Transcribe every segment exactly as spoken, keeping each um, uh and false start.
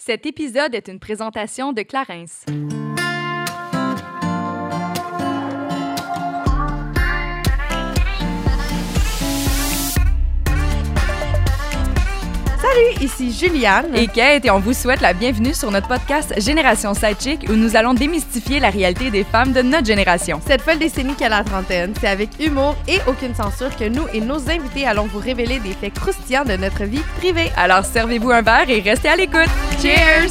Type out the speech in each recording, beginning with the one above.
Cet épisode est une présentation de Clarins. Salut, ici Juliane et Kate et on vous souhaite la bienvenue sur notre podcast Génération Sidechick où nous allons démystifier la réalité des femmes de notre génération. Cette folle décennie qu'à la trentaine, c'est avec humour et aucune censure que nous et nos invités allons vous révéler des faits croustillants de notre vie privée. Alors servez-vous un verre et restez à l'écoute. Cheers!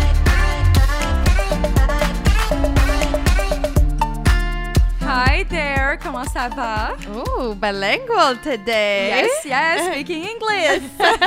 Hi there, comment ça va? Oh, bilingual today! Yes, yes, speaking English!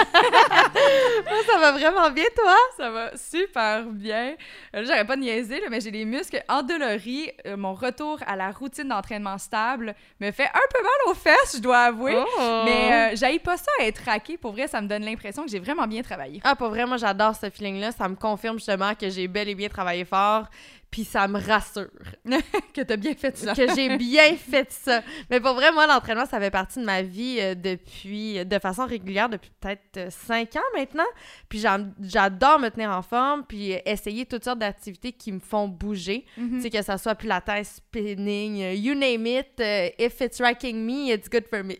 Moi, ça va vraiment bien, toi? Ça va super bien. Là, j'aurais pas de niaiser, là, mais j'ai les muscles endoloris. Euh, mon retour à la routine d'entraînement stable me fait un peu mal aux fesses, je dois avouer. Oh. Mais euh, j'haïs pas ça à être raqué. Pour vrai, ça me donne l'impression que j'ai vraiment bien travaillé. Ah, pour vrai, moi, j'adore ce feeling-là. Ça me confirme justement que j'ai bel et bien travaillé fort. Puis ça me rassure. Que t'as bien fait ça. Que j'ai bien fait ça. Mais pour vrai, moi, l'entraînement, ça fait partie de ma vie euh, depuis, de façon régulière, depuis peut-être euh, cinq ans maintenant. Puis j'adore me tenir en forme, puis euh, essayer toutes sortes d'activités qui me font bouger. Mm-hmm. Tu sais, que ça soit pilates, spinning, uh, you name it. Uh, if it's wrecking me, it's good for me.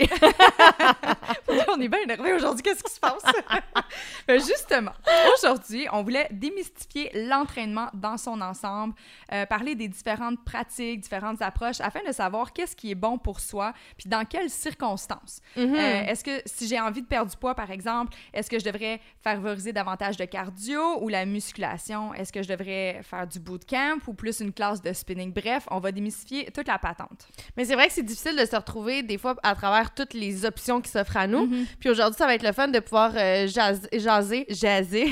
On est bien énervés aujourd'hui. Qu'est-ce qui se passe? Justement, aujourd'hui, on voulait démystifier l'entraînement dans son ensemble. Euh, parler des différentes pratiques, différentes approches, afin de savoir qu'est-ce qui est bon pour soi, puis dans quelles circonstances. Mm-hmm. Euh, est-ce que si j'ai envie de perdre du poids, par exemple, est-ce que je devrais favoriser davantage de cardio ou la musculation? Est-ce que je devrais faire du bootcamp ou plus une classe de spinning? Bref, on va démystifier toute la patente. Mais c'est vrai que c'est difficile de se retrouver des fois à travers toutes les options qui s'offrent à nous. Mm-hmm. Puis aujourd'hui, ça va être le fun de pouvoir euh, jaser, jaser, jaser,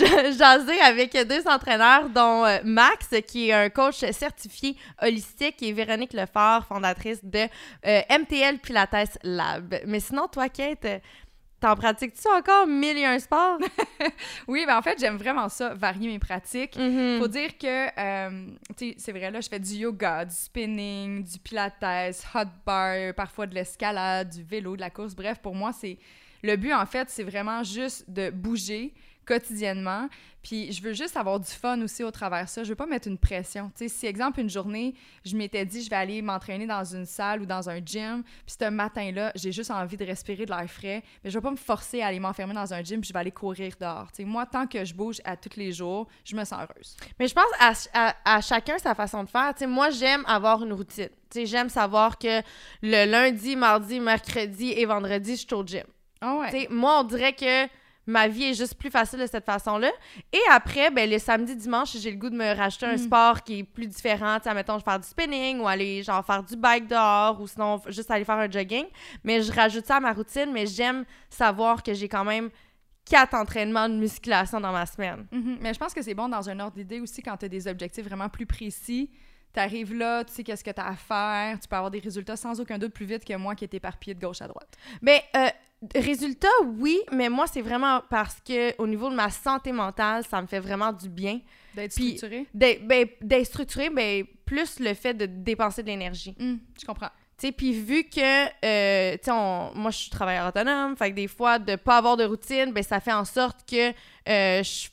jaser avec deux entraîneurs, dont euh, Max, qui est un coach certifié holistique, et Véronique Lefort, fondatrice de euh, M T L Pilates Lab. Mais sinon, toi, Kate, t'en pratiques-tu encore mille et un sports? Oui, ben en fait, j'aime vraiment ça, varier mes pratiques. Mm-hmm. Faut dire que, euh, tu sais, c'est vrai, là, je fais du yoga, du spinning, du pilates, hot bar, parfois de l'escalade, du vélo, de la course. Bref, pour moi, c'est... Le but, en fait, c'est vraiment juste de bouger quotidiennement, puis je veux juste avoir du fun aussi au travers de ça. Je veux pas mettre une pression. Tu sais, si, exemple, une journée, je m'étais dit, je vais aller m'entraîner dans une salle ou dans un gym, puis ce matin-là, j'ai juste envie de respirer de l'air frais, mais je vais pas me forcer à aller m'enfermer dans un gym, puis je vais aller courir dehors. Tu sais, moi, tant que je bouge à tous les jours, je me sens heureuse. Mais je pense à, à, à chacun sa façon de faire. Tu sais, moi, j'aime avoir une routine. Tu sais, j'aime savoir que le lundi, mardi, mercredi et vendredi, je suis au gym. Oh ouais. Tu sais, moi, on dirait que ma vie est juste plus facile de cette façon-là. Et après, ben, le samedi, dimanche, j'ai le goût de me racheter un mm. sport qui est plus différent. Tu sais, mettons, je vais faire du spinning ou aller, genre, faire du bike dehors ou sinon, juste aller faire un jogging. Mais je rajoute ça à ma routine, mais j'aime savoir que j'ai quand même quatre entraînements de musculation dans ma semaine. Mm-hmm. Mais je pense que c'est bon dans un ordre d'idée aussi quand tu as des objectifs vraiment plus précis. Tu arrives là, tu sais qu'est-ce que tu as à faire, tu peux avoir des résultats sans aucun doute plus vite que moi qui est éparpillée de gauche à droite. Ben, euh, résultats, oui, mais moi, c'est vraiment parce que au niveau de ma santé mentale, ça me fait vraiment du bien. D'être structuré? D'être, ben, d'être structuré, ben, plus le fait de dépenser de l'énergie. Mmh, je comprends. Tu sais, puis vu que, euh, tu sais, moi, je suis travailleur autonome, fait que des fois, de pas avoir de routine, ben, ça fait en sorte que euh, je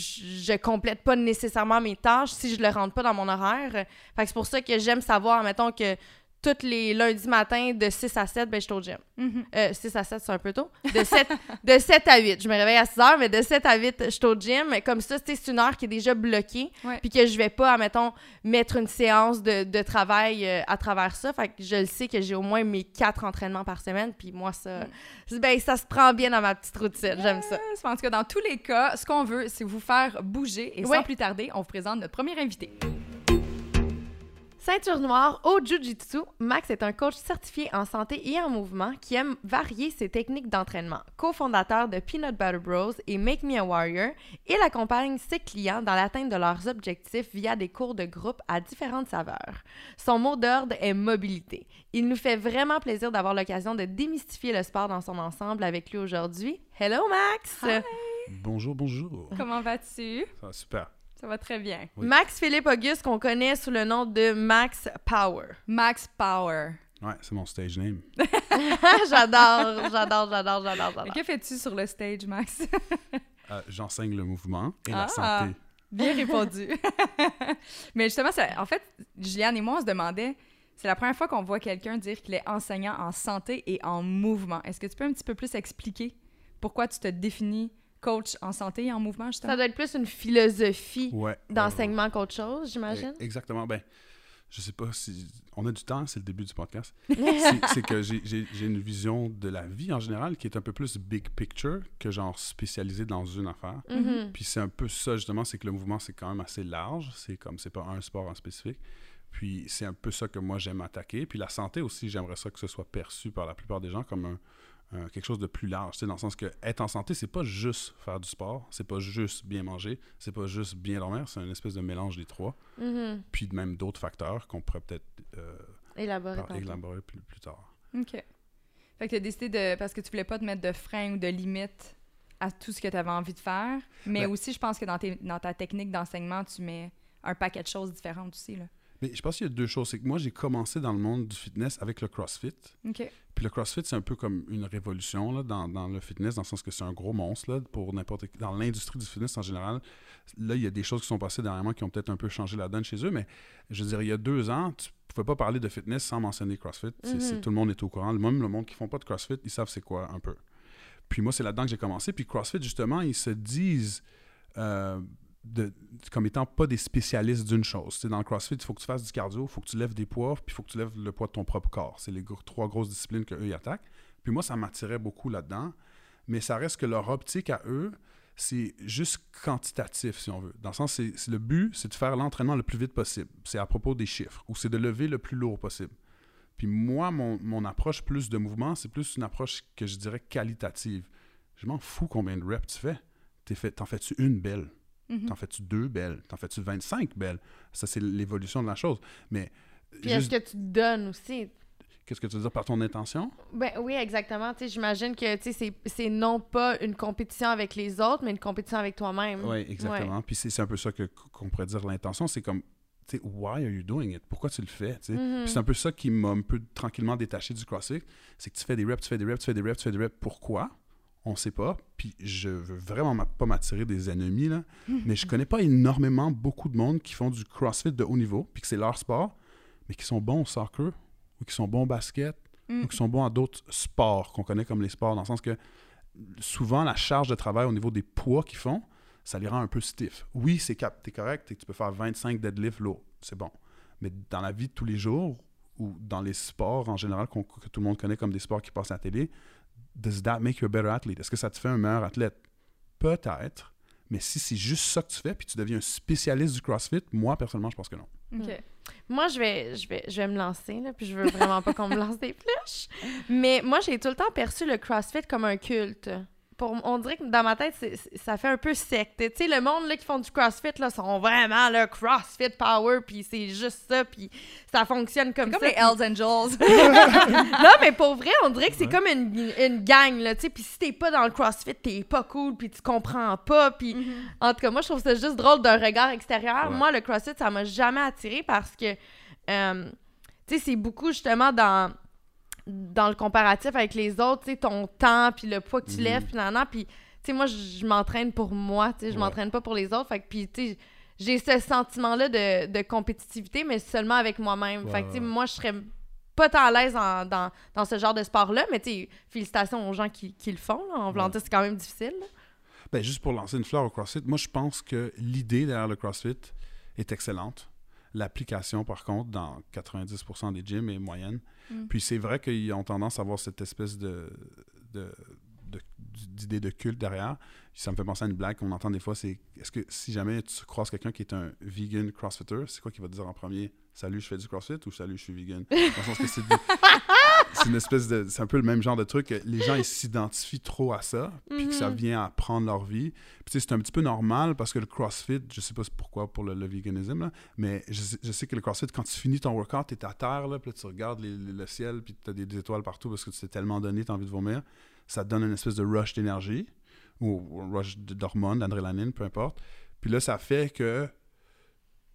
je complète pas nécessairement mes tâches si je le rentre pas dans mon horaire. Fait que c'est pour ça que j'aime savoir, mettons, que tous les lundis matins, de six à sept, ben, je suis au gym. Mm-hmm. Euh, six à sept, c'est un peu tôt. De sept, de sept à huit. Je me réveille à six heures, mais de sept à huit, je suis au gym. Comme ça, c'est une heure qui est déjà bloquée. Ouais. Puis que je vais pas, mettons, mettre une séance de, de travail euh, à travers ça. Fait que je le sais que j'ai au moins mes quatre entraînements par semaine. Puis moi, ça, mm. ben, ça se prend bien dans ma petite routine. Yes. J'aime ça. En tout cas, dans tous les cas, ce qu'on veut, c'est vous faire bouger. Et ouais. Sans plus tarder, on vous présente notre premier invité. Ceinture noire au Jiu-Jitsu, Max est un coach certifié en santé et en mouvement qui aime varier ses techniques d'entraînement. Co-fondateur de Peanut Butter Bros et Make Me a Warrior, il accompagne ses clients dans l'atteinte de leurs objectifs via des cours de groupe à différentes saveurs. Son mot d'ordre est mobilité. Il nous fait vraiment plaisir d'avoir l'occasion de démystifier le sport dans son ensemble avec lui aujourd'hui. Hello Max! Hi. Bonjour, bonjour! Comment vas-tu? Ça va super. Ça va très bien. Oui. Max Philippe Auguste, qu'on connaît sous le nom de Max Power. Max Power. Ouais, c'est mon stage name. J'adore, j'adore, j'adore, j'adore, j'adore. Mais que fais-tu sur le stage, Max? Euh, j'enseigne le mouvement et Ah! la santé. Bien répondu. Mais justement, ça, en fait, Juliane et moi, on se demandait, c'est la première fois qu'on voit quelqu'un dire qu'il est enseignant en santé et en mouvement. Est-ce que tu peux un petit peu plus expliquer pourquoi tu te définis coach en santé et en mouvement, justement? Ça doit être plus une philosophie Ouais. d'enseignement euh, qu'autre chose, j'imagine. Exactement. Ben, je sais pas si... On a du temps, c'est le début du podcast. c'est, c'est que j'ai, j'ai, j'ai une vision de la vie en général qui est un peu plus big picture que genre spécialisé dans une affaire. Mm-hmm. Puis c'est un peu ça, justement, c'est que le mouvement, c'est quand même assez large. C'est comme, c'est pas un sport en spécifique. Puis c'est un peu ça que moi, j'aime attaquer. Puis la santé aussi, j'aimerais ça que ce soit perçu par la plupart des gens comme un... Euh, quelque chose de plus large, tu sais, dans le sens que être en santé, c'est pas juste faire du sport, c'est pas juste bien manger, c'est pas juste bien dormir, c'est une espèce de mélange des trois, Mm-hmm. puis même d'autres facteurs qu'on pourrait peut-être euh, élaborer, par- élaborer plus, plus tard. OK. Fait que tu as décidé de... Parce que tu voulais pas te mettre de frein ou de limite à tout ce que tu avais envie de faire, mais Ben, aussi, je pense que dans, tes, dans ta technique d'enseignement, tu mets un paquet de choses différentes aussi, là. Mais je pense qu'il y a deux choses, c'est que moi, j'ai commencé dans le monde du fitness avec le CrossFit, OK. puis le CrossFit, c'est un peu comme une révolution là, dans, dans le fitness, dans le sens que c'est un gros monstre là, pour n'importe qui. Dans l'industrie du fitness en général, là, il y a des choses qui sont passées dernièrement qui ont peut-être un peu changé la donne chez eux, mais je veux dire, il y a deux ans, tu pouvais pas parler de fitness sans mentionner CrossFit. C'est, Mm-hmm. c'est- tout le monde est au courant. Même le monde qui font pas de CrossFit, ils savent c'est quoi un peu. Puis moi, c'est là-dedans que j'ai commencé. Puis CrossFit, justement, ils se disent... euh, De, comme étant pas des spécialistes d'une chose. Tu sais, dans le CrossFit, il faut que tu fasses du cardio, il faut que tu lèves des poids, puis il faut que tu lèves le poids de ton propre corps. C'est les gros- trois grosses disciplines qu'eux, ils attaquent. Puis moi, ça m'attirait beaucoup là-dedans, mais ça reste que leur optique à eux, c'est juste quantitatif, si on veut. Dans le sens, c'est, c'est le but, c'est de faire l'entraînement le plus vite possible. C'est à propos des chiffres, ou c'est de lever le plus lourd possible. Puis moi, mon, mon approche plus de mouvement, c'est plus une approche que je dirais qualitative. Je m'en fous combien de reps tu fais. T'es fait t'en fais-tu une belle? Mm-hmm. T'en fais-tu deux belles? T'en fais-tu vingt-cinq belles? Ça, c'est l'évolution de la chose. Mais Puis juste- est-ce que tu te donnes aussi? qu'est-ce que tu veux dire par ton intention? Ben oui, exactement. Tu sais, j'imagine que tu sais, c'est, c'est non pas une compétition avec les autres, mais une compétition avec toi-même. Oui, exactement. Puis c'est, c'est un peu ça que, qu'on pourrait dire l'intention. C'est comme, tu sais, why are you doing it? Pourquoi tu le fais? tu sais? Mhm. Puis c'est un peu ça qui m'a un peu tranquillement détaché du CrossFit. C'est que tu fais des reps, tu fais des reps, tu fais des reps, tu fais des reps. Pourquoi? On sait pas. Puis je veux vraiment ma- pas m'attirer des ennemis, là. Mais je connais pas énormément beaucoup de monde qui font du CrossFit de haut niveau, puis que c'est leur sport, mais qui sont bons au soccer, ou qui sont bons au basket, Mm. ou qui sont bons à d'autres sports qu'on connaît comme les sports, dans le sens que souvent la charge de travail au niveau des poids qu'ils font, ça les rend un peu stiff. Oui, c'est cap- t'es correct, tu peux faire vingt-cinq deadlifts lourds, c'est bon. Mais dans la vie de tous les jours, ou dans les sports en général qu'on- que tout le monde connaît comme des sports qui passent à la télé, does that make you a better athlete? Est-ce que ça te fait un meilleur athlète? Peut-être, mais si c'est juste ça que tu fais, puis tu deviens un spécialiste du CrossFit, moi, personnellement, je pense que non. OK. Moi, je vais, je, vais, je vais me lancer, là, puis je veux vraiment pas qu'on me lance des flèches. Mais moi, j'ai tout le temps perçu le CrossFit comme un culte. Pour, on dirait que dans ma tête, c'est, c'est- ça fait un peu secte. Tu sais, le monde là, qui font du CrossFit là, sont vraiment le CrossFit Power, puis c'est juste ça, puis ça fonctionne comme C'est comme ça. les Hells Angels. Non, mais pour vrai, on dirait que c'est Ouais. comme une, une gang, là, tu sais, puis si t'es pas dans le CrossFit, t'es pas cool, puis tu comprends pas, puis en tout cas, moi, je trouve ça juste drôle d'un regard extérieur. Ouais. Moi, le CrossFit, ça m'a jamais attiré parce que, euh, tu sais, c'est beaucoup, justement, dans, dans le comparatif avec les autres, tu sais, ton temps, puis le poids que tu Mhm. lèves, puis nan, nan, puis, tu sais, moi, je je m'entraîne pour moi, tu sais, je Ouais. m'entraîne pas pour les autres, fait que, puis, tu sais, j'ai ce sentiment-là de, de compétitivité, mais seulement avec moi-même. Ouais, fait que, tu sais, ouais. moi, je serais pas tant à l'aise en- dans, dans ce genre de sport-là, mais tu sais, félicitations aux gens qui, qui le font, là, en voulant Ouais. dire, c'est quand même difficile, là. Ben, juste pour lancer une fleur au CrossFit, moi, je pense que l'idée derrière le CrossFit est excellente. L'application, par contre, dans quatre-vingt-dix pour cent des gyms est moyenne. Mm. Puis c'est vrai qu'ils ont tendance à avoir cette espèce de, de, de- d'idée de culte derrière. Ça me fait penser à une blague qu'on entend des fois, c'est est-ce que si jamais tu croises quelqu'un qui est un vegan crossfitter, c'est quoi qu'il va te dire en premier? Salut, je fais du CrossFit ou salut, je suis vegan? Dans le sens que c'est, du- c'est une espèce de... C'est un peu le même genre de truc. Que les gens, ils s'identifient trop à ça, puis que ça Mhm. vient à prendre leur vie. Puis tu sais, c'est un petit peu normal parce que le CrossFit, je sais pas pourquoi pour le, le véganisme, là, mais je, sais- je sais que le CrossFit, quand tu finis ton workout, t'es à terre, là, puis là, tu regardes les- les- le ciel, puis t'as des, des étoiles partout parce que tu t'es tellement donné, t'as envie de vomir. Ça te donne une espèce de rush d'énergie, ou un rush d- d'hormones, d'adrénaline, peu importe. Puis là, ça fait que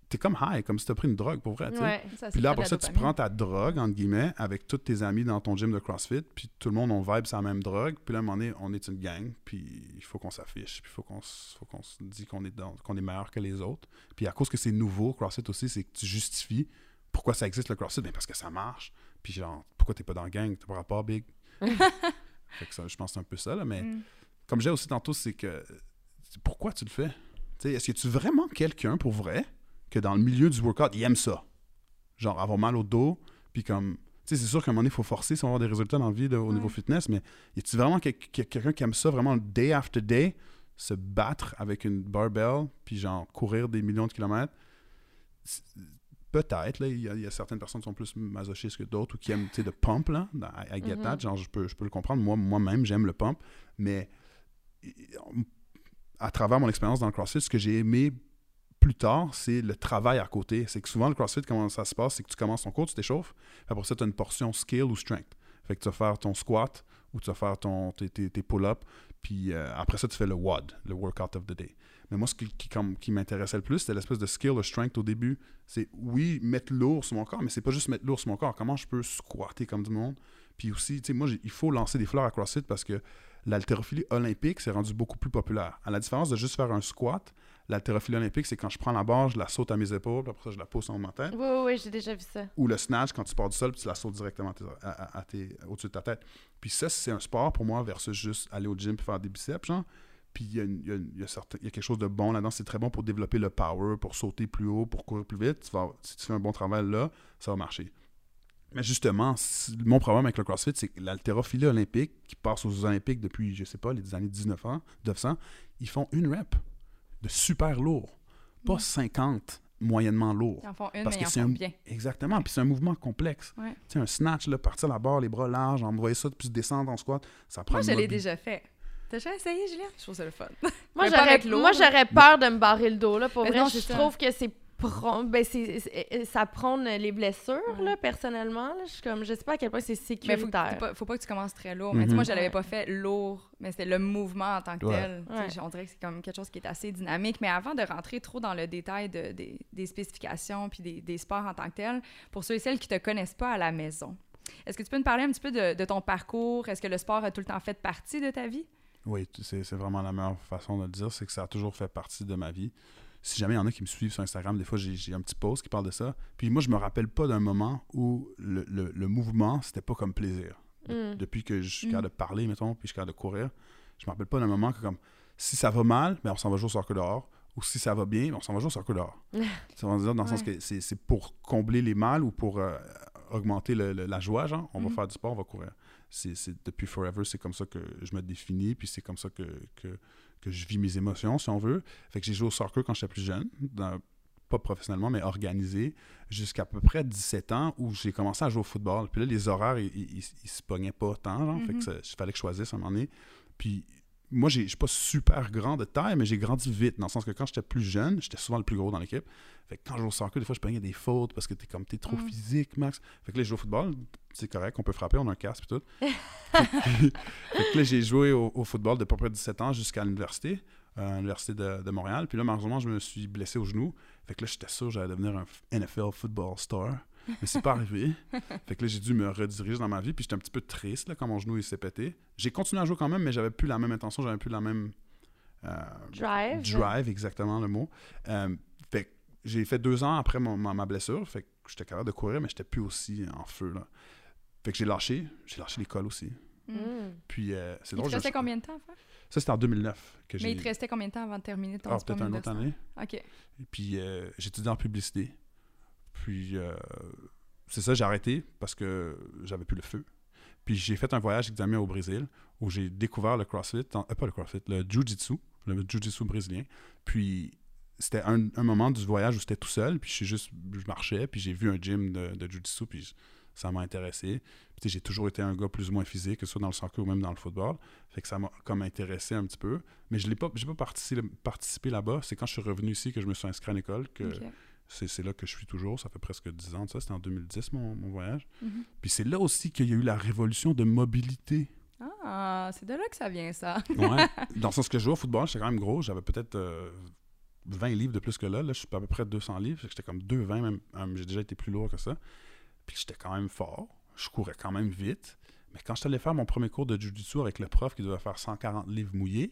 t'es comme high, comme si t'as pris une drogue, pour vrai, tu sais. Ouais. Ça, c'est Puis là, pas de après la ça, tu dopamine. prends ta drogue, entre guillemets, avec tous tes amis dans ton gym de CrossFit, puis tout le monde, on vibe sur la même drogue, puis là, à un moment donné, on est une gang, puis il faut qu'on s'affiche, puis il faut qu'on, s- faut qu'on se dise qu'on est, dans- qu'on est meilleur que les autres. Puis à cause que c'est nouveau, CrossFit aussi, c'est que tu justifies pourquoi ça existe, le CrossFit. Bien, parce que ça marche. Puis genre, pourquoi t'es pas dans la gang? T'as pas rapport, big? Fait que ça, je pense que c'est un peu ça, là, mais Mm. comme j'ai aussi tantôt, c'est que c'est pourquoi tu le fais? Tu sais, est-ce que tu es vraiment quelqu'un, pour vrai, que dans le milieu du workout, il aime ça? Genre, avoir mal au dos, puis comme... Tu sais, c'est sûr qu'à un moment donné, il faut forcer si on veut avoir des résultats dans la vie là, au Ouais. niveau fitness, mais y a-tu vraiment quel- quel- quelqu'un qui aime ça, vraiment, day after day, se battre avec une barbell, puis genre, courir des millions de kilomètres? C'est- Peut-être, là, il y, a- il y a certaines personnes qui sont plus masochistes que d'autres ou qui aiment, tu sais, le pump, là, I, I get that, Mhm. genre, je peux, je peux le comprendre. Moi, moi-même, j'aime le pump, mais à travers mon expérience dans le CrossFit, ce que j'ai aimé plus tard, c'est le travail à côté. C'est que souvent, le CrossFit, comment ça se passe, c'est que tu commences ton cours, tu t'échauffes, puis après ça, tu as une portion skill ou strength. Fait que tu vas faire ton squat ou tu vas faire ton, tes, tes, tes pull-ups, puis euh, après ça, tu fais le W O D, le Workout of the Day. Mais moi, ce qui, qui, comme, qui m'intéressait le plus, c'était l'espèce de skill, le strength au début. C'est, oui, mettre lourd sur mon corps, mais c'est pas juste mettre lourd sur mon corps. Comment je peux squatter comme du monde? Puis aussi, tu sais, moi, j'ai- il faut lancer des fleurs à CrossFit parce que l'haltérophilie olympique s'est rendue beaucoup plus populaire. À la différence de juste faire un squat, l'haltérophilie olympique, c'est quand je prends la barre, je la saute à mes épaules, puis après ça, je la pose sur ma tête. Oui, oui, oui, j'ai déjà vu ça. Ou le snatch, quand tu pars du sol, puis tu la sautes directement à tes- à- à- à tes- au-dessus de ta tête. Puis ça, c'est un sport pour moi versus juste aller au gym et faire des biceps, genre. Puis il y a, une- il y a une- il y a certain- il y a quelque chose de bon là-dedans. C'est très bon pour développer le power, pour sauter plus haut, pour courir plus vite. Tu vas- si tu fais un bon travail là, ça va marcher. Mais justement, si- mon problème avec le CrossFit, c'est que l'haltérophilie olympique, qui passe aux Olympiques depuis, je sais pas, les années dix-neuf ans, neuf cents, ils font une rep de super lourd. Pas Mm. cinquante moyennement lourd. Ils en font une, Parce mais que ils en c'est font un... bien. Exactement. Puis c'est un mouvement complexe. Ouais. Tu sais, un snatch, là, partir la barre, les bras larges, envoyer ça, puis descendre en squat, ça prend Moi, une je l'ai mobilité. déjà fait. T'as déjà essayé, Julien? Je trouve ça le fun. Moi, Mais pas j'aurais, avec l'eau, moi, là. j'aurais peur de me barrer le dos, là. Pour Mais vrai, non, je c'est ça. trouve que c'est... Pro... Ben, c'est, c'est- ça prône les blessures, Ouais. là, personnellement. Là. Je suis comme... Je sais pas à quel point c'est Mais faut, sécuritaire. faut pas, faut pas que tu commences très lourd. Mais tu sais, Mhm. moi, je l'avais Ouais. pas fait lourd, mais c'était le mouvement en tant que Ouais. tel. Tu sais, Ouais. j- On dirait que c'est comme quelque chose qui est assez dynamique. Mais avant de rentrer trop dans le détail de- des- des spécifications puis des, des sports en tant que tel, pour ceux et celles qui te connaissent pas à la maison, est-ce que tu peux nous parler un petit peu de, de ton parcours? Est-ce que le sport a tout le temps fait partie de ta vie? Oui, tu- c'est, c'est vraiment la meilleure façon de le dire, c'est que ça a toujours fait partie de ma vie. Si jamais il y en a qui me suivent sur Instagram, des fois, j'ai, j'ai un petit post qui parle de ça. Puis moi, je me rappelle pas d'un moment où le, le, le mouvement, c'était pas comme plaisir. De- Mm. Depuis que je suis Mm. capable de parler, mettons, puis je suis capable de courir, je me rappelle pas d'un moment que comme, si ça va mal, ben on s'en va jouer au soccer dehors. Ou si ça va bien, ben on s'en va jouer au soccer dehors. Ça veut dire dans le sens Ouais. que c'est, c'est pour combler les mal ou pour euh, augmenter le- le- la joie, genre, on Mhm. va faire du sport, on va courir. C'est, c'est- depuis forever, c'est comme ça que je me définis, puis c'est comme ça que, que, que je vis mes émotions, si on veut. Fait que j'ai joué au soccer quand j'étais plus jeune, dans- pas professionnellement, mais organisé, jusqu'à peu près dix-sept ans, où j'ai commencé à jouer au football. Puis là, les horaires, ils, ils, ils- ils se pognaient pas tant, genre, fait que Mhm. ça- il fallait que je choisisse à un moment donné. Puis moi, j'ai- je suis pas super grand de taille, mais j'ai grandi vite, dans le sens que quand j'étais plus jeune, j'étais souvent le plus gros dans l'équipe. Fait que quand je joue au soccer, des fois, je prenais des fautes parce que t'es comme, t'es trop Mm. physique, Max. Fait que là, je joue au football, c'est correct, on peut frapper, on a un casque et tout. fait que là, j'ai joué au, au football de à peu près dix-sept ans jusqu'à l'université, euh, à l'université de, de Montréal. Puis là, malheureusement, je me suis blessé au genou. Fait que là, j'étais sûr que j'allais devenir un N F L football star. Mais c'est pas arrivé. Fait que là, j'ai dû me rediriger dans ma vie. Puis j'étais un petit peu triste là, quand mon genou il s'est pété. J'ai continué à jouer quand même, mais j'avais plus la même intention, j'avais plus la même euh, Drive. drive, exactement le mot. Euh, fait que j'ai fait deux ans après mon- ma, ma blessure. Fait que j'étais capable de courir, mais j'étais plus aussi en feu. Là. Fait que j'ai lâché. J'ai lâché l'école aussi. Mm. Mm. Puis euh, c'est Il drôle. te restait je- combien de temps à faire? Ça, c'était en deux mille neuf que j'ai. Mais il te restait combien de temps avant de terminer ton Ah, diplôme peut-être une autre année. OK. Et puis, euh, j'ai étudié en publicité. Puis, euh, c'est ça, j'ai arrêté parce que j'avais plus le feu. Puis, j'ai fait un voyage avec des amis au Brésil où j'ai découvert le CrossFit, en- euh, pas le CrossFit, le Jiu-Jitsu, le Jiu-Jitsu brésilien. Puis, c'était un, un moment du voyage où j'étais tout seul, puis je suis juste, je marchais, puis j'ai vu un gym de, de Jiu-Jitsu, puis ça m'a intéressé. Puis, tu sais, j'ai toujours été un gars plus ou moins physique, que ce soit dans le soccer ou même dans le football. Fait que ça m'a comme intéressé un petit peu. Mais je n'ai pas, j'ai pas participé, participé là-bas. C'est quand je suis revenu ici que je me suis inscrit à l'école, que OK. c'est, c'est là que je suis toujours. Ça fait presque dix ans de ça. C'était en deux mille dix, mon, mon voyage. Mhm. Puis c'est là aussi qu'il y a eu la révolution de mobilité. Ah, c'est de là que ça vient, ça. Ouais. Dans le sens que je jouais au football, j'étais quand même gros. J'avais peut-être euh, vingt livres de plus que là. Là, je suis à peu près deux cents livres. J'étais comme deux cent vingt, même. Um, j'ai déjà été plus lourd que ça. Puis j'étais quand même fort. Je courais quand même vite. Mais quand je suis allé faire mon premier cours de jiu-jitsu avec le prof qui devait faire cent quarante livres mouillés,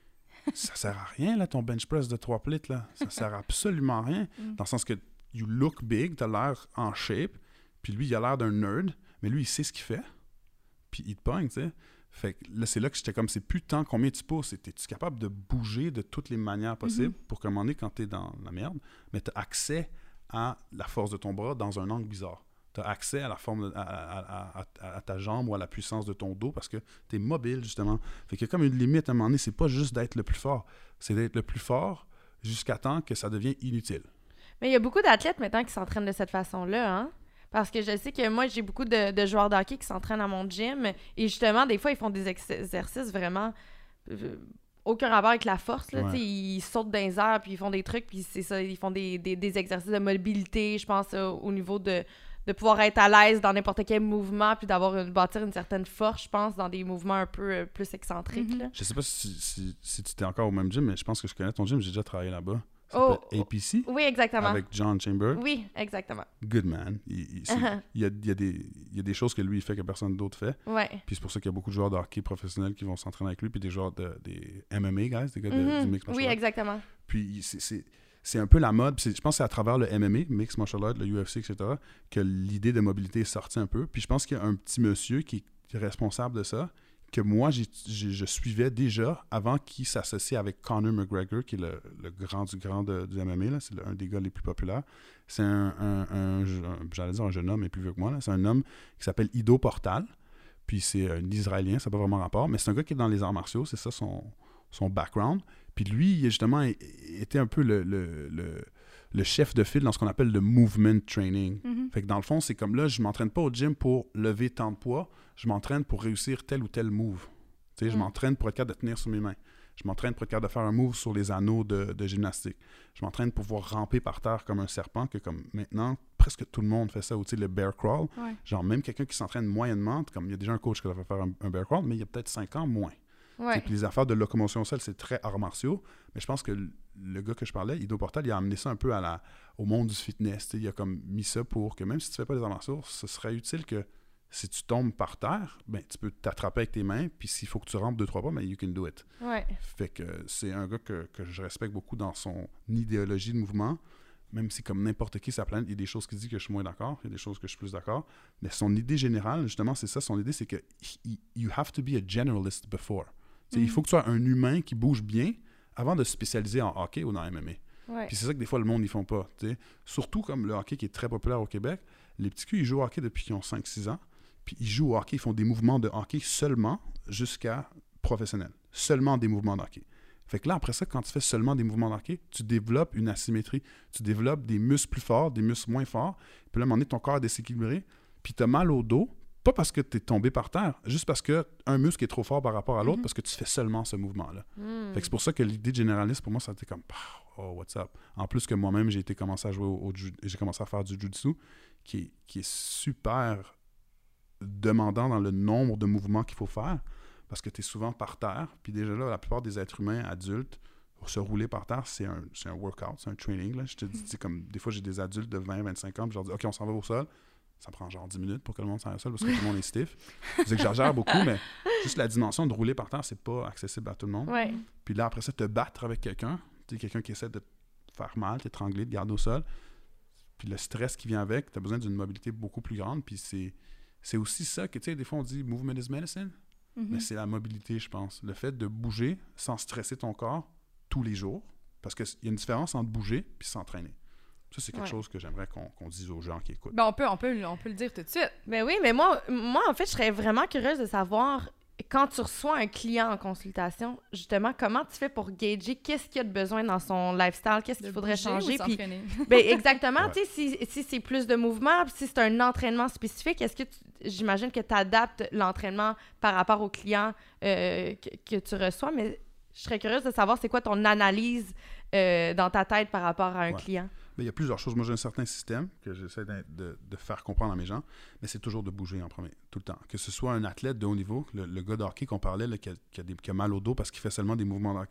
ça sert à rien, là, ton bench press de trois plates, là. Ça sert absolument à rien. Mm. Dans le sens que you look big, t'as l'air en shape, puis lui, il a l'air d'un nerd, mais lui, il sait ce qu'il fait, puis il te pogne, tu sais. Fait que là, c'est là que j'étais comme, c'est plus tant combien tu pousses, es-tu capable de bouger de toutes les manières possibles mm-hmm. pour qu'à un moment donné, quand t'es dans la merde, mais t'as accès à la force de ton bras dans un angle bizarre. Tu as accès à la forme de, à, à, à, à, à ta jambe ou à la puissance de ton dos parce que tu es mobile, justement. Fait qu'il y a comme une limite à un moment donné, c'est pas juste d'être le plus fort, c'est d'être le plus fort jusqu'à temps que ça devient inutile. Mais il y a beaucoup d'athlètes maintenant qui s'entraînent de cette façon-là, hein? Parce que je sais que moi, j'ai beaucoup de, de joueurs de hockey qui s'entraînent à mon gym et justement, des fois, ils font des ex- exercices vraiment... Euh, aucun rapport avec la force, là, ouais. Ils sautent dans les airs, puis ils font des trucs, puis c'est ça, ils font des, des, des exercices de mobilité, je pense, euh, au niveau de... de pouvoir être à l'aise dans n'importe quel mouvement puis d'avoir une, bâtir une certaine force, je pense, dans des mouvements un peu euh, plus excentriques. Mm-hmm. Là. Je sais pas si, si, si tu étais encore au même gym, mais je pense que je connais ton gym. J'ai déjà travaillé là-bas. Ça oh, s'appelle A P C. Oui, exactement. Avec John Chamber. Oui, exactement. Good man. Il, il, uh-huh. il, y a, il, y a des, il y a des choses que lui, il fait que personne d'autre fait. Ouais. Puis c'est pour ça qu'il y a beaucoup de joueurs de hockey professionnels qui vont s'entraîner avec lui, puis des joueurs de, des M M A guys, des gars de, mm-hmm. du mixed martial Oui, art. exactement. Puis c'est... c'est C'est un peu la mode. Je pense que c'est à travers le M M A, Mixed Martial Arts, le U F C, et cetera, que l'idée de mobilité est sortie un peu. Puis je pense qu'il y a un petit monsieur qui est responsable de ça, que moi, j'ai, j'ai, je suivais déjà avant qu'il s'associe avec Conor McGregor, qui est le, le grand du grand de, du M M A. Là. C'est le, un des gars les plus populaires. C'est un, un, un, un, j'allais dire un jeune homme, mais plus vieux que moi. Là. C'est un homme qui s'appelle Ido Portal. Puis c'est un Israélien, ça n'a pas vraiment rapport. Mais c'est un gars qui est dans les arts martiaux, c'est ça son, son background. Puis lui, il a justement été un peu le, le, le, le chef de file dans ce qu'on appelle le movement training. Mm-hmm. Fait que dans le fond, c'est comme là, je ne m'entraîne pas au gym pour lever tant de poids, je m'entraîne pour réussir tel ou tel move. Tu sais, mm. Je m'entraîne pour être capable de tenir sur mes mains. Je m'entraîne pour être capable de faire un move sur les anneaux de, de gymnastique. Je m'entraîne pour pouvoir ramper par terre comme un serpent, que comme maintenant, presque tout le monde fait ça. Ou tu sais, le bear crawl. Ouais. Genre, même quelqu'un qui s'entraîne moyennement, comme il y a déjà un coach qui va faire un, un bear crawl, mais il y a peut-être cinq ans moins. Ouais. Puis les affaires de locomotion au sol, c'est très arts martiaux. Mais je pense que le, le gars que je parlais, Ido Portal, il a amené ça un peu à la, au monde du fitness. T'sais. Il a comme mis ça pour que même si tu fais pas les arts martiaux, ce serait utile que si tu tombes par terre, ben, tu peux t'attraper avec tes mains. Puis s'il faut que tu rampes deux, trois pas, ben, you can do it. Ouais. Fait que c'est un gars que, que je respecte beaucoup dans son idéologie de mouvement. Même si, comme n'importe qui sur la planète, il y a des choses qui disent que je suis moins d'accord, il y a des choses que je suis plus d'accord. Mais son idée générale, justement, c'est ça. Son idée, c'est que you have to be a generalist before. Mm-hmm. Il faut que tu sois un humain qui bouge bien avant de se spécialiser en hockey ou dans M M A. Ouais. Puis c'est ça que des fois, le monde, ils font pas. T'sais. Surtout comme le hockey qui est très populaire au Québec, les petits culs, ils jouent au hockey depuis qu'ils ont cinq six ans. Puis ils jouent au hockey, ils font des mouvements de hockey seulement jusqu'à professionnel. Seulement des mouvements de hockey. Fait que là, après ça, quand tu fais seulement des mouvements de hockey, tu développes une asymétrie. Tu développes des muscles plus forts, des muscles moins forts. Puis là, à un moment donné, ton corps est déséquilibré. Puis tu as mal au dos, pas parce que tu es tombé par terre, juste parce qu'un muscle est trop fort par rapport à l'autre, mm-hmm. parce que tu fais seulement ce mouvement-là. Mm. Fait que c'est pour ça que l'idée de généraliste, pour moi, ça a été comme « Oh, what's up? » En plus que moi-même, j'ai été commencé à jouer au, au j'ai commencé à faire du jiu-jitsu, qui est, qui est super demandant dans le nombre de mouvements qu'il faut faire. Parce que tu es souvent par terre. Puis déjà là, la plupart des êtres humains adultes, pour se rouler par terre, c'est un, c'est un workout, c'est un training. Là. Je te dis, comme des fois, j'ai des adultes de vingt à vingt-cinq ans, puis je leur dis, OK, on s'en va au sol. Ça prend genre dix minutes pour que le monde s'en aille au sol, parce que tout le monde est stiff. C'est que j'exagère beaucoup, mais juste la dimension de rouler par terre, c'est pas accessible à tout le monde. Ouais. Puis là, après ça, te battre avec quelqu'un, tu sais, quelqu'un qui essaie de te faire mal, t'étrangler, te garder au sol. Puis le stress qui vient avec, tu as besoin d'une mobilité beaucoup plus grande. Puis c'est, c'est aussi ça que, tu sais, des fois, on dit « movement is medicine ». Mm-hmm. Mais c'est la mobilité, je pense. Le fait de bouger sans stresser ton corps tous les jours. Parce qu'il y a une différence entre bouger et s'entraîner. Ça, c'est quelque ouais. chose que j'aimerais qu'on, qu'on dise aux gens qui écoutent. Ben, on peut, on peut, on peut le dire tout de suite. Ben oui, mais moi, moi, en fait, je serais vraiment curieuse de savoir, quand tu reçois un client en consultation, justement, comment tu fais pour gager qu'est-ce qu'il y a de besoin dans son lifestyle, qu'est-ce qu'il de faudrait changer. Puis, ben exactement, ouais. Tu sais, si, si c'est plus de mouvement, si c'est un entraînement spécifique, est-ce que tu, j'imagine que tu adaptes l'entraînement par rapport au client euh, que, que tu reçois, mais je serais curieuse de savoir c'est quoi ton analyse euh, dans ta tête par rapport à un ouais. client. Bien, il y a plusieurs choses. Moi, j'ai un certain système que j'essaie de, de, de faire comprendre à mes gens, mais c'est toujours de bouger en premier, tout le temps. Que ce soit un athlète de haut niveau, le, le gars de hockey qu'on parlait, là, qui, a, qui, a des, qui a mal au dos parce qu'il fait seulement des mouvements de hockey,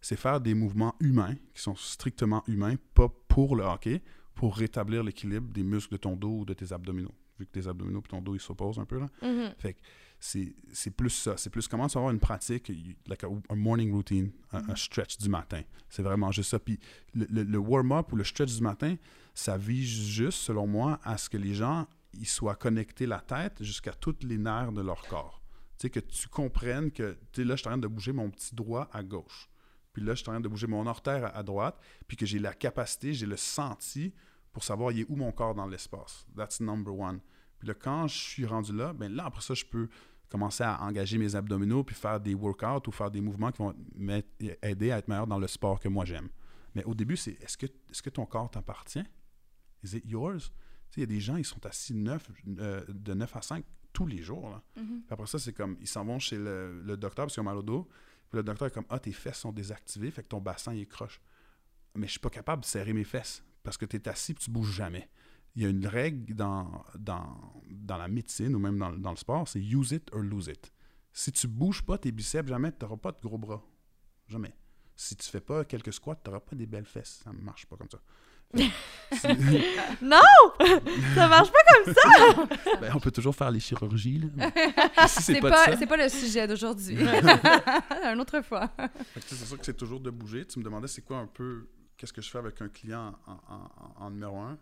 c'est faire des mouvements humains, qui sont strictement humains, pas pour le hockey, pour rétablir l'équilibre des muscles de ton dos ou de tes abdominaux. Vu que tes abdominaux et ton dos, ils s'opposent un peu, là. Mm-hmm. Fait que c'est, c'est plus ça. C'est plus comment tu vas avoir une pratique, like a, a morning routine, un, Mm-hmm. un stretch du matin. C'est vraiment juste ça. Puis le, le, le warm-up ou le stretch du matin, ça vise juste, selon moi, à ce que les gens ils soient connectés la tête jusqu'à tous les nerfs de leur corps. Tu sais, que tu comprennes que, tu sais, là, je suis en train de bouger mon petit doigt à gauche. Puis là, je suis en train de bouger mon orteil à, à droite, puis que j'ai la capacité, j'ai le senti pour savoir il est où mon corps dans l'espace. That's number one. Puis là, quand je suis rendu là, bien là, après ça, je peux commencer à engager mes abdominaux puis faire des workouts ou faire des mouvements qui vont m'aider à être meilleur dans le sport que moi j'aime. Mais au début, c'est est-ce que, est-ce que ton corps t'appartient? Is it yours? Tu sais, il y a des gens, ils sont assis neuf, euh, de neuf à cinq tous les jours. Là. Mm-hmm. Puis après ça, c'est comme, ils s'en vont chez le, le docteur parce qu'ils ont mal au dos. Puis le docteur est comme, ah, tes fesses sont désactivées, fait que ton bassin, il est croche. Mais je suis pas capable de serrer mes fesses parce que tu es assis et tu bouges jamais. Il y a une règle dans, dans, dans la médecine ou même dans, dans le sport, c'est use it or lose it. Si tu bouges pas tes biceps, jamais, tu n'auras pas de gros bras. Jamais. Si tu fais pas quelques squats, tu n'auras pas des belles fesses. Ça ne marche pas comme ça. Non! Ça marche pas comme ça! Ben, on peut toujours faire les chirurgies. Là. Si c'est, c'est, pas, pas de ça, c'est pas le sujet d'aujourd'hui. Une autre fois. Fait que, c'est sûr que c'est toujours de bouger. Tu me demandais c'est quoi un peu, qu'est-ce que je fais avec un client en, en, en, en numéro un.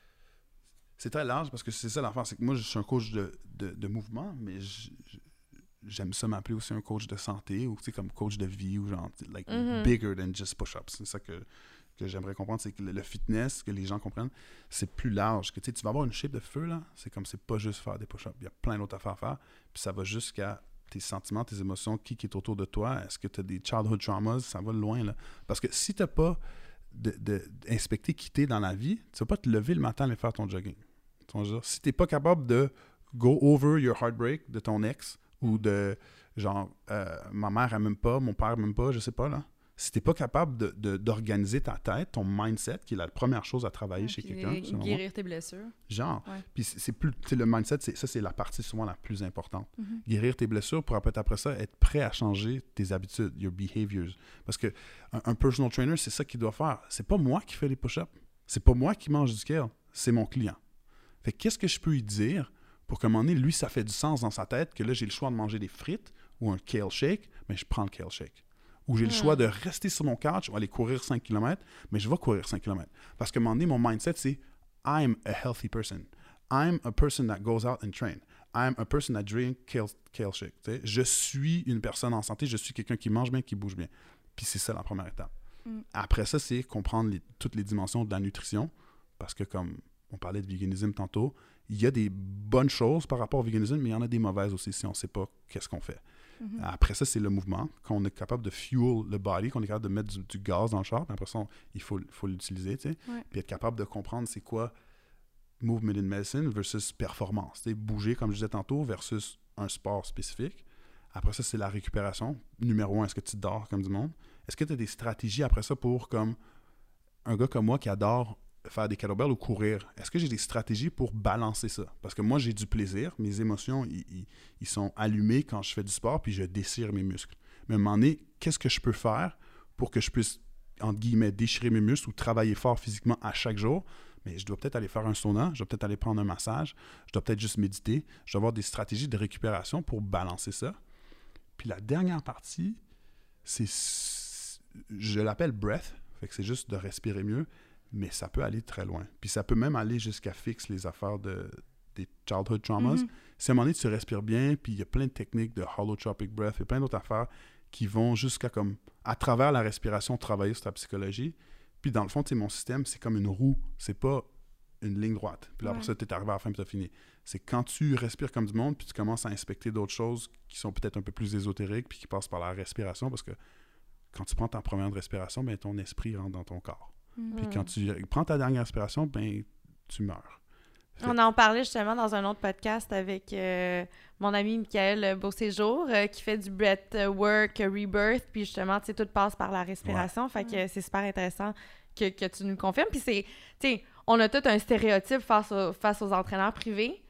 C'est très large parce que c'est ça l'affaire. C'est que moi, je suis un coach de, de, de mouvement, mais je, je, j'aime ça m'appeler aussi un coach de santé ou comme coach de vie ou genre, like, mm-hmm. bigger than just push-ups. C'est ça que... que j'aimerais comprendre, c'est que le, le fitness, que les gens comprennent, c'est plus large. Que, tu vas avoir une shape de feu, là, c'est comme, c'est pas juste faire des push-ups. Il y a plein d'autres affaires à faire, puis ça va jusqu'à tes sentiments, tes émotions, qui, qui est autour de toi. Est-ce que tu as des childhood traumas? Ça va loin, là. Parce que si tu n'as pas de, de, inspecté qui t'es dans la vie, tu vas pas te lever le matin et aller faire ton jogging. Tu vas dire, si tu n'es pas capable de go over your heartbreak de ton ex, ou de, genre, euh, ma mère, elle m'aime pas, mon père m'aime pas, je sais pas, là. Si tu n'es pas capable de, de, d'organiser ta tête, ton mindset, qui est la première chose à travailler ouais, chez puis quelqu'un. Guérir moi. tes blessures. Genre. Ouais. Puis c'est, c'est plus, le mindset, c'est, ça, c'est la partie souvent la plus importante. Mm-hmm. Guérir tes blessures pour après, après ça, être prêt à changer tes habitudes, your behaviors. Parce que un, un personal trainer, c'est ça qu'il doit faire. C'est pas moi qui fais les push-ups. C'est pas moi qui mange du kale. C'est mon client. Fait que qu'est-ce que je peux lui dire pour qu'à un moment donné, lui, ça fait du sens dans sa tête que là, j'ai le choix de manger des frites ou un kale shake, mais je prends le kale shake. Ou j'ai le choix de rester sur mon couch ou aller courir cinq kilomètres, mais je vais courir cinq kilomètres. Parce qu'à un moment donné, mon mindset, c'est « I'm a healthy person. I'm a person that goes out and train. I'm a person that drink kale, kale shake. » Je suis une personne en santé, je suis quelqu'un qui mange bien, qui bouge bien. Puis c'est ça la première étape. Mm. Après ça, c'est comprendre les, toutes les dimensions de la nutrition. Parce que comme on parlait de véganisme tantôt, il y a des bonnes choses par rapport au véganisme, mais il y en a des mauvaises aussi si on ne sait pas qu'est-ce qu'on fait. Mm-hmm. Après ça, c'est le mouvement, qu'on est capable de fuel le body, qu'on est capable de mettre du, du gaz dans le char, puis après ça, on, il faut, faut l'utiliser, tu sais. Ouais. Puis être capable de comprendre c'est quoi movement in medicine versus performance. T'sais, bouger, comme je disais tantôt, versus un sport spécifique. Après ça, c'est la récupération. Numéro un, est-ce que tu dors comme du monde? Est-ce que tu as des stratégies après ça pour, comme un gars comme moi qui adore faire des kettlebells ou courir, est-ce que j'ai des stratégies pour balancer ça? Parce que moi, j'ai du plaisir. Mes émotions, ils, ils, ils sont allumées quand je fais du sport, puis je déchire mes muscles. Mais à un moment donné, qu'est-ce que je peux faire pour que je puisse, entre guillemets, déchirer mes muscles ou travailler fort physiquement à chaque jour? Mais je dois peut-être aller faire un sauna, je dois peut-être aller prendre un massage, je dois peut-être juste méditer, je dois avoir des stratégies de récupération pour balancer ça. Puis la dernière partie, c'est, je l'appelle breath, fait que c'est juste de respirer mieux, mais ça peut aller très loin. Puis ça peut même aller jusqu'à fixer les affaires de, des childhood traumas. Mm-hmm. Si à un moment donné, tu respires bien, puis il y a plein de techniques de holotropic breath et plein d'autres affaires qui vont jusqu'à, comme, à travers la respiration, travailler sur ta psychologie. Puis dans le fond, tu sais, mon système, c'est comme une roue. C'est pas une ligne droite. Puis là, ouais. Après ça, tu es arrivé à la fin, puis tu as fini. C'est quand tu respires comme du monde, puis tu commences à inspecter d'autres choses qui sont peut-être un peu plus ésotériques, puis qui passent par la respiration, parce que quand tu prends ta première respiration, ben ton esprit rentre dans ton corps. Mm. Puis quand tu prends ta dernière respiration, ben tu meurs. Fait... On en parlait justement dans un autre podcast avec euh, mon ami Michael Beauséjour euh, qui fait du breathwork, rebirth, puis justement, tu sais, tout passe par la respiration. Ouais. Fait que mm. c'est super intéressant que, que tu nous confirmes. Puis c'est, tu sais, on a tout un stéréotype face, au, face aux entraîneurs privés,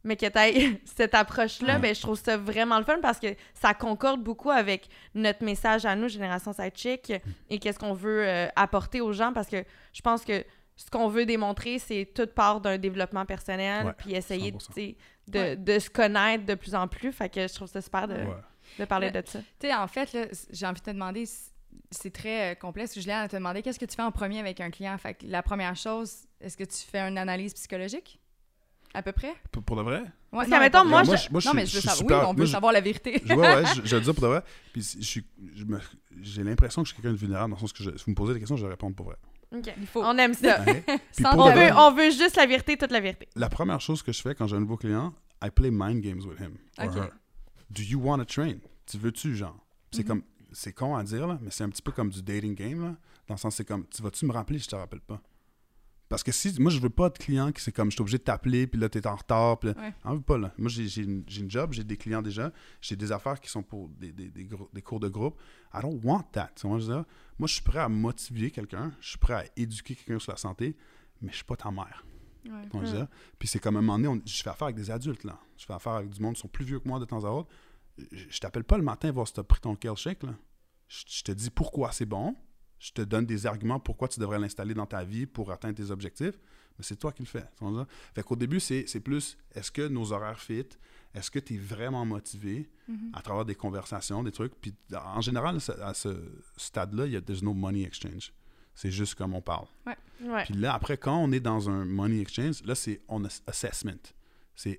mais que tu aies cette approche-là, Ouais. ben, je trouve ça vraiment le fun parce que ça concorde beaucoup avec notre message à nous, Génération Sidechick, et qu'est-ce qu'on veut euh, apporter aux gens, parce que je pense que ce qu'on veut démontrer, c'est toute part d'un développement personnel, Ouais, puis essayer cent pour cent. tu sais, de, Ouais. de se connaître de plus en plus. Fait que je trouve ça super de, Ouais. de parler Ouais. de ça. Tu sais, en fait, là, j'ai envie de te demander, c- c'est très euh, complexe. Juliane, elle te demandé qu'est-ce que tu fais en premier avec un client. Fait que la première chose, est-ce que tu fais une analyse psychologique? À peu près? Pour, pour de vrai? Ouais, Parce non, que, mais mettons, pour- moi, moi, je- je, moi, je non, suis- mais je veux je suis savoir. super- Oui, on veut moi, je- savoir la vérité. Je, ouais, ouais, je, je vais le dire pour de vrai. Puis je suis, je me, j'ai l'impression que je suis quelqu'un de vulnérable dans le sens que je, si vous me posez des questions, je vais répondre pour vrai. OK. Il faut. On aime ça. Ok? Puis Sans pour on, de tabou. vrai, veut, on veut juste la vérité, toute la vérité. la première chose que je fais quand j'ai un nouveau client, I play mind games with him or Ok. her. Do you want to train? Tu veux-tu, genre? C'est Mhm. comme, c'est con à dire, là, mais c'est un petit peu comme du dating game, là. Dans le sens, c'est comme, tu vas-tu me rappeler si je te rappelle pas? Parce que si, moi, je veux pas de client qui c'est comme, je suis obligé de t'appeler, puis là, t'es en retard, puis là, Ouais. j'en veux pas, là. Moi, j'ai, j'ai, une, j'ai une job, j'ai des clients déjà, j'ai des affaires qui sont pour des, des, des, gros- des cours de groupe. I don't want that. Tu vois, je veux dire? Moi, je suis prêt à motiver quelqu'un, je suis prêt à éduquer quelqu'un sur la santé, mais je suis pas ta mère. Ouais. Tu vois, je veux Mm. dire? Puis c'est comme à un moment donné, on- je fais affaire avec des adultes, là. Je fais affaire avec du monde qui sont plus vieux que moi de temps à autre. Je, je t'appelle pas le matin voir si t'as pris ton kale shake, là. Je, je te dis pourquoi c'est bon. Je te donne des arguments pourquoi tu devrais l'installer dans ta vie pour atteindre tes objectifs. Mais c'est toi qui le fais. Tu vois, je veux dire? Fait qu'au début, c'est, c'est plus, est-ce que nos horaires fit? Est-ce que tu es vraiment motivé Mhm. à travers des conversations, des trucs? Puis en général, à ce stade-là, il y a there's no money exchange. C'est juste comme on parle. Ouais. Puis là, après, quand on est dans un money exchange, là, c'est on ass- assessment. C'est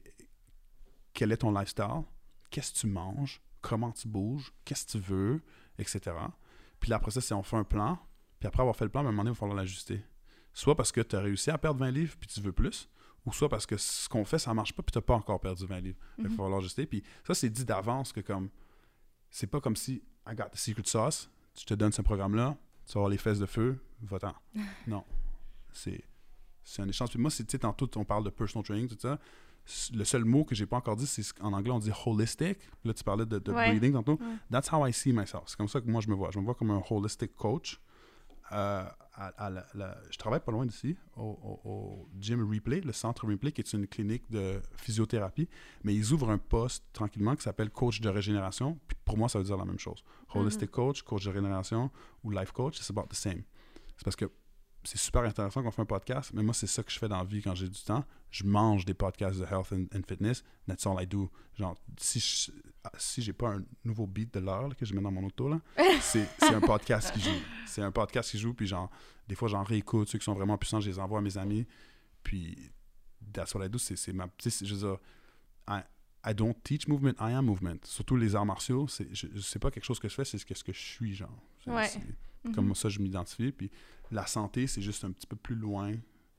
quel est ton lifestyle, qu'est-ce que tu manges, comment tu bouges, qu'est-ce que tu veux, et cetera. Puis là, après ça, c'est on fait un plan. Puis après avoir fait le plan, à un moment donné, il va falloir l'ajuster. Soit parce que tu as réussi à perdre vingt livres puis tu veux plus, ou soit parce que ce qu'on fait, ça marche pas puis tu n'as pas encore perdu vingt livres. Fait qu'il Mhm. va falloir l'ajuster. Puis ça, c'est dit d'avance que comme... C'est pas comme si I got the secret sauce, je te donne ce programme-là, tu vas avoir les fesses de feu, va-t'en. Non. C'est, c'est un échange. Puis moi, c'est, tu sais, tantôt, on parle de personal training, tout ça. Le seul mot que j'ai pas encore dit, c'est en anglais, on dit holistic. Là, tu parlais de, de Ouais. breathing tantôt. Ouais. That's how I see myself. C'est comme ça que moi, je me vois. Je me vois comme un holistic coach. Euh, à, à la, la- je travaille pas loin d'ici, au, au, au Gym Replay, le centre Replay, qui est une clinique de physiothérapie. Mais ils ouvrent un poste tranquillement qui s'appelle coach de régénération. Puis pour moi, ça veut dire la même chose. Holistic coach, coach de régénération ou life coach, it's about the same. C'est parce que c'est super intéressant qu'on fait un podcast, mais moi, c'est ça que je fais dans la vie quand j'ai du temps. Je mange des podcasts de health and, and fitness. That's all I do. Genre, si je si j'ai pas un nouveau beat de l'heure là, que je mets dans mon auto, là, c'est, c'est un podcast qui joue. C'est un podcast qui joue, puis genre, des fois, j'en réécoute. Ceux qui sont vraiment puissants, je les envoie à mes amis. Puis, that's what I do. C'est, c'est ma... Tu sais, je veux dire, I, I don't teach movement, I am movement. Surtout les arts martiaux, c'est, je, je- c'est pas quelque chose que je fais, c'est ce que, ce que je suis, genre. C'est, Ouais. c'est- Mhm. comme ça, je m'identifie. Puis la santé, c'est juste un petit peu plus loin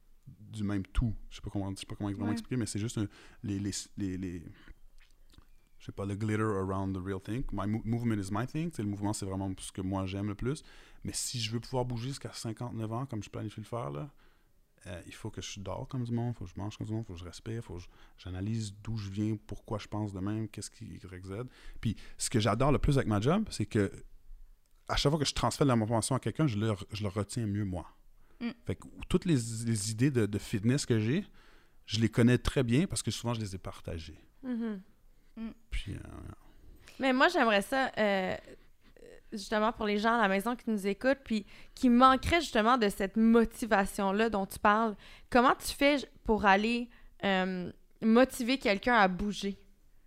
du même tout. Je sais pas comment, je sais pas comment vraiment Ouais. expliquer, mais c'est juste un- les, les, les, les- je sais pas, le glitter around the real thing. My mo- movement is my thing. Tu sais, le mouvement, c'est vraiment ce que moi, j'aime le plus. Mais si je veux pouvoir bouger jusqu'à cinquante-neuf ans, comme je planifie le faire, là, euh, il faut que je dors comme du monde, il faut que je mange comme du monde, il faut que je respire, il faut que je- j'analyse d'où je viens, pourquoi je pense de même, qu'est-ce qui Y, Z. Puis ce que j'adore le plus avec ma job, c'est que à chaque fois que je transfère de l'information à quelqu'un, je le, je le retiens mieux moi. Mm. Fait que toutes les, les idées de, de fitness que j'ai, je les connais très bien parce que souvent je les ai partagées. Mhm. Puis, euh, Mais moi, j'aimerais ça, euh, justement, pour les gens à la maison qui nous écoutent, puis qui manqueraient justement de cette motivation-là dont tu parles. Comment tu fais pour aller euh, motiver quelqu'un à bouger?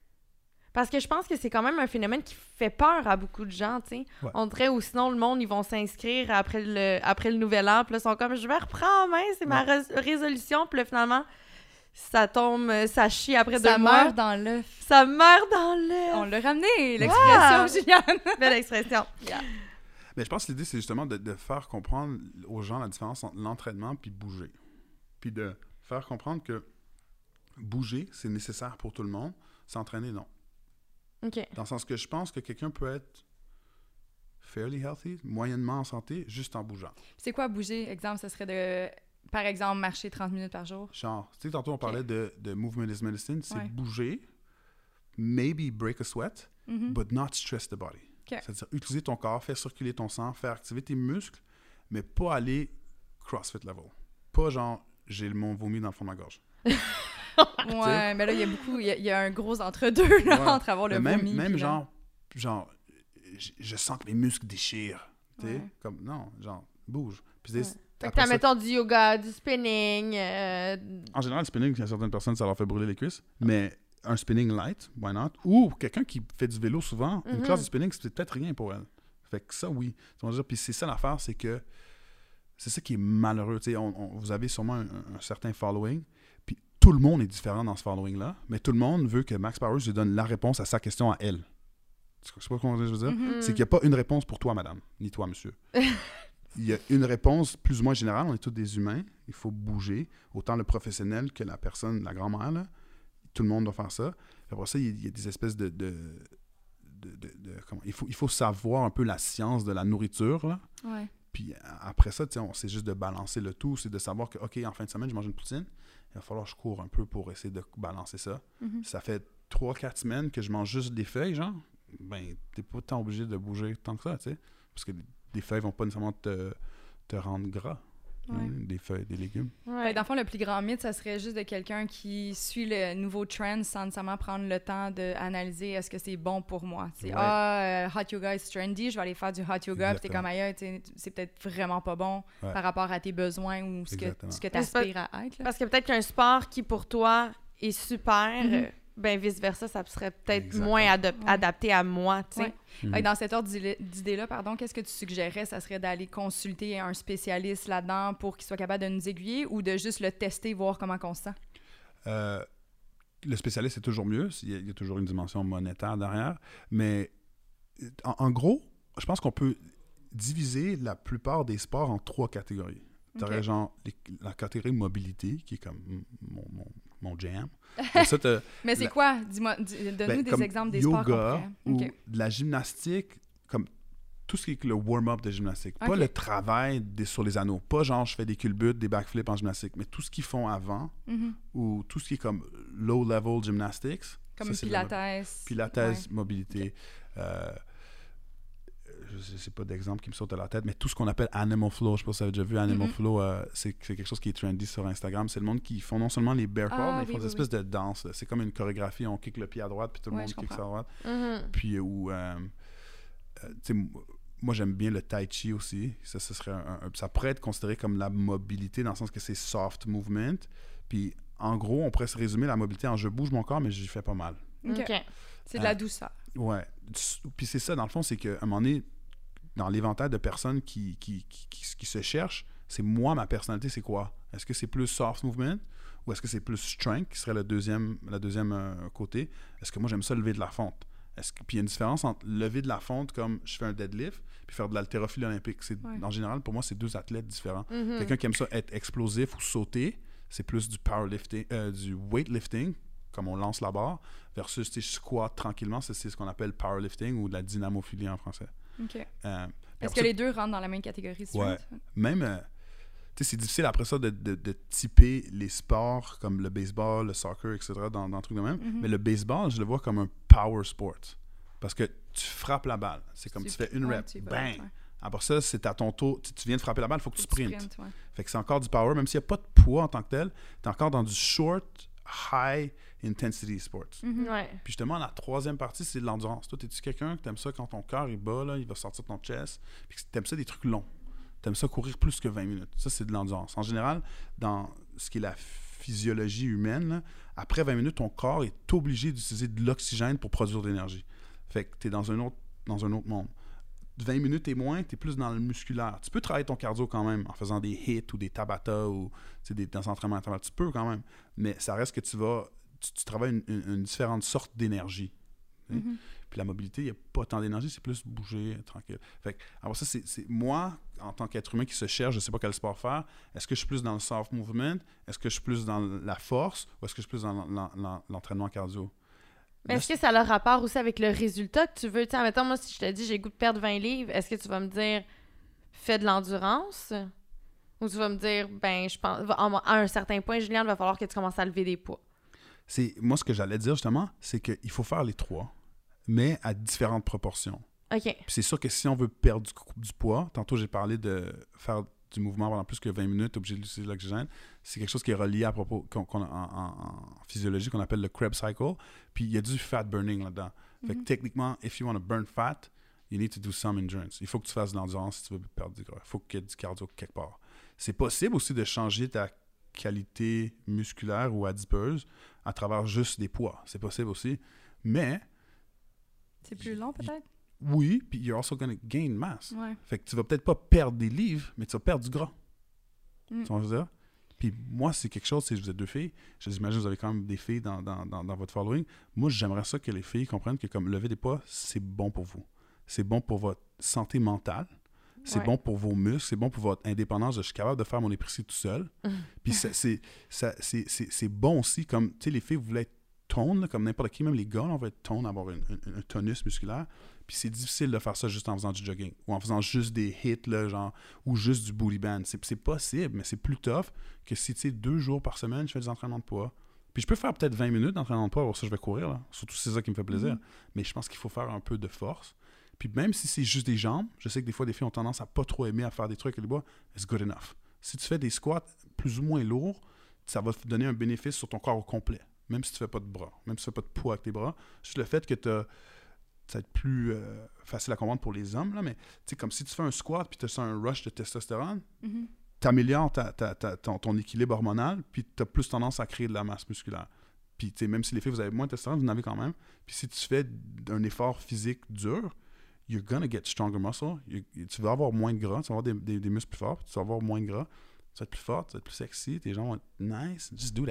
Parce que je pense que c'est quand même un phénomène qui fait peur à beaucoup de gens, tu sais. Ouais. On dirait, ou sinon, le monde, ils vont s'inscrire après le, après le nouvel an, puis là, ils sont comme, je vais reprendre en main, c'est ma rés- résolution, puis là, finalement, ça tombe, euh, ça chie après Ça deux mois. meurt dans l'œuf. Ça meurt dans l'œuf! On l'a ramené, l'expression, Wow! Juliane. Belle expression. mais je pense que l'idée, c'est justement de, de faire comprendre aux gens la différence entre l'entraînement puis bouger. Puis de faire comprendre que bouger, c'est nécessaire pour tout le monde. S'entraîner, non. OK. Dans le sens que je pense que quelqu'un peut être fairly healthy, moyennement en santé, juste en bougeant. C'est quoi bouger? Exemple, ce serait de, par exemple, marcher trente minutes par jour. Genre, tu sais, tantôt on parlait de, de movement is medicine, c'est Ouais. bouger, maybe break a sweat, Mhm. but not stress the body. Ok. C'est-à-dire utiliser ton corps, faire circuler ton sang, faire activer tes muscles, mais pas aller CrossFit level. Pas genre, j'ai le mon vomi dans le fond de ma gorge. Ouais, mais là, il y a beaucoup, il y, y a un gros entre-deux, là, Ouais. entre avoir le Mais même, vomi. même puis là- genre, genre, je, je sens que mes muscles déchirent. Tu sais, Ouais. comme, non, genre, bouge. Puis Ouais. c'est- Fait que après t'as, ça, mettons, du yoga, du spinning. euh, en général, le spinning, à certaines personnes, ça leur fait brûler les cuisses. Mais un spinning light, why not? Ou quelqu'un qui fait du vélo souvent, une Mhm. classe de spinning, c'est peut-être rien pour elle. Fait que ça, oui. Tu vas dire, puis c'est ça l'affaire, c'est que c'est ça qui est malheureux. Tu sais, on- on- vous avez sûrement un, un certain following, puis tout le monde est différent dans ce following-là, mais tout le monde veut que Max Power lui donne la réponse à sa question à elle. Tu sais pas comment je veux dire? Mhm. C'est qu'il n'y a pas une réponse pour toi, madame, ni toi, monsieur. Il y a une réponse plus ou moins générale. On est tous des humains. Il faut bouger. Autant le professionnel que la personne, la grand-mère. Là. Tout le monde doit faire ça. Puis après ça, il y a des espèces de... de, de, de- de- comment, il, faut, il faut savoir un peu la science de la nourriture. Là. Ouais. Puis après ça, tu sais, on c'est juste de balancer le tout. C'est de savoir que, OK, en fin de semaine, je mange une poutine. Il va falloir que je cours un peu pour essayer de balancer ça. Mhm. Ça fait trois quatre semaines que je mange juste des feuilles, genre. Ben, t'es pas tant obligé de bouger tant que ça, tu sais. Parce que des feuilles vont pas nécessairement te, te rendre gras. Ouais. hein, des feuilles, des légumes. Fait Ouais. que dans le fond, le plus grand mythe, ça serait juste de quelqu'un qui suit le nouveau trend sans nécessairement prendre le temps d'analyser est-ce que c'est bon pour moi. C'est Ouais. ah, euh, hot yoga is trendy, je vais aller faire du hot yoga, puis t'es Exactement. comme ailleurs, tu sais, c'est peut-être vraiment pas bon Ouais. par rapport à tes besoins ou ce que, Exactement. ce que tu Mais c'est pas- aspires à être. Là. Parce que peut-être qu'un sport qui, pour toi, est super, Mhm. euh, ben vice-versa, ça serait peut-être Exactement. moins adop- Ouais. adapté à moi, tu sais. Ouais. Mhm. Fait que dans cet ordre d'idée- d'idée-là, pardon, qu'est-ce que tu suggérerais? Ça serait d'aller consulter un spécialiste là-dedans pour qu'il soit capable de nous aiguiller ou de juste le tester, voir comment on se sent? Euh, le spécialiste, c'est toujours mieux. Il y, a, il y a toujours une dimension monétaire derrière. Mais en, en gros, je pense qu'on peut diviser la plupart des sports en trois catégories. Tu aurais Ok. genre les- la catégorie mobilité, qui est comme mon, mon, mon jam. Pour ça, t'as- Mais c'est La- quoi? Dis-moi, dis- donne-nous ben, des comme exemples des sports qu'on yoga pourrait. ou Ok. de la gymnastique, comme tout ce qui est le warm-up de gymnastique. Pas Ok. le travail des, sur les anneaux. Pas genre je fais des culbutes, des backflips en gymnastique, mais tout ce qu'ils font avant Mhm. ou tout ce qui est comme low-level gymnastics. Comme ça, c'est le- Pilates. Pilates, Ouais. mobilité. Euh, je sais pas d'exemple qui me saute à la tête, mais tout ce qu'on appelle Animal Flow, je sais pas si vous avez déjà vu Animal Mhm. Flow, euh, c'est c'est quelque chose qui est trendy sur Instagram. C'est le monde qui font non seulement les bear crawls, Ah, mais ils oui, font des oui, espèces de danse. là. C'est comme une chorégraphie, on kick le pied à droite, puis tout le Ouais, monde je kick comprends. à droite. Mhm. Puis, euh, ou, euh, euh, tu sais, m- moi, j'aime bien le tai chi aussi. Ça, ce serait un- un- ça pourrait être considéré comme la mobilité dans le sens que c'est soft movement. Puis, en gros, on pourrait se résumer la mobilité en je bouge mon corps, mais j'y fais pas mal. Ok. OK. C'est de la Ah. douceur. Ouais. S- Puis c'est ça, dans le fond, c'est qu'à un moment donné, dans l'éventail de personnes qui, qui, qui, qui- qui se cherchent, c'est moi, ma personnalité, c'est quoi? Est-ce que c'est plus soft movement ou est-ce que c'est plus strength, qui serait le deuxième, le deuxième euh, côté? Est-ce que moi, j'aime ça lever de la fonte? Est-ce que, puis il y a une différence entre lever de la fonte comme je fais un deadlift puis faire de l'haltérophilie olympique. C'est, Ouais. En général, pour moi, c'est deux athlètes différents. Mhm. Quelqu'un qui aime ça être explosif ou sauter, c'est plus du powerlifting, euh, du weightlifting, comme on lance la barre, versus tu sais, squat tranquillement, c'est, c'est ce qu'on appelle powerlifting ou de la dynamophilie en français. OK. Euh, puis Est-ce après que ça, les deux rentrent dans la même catégorie? strength? même, euh, tu sais, c'est difficile après ça de, de, de typer les sports comme le baseball, le soccer, et cetera, dans, dans le truc de même. Mhm. Mais le baseball, je le vois comme un power sport. Parce que tu frappes la balle. C'est comme tu, fais une ouais, rep, tu y vas, bang! ouais. Après ça, c'est à ton tour. Tu, tu viens de frapper la balle, il faut que tu Faut que tu sprintes. sprintes, ouais. Fait que c'est encore du power, même s'il n'y a pas de poids en tant que tel, tu es encore dans du short, high intensity sports. Mhm. Ouais. Puis justement, la troisième partie, c'est de l'endurance. Toi, es-tu quelqu'un que t'aimes ça quand ton cœur est bas, là, il va sortir de ton chest, puis que t'aimes ça des trucs longs. T'aimes ça courir plus que vingt minutes. Ça, c'est de l'endurance. En général, dans ce qui est la physiologie humaine, là, après vingt minutes, ton corps est obligé d'utiliser de l'oxygène pour produire de l'énergie. Fait que t'es dans un autre, dans un autre monde. vingt minutes et moins, t'es plus dans le musculaire. Tu peux travailler ton cardio quand même en faisant des hits ou des tabata ou tu sais, des, des entraînements intervalles. Tu peux quand même. Mais ça reste que tu vas... Tu, tu travailles une, une, une différente sorte d'énergie. Mhm. Puis la mobilité, il n'y a pas tant d'énergie, c'est plus bouger, euh, tranquille. Fait que, alors ça, c'est, c'est moi, en tant qu'être humain qui se cherche, je ne sais pas quel sport faire. Est-ce que je suis plus dans le soft movement? Est-ce que je suis plus dans la force? Ou est-ce que je suis plus dans l'en- l'en- l'entraînement cardio? Mais est-ce que ça a le rapport aussi avec le résultat que tu veux? Tu sais, admettons, moi, si je te dis j'ai le goût de perdre vingt livres, est-ce que tu vas me dire fais de l'endurance? Ou tu vas me dire, ben, je pense, à un certain point, Juliane, il va falloir que tu commences à lever des poids. C'est, moi, ce que j'allais dire justement, c'est qu'il faut faire les trois, mais à différentes proportions. OK. Puis c'est sûr que si on veut perdre du, du poids, tantôt j'ai parlé de faire du mouvement pendant plus que vingt minutes, obligé d'utiliser l'oxygène. C'est quelque chose qui est relié à propos qu'on, qu'on, en, en, en physiologie qu'on appelle le Krebs cycle. Puis il y a du fat burning là-dedans. Fait que mm-hmm. techniquement, if you want to burn fat, you need to do some endurance. Il faut que tu fasses de l'endurance si tu veux perdre du gras. Il faut qu'il y ait du cardio quelque part. C'est possible aussi de changer ta qualité musculaire ou adipeuse à travers juste des poids. C'est possible aussi. Mais... C'est plus long peut-être? Oui, puis you're also going to gain mass. Ouais. Fait que tu vas peut-être pas perdre des livres, mais tu vas perdre du gras. Mm. Tu vois ce que je veux dire? Puis moi, c'est quelque chose, si vous êtes deux filles, j'imagine que vous avez quand même des filles dans, dans, dans, dans votre following. Moi, j'aimerais ça que les filles comprennent que comme lever des poids, c'est bon pour vous. C'est bon pour votre santé mentale. C'est ouais. bon pour vos muscles. C'est bon pour votre indépendance. Je suis capable de faire mon épicerie tout seul. Mm. Puis c'est, c'est, ça, c'est, c'est, c'est bon aussi, comme, tu sais, les filles, vous voulez être tone, là, comme n'importe qui, même les gars, là, on va être tone, avoir une, une, un tonus musculaire. Puis c'est difficile de faire ça juste en faisant du jogging ou en faisant juste des hits, là, genre, ou juste du booty band. C'est, c'est possible, mais c'est plus tough que si, tu sais, deux jours par semaine, je fais des entraînements de poids. Puis je peux faire peut-être vingt minutes d'entraînement de poids, alors ça, je vais courir, là. Surtout si c'est ça qui me fait plaisir. Mm-hmm. Mais je pense qu'il faut faire un peu de force. Puis même si c'est juste des jambes, je sais que des fois, des filles ont tendance à pas trop aimer à faire des trucs avec les bras. It's good enough. Si tu fais des squats plus ou moins lourds, ça va te donner un bénéfice sur ton corps au complet. Même si tu fais pas de bras, même si tu fais pas de poids avec tes bras. Juste le fait que t'as, ça va être plus euh, facile à comprendre pour les hommes, là, mais tu sais, comme si tu fais un squat puis tu as un rush de testostérone, mm-hmm. tu améliores ta, ta, ta, ton, ton équilibre hormonal puis tu as plus tendance à créer de la masse musculaire. Puis tu sais, même si les filles, vous avez moins de testostérone, vous en avez quand même. Puis si tu fais un effort physique dur, you're gonna get stronger muscle. You, tu vas avoir moins de gras, tu vas avoir des, des, des muscles plus forts, tu vas avoir moins de gras, tu vas être plus fort, tu vas être plus sexy, tes jambes vont être nice. Just do that.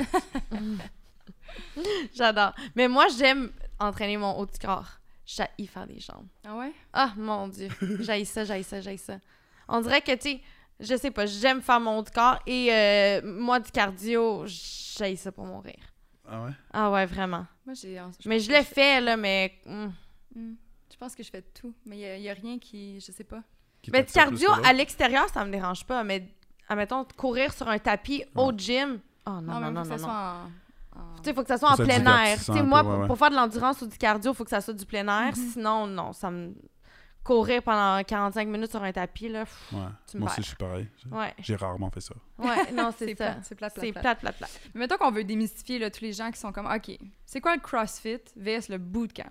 J'adore. Mais moi, j'aime entraîner mon haut du corps. J'haïs faire des jambes. Ah ouais? Ah, mon Dieu. J'haïs ça, j'haïs ça, j'haïs ça. On dirait que, tu sais, je sais pas, j'aime faire mon haut du corps et euh, moi, du cardio, j'haïs ça pour mourir. Ah ouais? Ah ouais, vraiment. Moi, j'ai... Je mais je le fais, là, mais... Mm. Mm. Je pense que je fais tout, mais il n'y a, a rien qui... Je sais pas. Qui mais du cardio, à l'extérieur, ça me dérange pas, mais, admettons, courir sur un tapis ouais. au gym... Oh non, non, non, non, non. non. En... Tu sais, il faut que ça soit faut en plein air. Tu sais, moi, peu, ouais, ouais. pour faire de l'endurance ou du cardio, il faut que ça soit du plein air. Mm-hmm. Sinon, non, ça me... Courir pendant quarante-cinq minutes sur un tapis, là, pff, ouais. tu me Moi perds. Aussi, je suis pareil. Ouais. J'ai rarement fait ça. Ouais, non, c'est, c'est ça. Plate, c'est plate, plate, c'est plate. plate, plate, plate. Mais mettons qu'on veut démystifier là, tous les gens qui sont comme, OK, c'est quoi le CrossFit versus le bootcamp?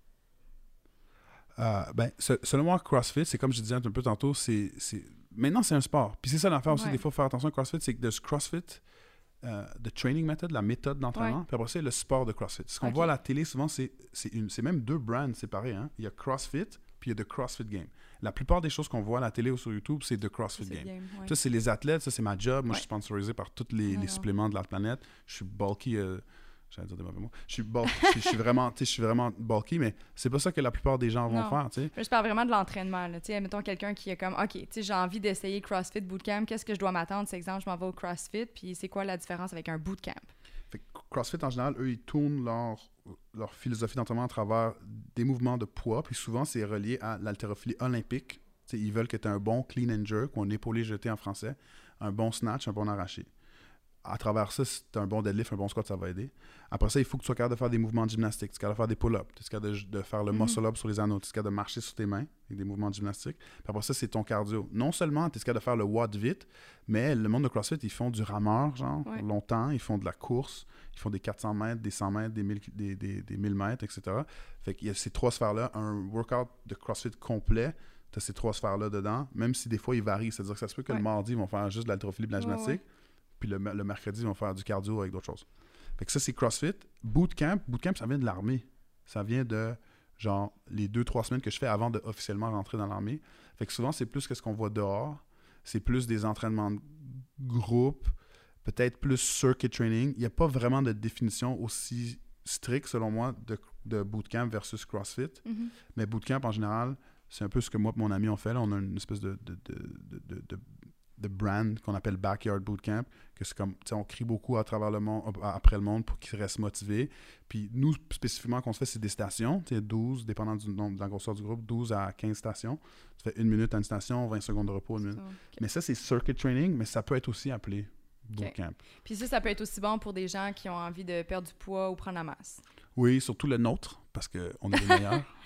Euh, ben, selon moi, CrossFit, c'est comme je disais un peu tantôt, c'est, c'est... maintenant, c'est un sport. Puis c'est ça l'affaire aussi, ouais. des fois, faire attention à CrossFit, c'est que de CrossFit... Euh, the training method, la méthode d'entraînement, ouais. puis après c'est le sport de CrossFit. Ce qu'on okay. voit à la télé, souvent, c'est, c'est, une, c'est même deux brands séparés. Hein? Il y a CrossFit, puis il y a The CrossFit Game. La plupart des choses qu'on voit à la télé ou sur YouTube, c'est The CrossFit c'est Game. game ouais. Ça, c'est les athlètes, ça, c'est ma job. Moi, ouais. je suis sponsorisé par tous les, les suppléments de la planète. Je suis bulky... Euh, J'allais dire des mauvais mots. Je suis, bulky, je, je suis vraiment, je suis vraiment bulky, mais c'est pas ça que la plupart des gens vont non. faire, tu sais. Je parle vraiment de l'entraînement, là. Tu sais, mettons quelqu'un qui est comme, OK, tu sais, j'ai envie d'essayer CrossFit Bootcamp, qu'est-ce que je dois m'attendre? C'est exemple, je m'en vais au CrossFit, puis c'est quoi la différence avec un Bootcamp? Fait que CrossFit, en général, eux, ils tournent leur, leur philosophie d'entraînement à travers des mouvements de poids, puis souvent, c'est relié à l'haltérophilie olympique. Tu sais, ils veulent que tu aies un bon clean and jerk, ou un épaulé jeté en français, un bon snatch, un bon arraché. À travers ça, si tu as un bon deadlift, un bon squat, ça va aider. Après ça, il faut que tu sois capable de faire des mouvements de gymnastique. Tu es capable de faire des pull-ups. Tu es capable de, de faire le mm-hmm. muscle-up sur les anneaux. Tu es capable de marcher sur tes mains avec des mouvements de gymnastique. Puis après ça, c'est ton cardio. Non seulement tu es capable de faire le watt vite, mais le monde de CrossFit, ils font du rameur, genre, ouais. longtemps. Ils font de la course. Ils font des quatre cents mètres, des cent mètres, des mille, des, des, des mille mètres, et cetera. Fait qu'il y a ces trois sphères-là. Un workout de CrossFit complet, tu as ces trois sphères-là dedans, même si des fois, ils varient. C'est-à-dire que ça se peut que ouais. le mardi, ils vont faire juste de l'haltérophilie et de la gymnastique. Ouais, ouais. Puis le, le mercredi, ils vont faire du cardio avec d'autres choses. Fait que ça, c'est CrossFit. Bootcamp, bootcamp, ça vient de l'armée. Ça vient de, genre, les deux, trois semaines que je fais avant de officiellement rentrer dans l'armée. Fait que souvent, c'est plus que ce qu'on voit dehors. C'est plus des entraînements de groupe, peut-être plus circuit training. Il n'y a pas vraiment de définition aussi stricte, selon moi, de, de bootcamp versus CrossFit. Mm-hmm. Mais bootcamp, en général, c'est un peu ce que moi et mon ami ont fait. Là, on a une espèce de... de, de, de, de, de de brand qu'on appelle Backyard Bootcamp, que c'est comme, tu sais, on crie beaucoup à travers le monde, après le monde pour qu'ils restent motivés. Puis nous, spécifiquement, qu'on se fait, c'est des stations, tu sais, douze, dépendant du nombre, de la grosseur du groupe, douze à quinze stations. Tu fais une minute à une station, vingt secondes de repos, une minute. Okay. Mais ça, c'est circuit training, mais ça peut être aussi appelé bootcamp. Okay. Puis ça, ça peut être aussi bon pour des gens qui ont envie de perdre du poids ou prendre la masse. Oui, surtout le nôtre, parce qu'on est les meilleurs.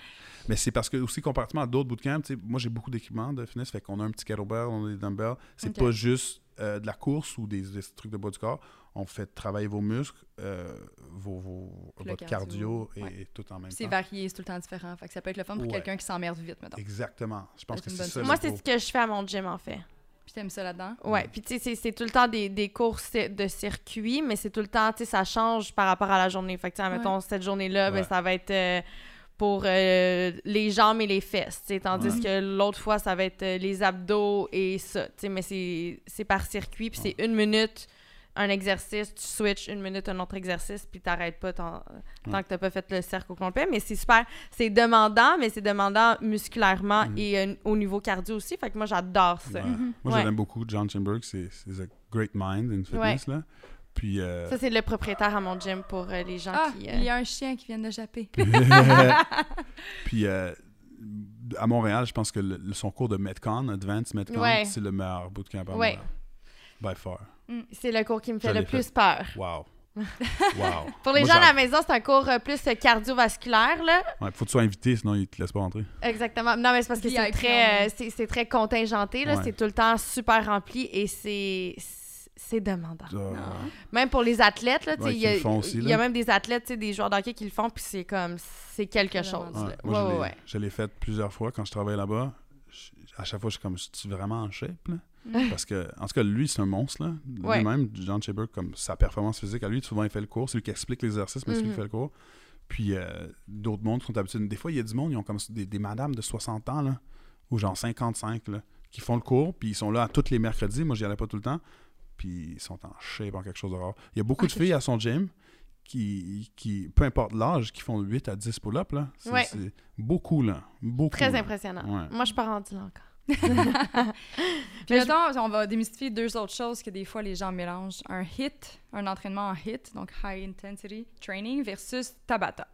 Mais c'est parce que, aussi, comparativement à d'autres bootcamps, tu sais, moi, j'ai beaucoup d'équipements de fitness, fait qu'on a un petit kettlebell, on a des dumbbells. C'est Ok. pas juste euh, de la course ou des, des trucs de bas du corps. On fait travailler vos muscles, euh, vos, vos, Le votre cardio, cardio, et, ouais. et tout en même C'est temps. varié, c'est tout le temps différent. Fait que ça peut être le fun pour Ouais. quelqu'un qui s'emmerde vite, mettons. Exactement. Je pense C'est que une c'est bonne ça. chose. Moi, le c'est gros. ce que je fais à mon gym, en fait. Puis t'aimes ça là-dedans? Ouais, puis tu sais, c'est- c'est tout le temps des, des courses de circuit, mais c'est tout le temps, tu sais, ça change par rapport à la journée. Fait que, tu sais, mettons, cette journée-là, ben, Ouais. ça va être euh, pour euh, les jambes et les fesses, tu sais, tandis Ouais. que l'autre fois, ça va être euh, les abdos et ça, tu sais, mais c'est c'est par circuit, puis Ouais. c'est une minute, un exercice, tu switches une minute, un autre exercice, puis t'arrêtes pas tant, tant Ouais. que t'as pas fait le cercle au complet, mais c'est super, c'est demandant, mais c'est demandant musculairement Mhm. et euh, au niveau cardio aussi, fait que moi, j'adore ça. Ouais. Mhm. Moi, Ouais. je l'aime beaucoup. John Chimberg, c'est c'est a great mind in fitness. Là. Puis, euh, Ça, c'est le propriétaire à mon gym pour euh, les gens Ah, qui... euh, il y a un chien qui vient de japper. puis euh, à Montréal, je pense que le- le- son cours de Metcon, Advanced Metcon, Ouais. c'est le meilleur bootcamp à Ouais. Montréal. By far. C'est le cours qui me fait Je le l'ai plus fait. peur. Wow. Wow. Pour les Moi, gens à la j'ad- maison, c'est un cours euh, plus euh, cardiovasculaire, là. Ouais, faut que tu sois invité, sinon ils te laissent pas rentrer. Exactement. Non, mais c'est parce que V I c'est P très, euh, only. c'est, c'est très contingenté, là. Ouais. C'est tout le temps super rempli et c'est... C'est demandant. Euh, Même pour les athlètes, là, tu sais, Ouais, il y, a- qui le font aussi, il y a là. même des athlètes, tu sais, des joueurs de hockey qui le font, puis c'est comme... C'est quelque C'est chose, demandant. là. ouais, moi, Ouais, je ouais, l'ai- ouais. je l'ai fait plusieurs fois quand je travaillais là-bas. Je- à chaque fois, je suis comme, je suis vraiment en shape, là? Parce que, en tout cas, lui, c'est un monstre, là. Ouais. Lui-même, John Chimberg, comme sa performance physique, à lui, souvent, il fait le cours. C'est lui qui explique l'exercice, mais c'est lui Mhm. qui fait le cours. Puis, euh, d'autres mondes sont habitués. Des fois, il y a du monde, ils ont comme des, des madames de soixante ans, là, ou genre cinquante-cinq, là, qui font le cours, puis ils sont là tous les mercredis. Moi, j'y allais pas tout le temps. Puis, ils sont en shape, en quelque chose de rare. Il y a beaucoup Ah, de filles à son gym qui, qui, peu importe l'âge, qui font huit à dix pull-ups, là. C'est, Ouais. c'est beaucoup, là. Beaucoup. Très là. impressionnant. Ouais. Moi, je suis pas rendue là encore. Puis mettons, on va démystifier deux autres choses que des fois les gens mélangent. Un HIIT, un entraînement en HIIT, donc High Intensity Training, versus Tabata.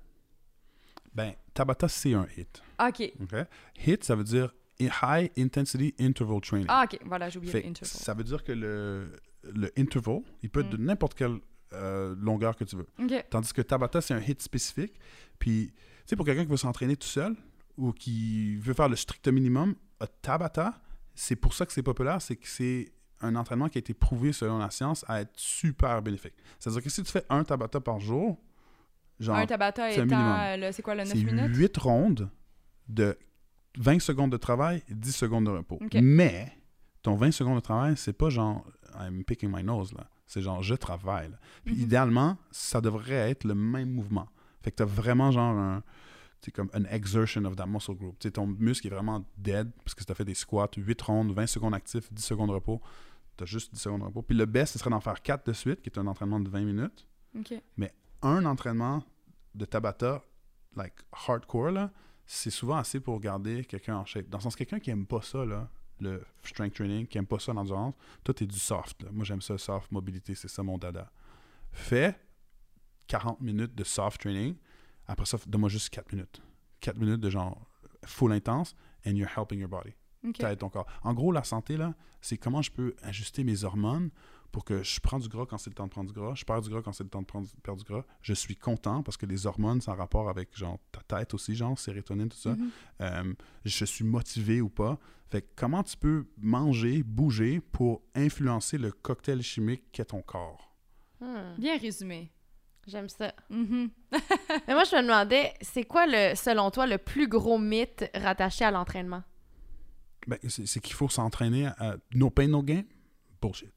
Ben, Tabata, c'est un hit. OK. OK? Hit, ça veut dire High Intensity Interval Training. Ah, OK. Voilà, j'ai oublié Fait, le interval. ça veut dire que le, le interval, il peut être de Mm. n'importe quelle euh, longueur que tu veux. OK. Tandis que Tabata, c'est un hit spécifique. Puis, tu sais, pour quelqu'un qui veut s'entraîner tout seul ou qui veut faire le strict minimum, un Tabata, c'est pour ça que c'est populaire, c'est que c'est un entraînement qui a été prouvé selon la science à être super bénéfique. C'est-à-dire que si tu fais un Tabata par jour, genre, un Tabata c'est un étant, minimum. euh, le- c'est quoi, le neuf c'est minutes? huit rondes de vingt secondes de travail et dix secondes de repos. Ok. Mais ton vingt secondes de travail, c'est pas genre I'm picking my nose, là. C'est genre je travaille. Là. Puis Mhm. idéalement, ça devrait être le même mouvement. Fait que t'as vraiment genre un. C'est comme an exertion of that muscle group. T'sais, ton muscle est vraiment dead parce que si t'as fait des squats, huit rondes, vingt secondes actifs, dix secondes de repos, t'as juste dix secondes de repos. Puis le best, ce serait d'en faire quatre de suite, qui est un entraînement de vingt minutes. OK. Un entraînement de Tabata, like hardcore, là, c'est souvent assez pour garder quelqu'un en shape. Dans le sens, quelqu'un qui aime pas ça, là, le strength training, qui aime pas ça l'endurance, toi, t'es du soft. Là. Moi, j'aime ça, soft, mobilité, c'est ça mon dada. Fais quarante minutes de soft training. Après ça, donne-moi juste quatre minutes. quatre minutes de genre full intense, and you're helping your body. OK. T'aides ton corps. En gros, la santé, là, c'est comment je peux ajuster mes hormones pour que je prends du gras quand c'est le temps de prendre du gras, je perds du gras quand c'est le temps de prendre, perdre du gras. Je suis content parce que les hormones, c'est en rapport avec genre ta tête aussi, genre sérotonine, tout ça. Mhm. Euh, je suis motivé ou pas. Fait que comment tu peux manger, bouger pour influencer le cocktail chimique qu'est ton corps? Hmm, Bien résumé. J'aime ça. Mhm. Mais moi, je me demandais, c'est quoi, le, selon toi, le plus gros mythe rattaché à l'entraînement? Ben, c'est, c'est qu'il faut s'entraîner à no pain, no gain. Bullshit.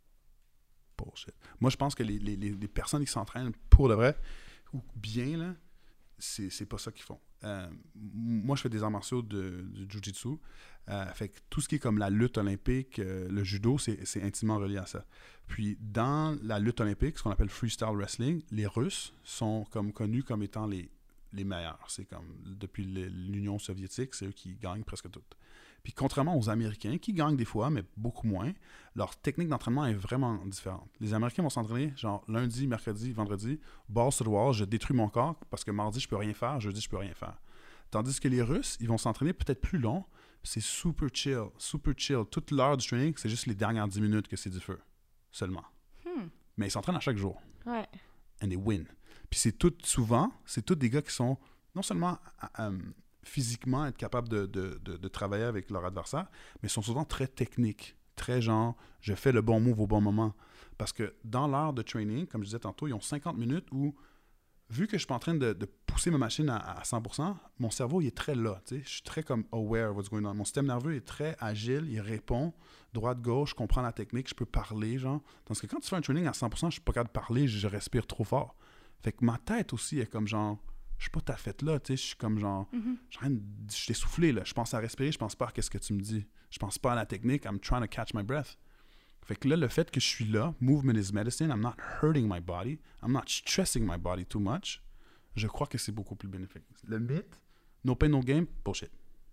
Bullshit. Moi, je pense que les, les, les, les personnes qui s'entraînent pour de vrai ou bien, là, c'est, c'est pas ça qu'ils font. Euh, moi, je fais des arts martiaux de, de jiu-jitsu. Euh, fait que tout ce qui est comme la lutte olympique, euh, le judo, c'est, c'est intimement relié à ça. Puis, dans la lutte olympique, ce qu'on appelle freestyle wrestling, les Russes sont comme connus comme étant les, les meilleurs. C'est comme, depuis le- l'Union soviétique, c'est eux qui gagnent presque toutes. Puis contrairement aux Américains, qui gagnent des fois, mais beaucoup moins, leur technique d'entraînement est vraiment différente. Les Américains vont s'entraîner genre lundi, mercredi, vendredi, balls to the wall, je détruis mon corps parce que mardi, je peux rien faire, jeudi, je peux rien faire. Tandis que les Russes, ils vont s'entraîner peut-être plus long, c'est super chill, super chill. Toute l'heure du training, c'est juste les dernières dix minutes que c'est du feu, seulement. Hmm. Mais ils s'entraînent à chaque jour. Ouais. And they win. Puis c'est tout, souvent, c'est tous des gars qui sont non seulement um, physiquement être capables de, de, de, de travailler avec leur adversaire, mais ils sont souvent très techniques, très genre, je fais le bon move au bon moment. Parce que dans l'heure de training, comme je disais tantôt, ils ont cinquante minutes où, vu que je suis en train de, de pousser ma machine à, à cent pour cent, mon cerveau, il est très là. Tu sais, je suis très comme aware of what's going on. Mon système nerveux est très agile, il répond, droite-gauche, je comprends la technique, je peux parler, genre. Tandis que quand tu fais un training à cent pour cent, je suis pas capable de parler, je, je respire trop fort. Fait que ma tête aussi est comme genre, je suis pas ta fête là, tu sais, je suis comme genre, mm-hmm. je suis en train de- je suis essoufflé, là. Je pense à respirer, je pense pas à qu'est-ce que tu me dis. Je pense pas à la technique, I'm trying to catch my breath. Fait que là, le fait que je suis là, movement is medicine, I'm not hurting my body, I'm not stressing my body too much, je crois que c'est beaucoup plus bénéfique. Le mythe, no pain, no gain, bullshit.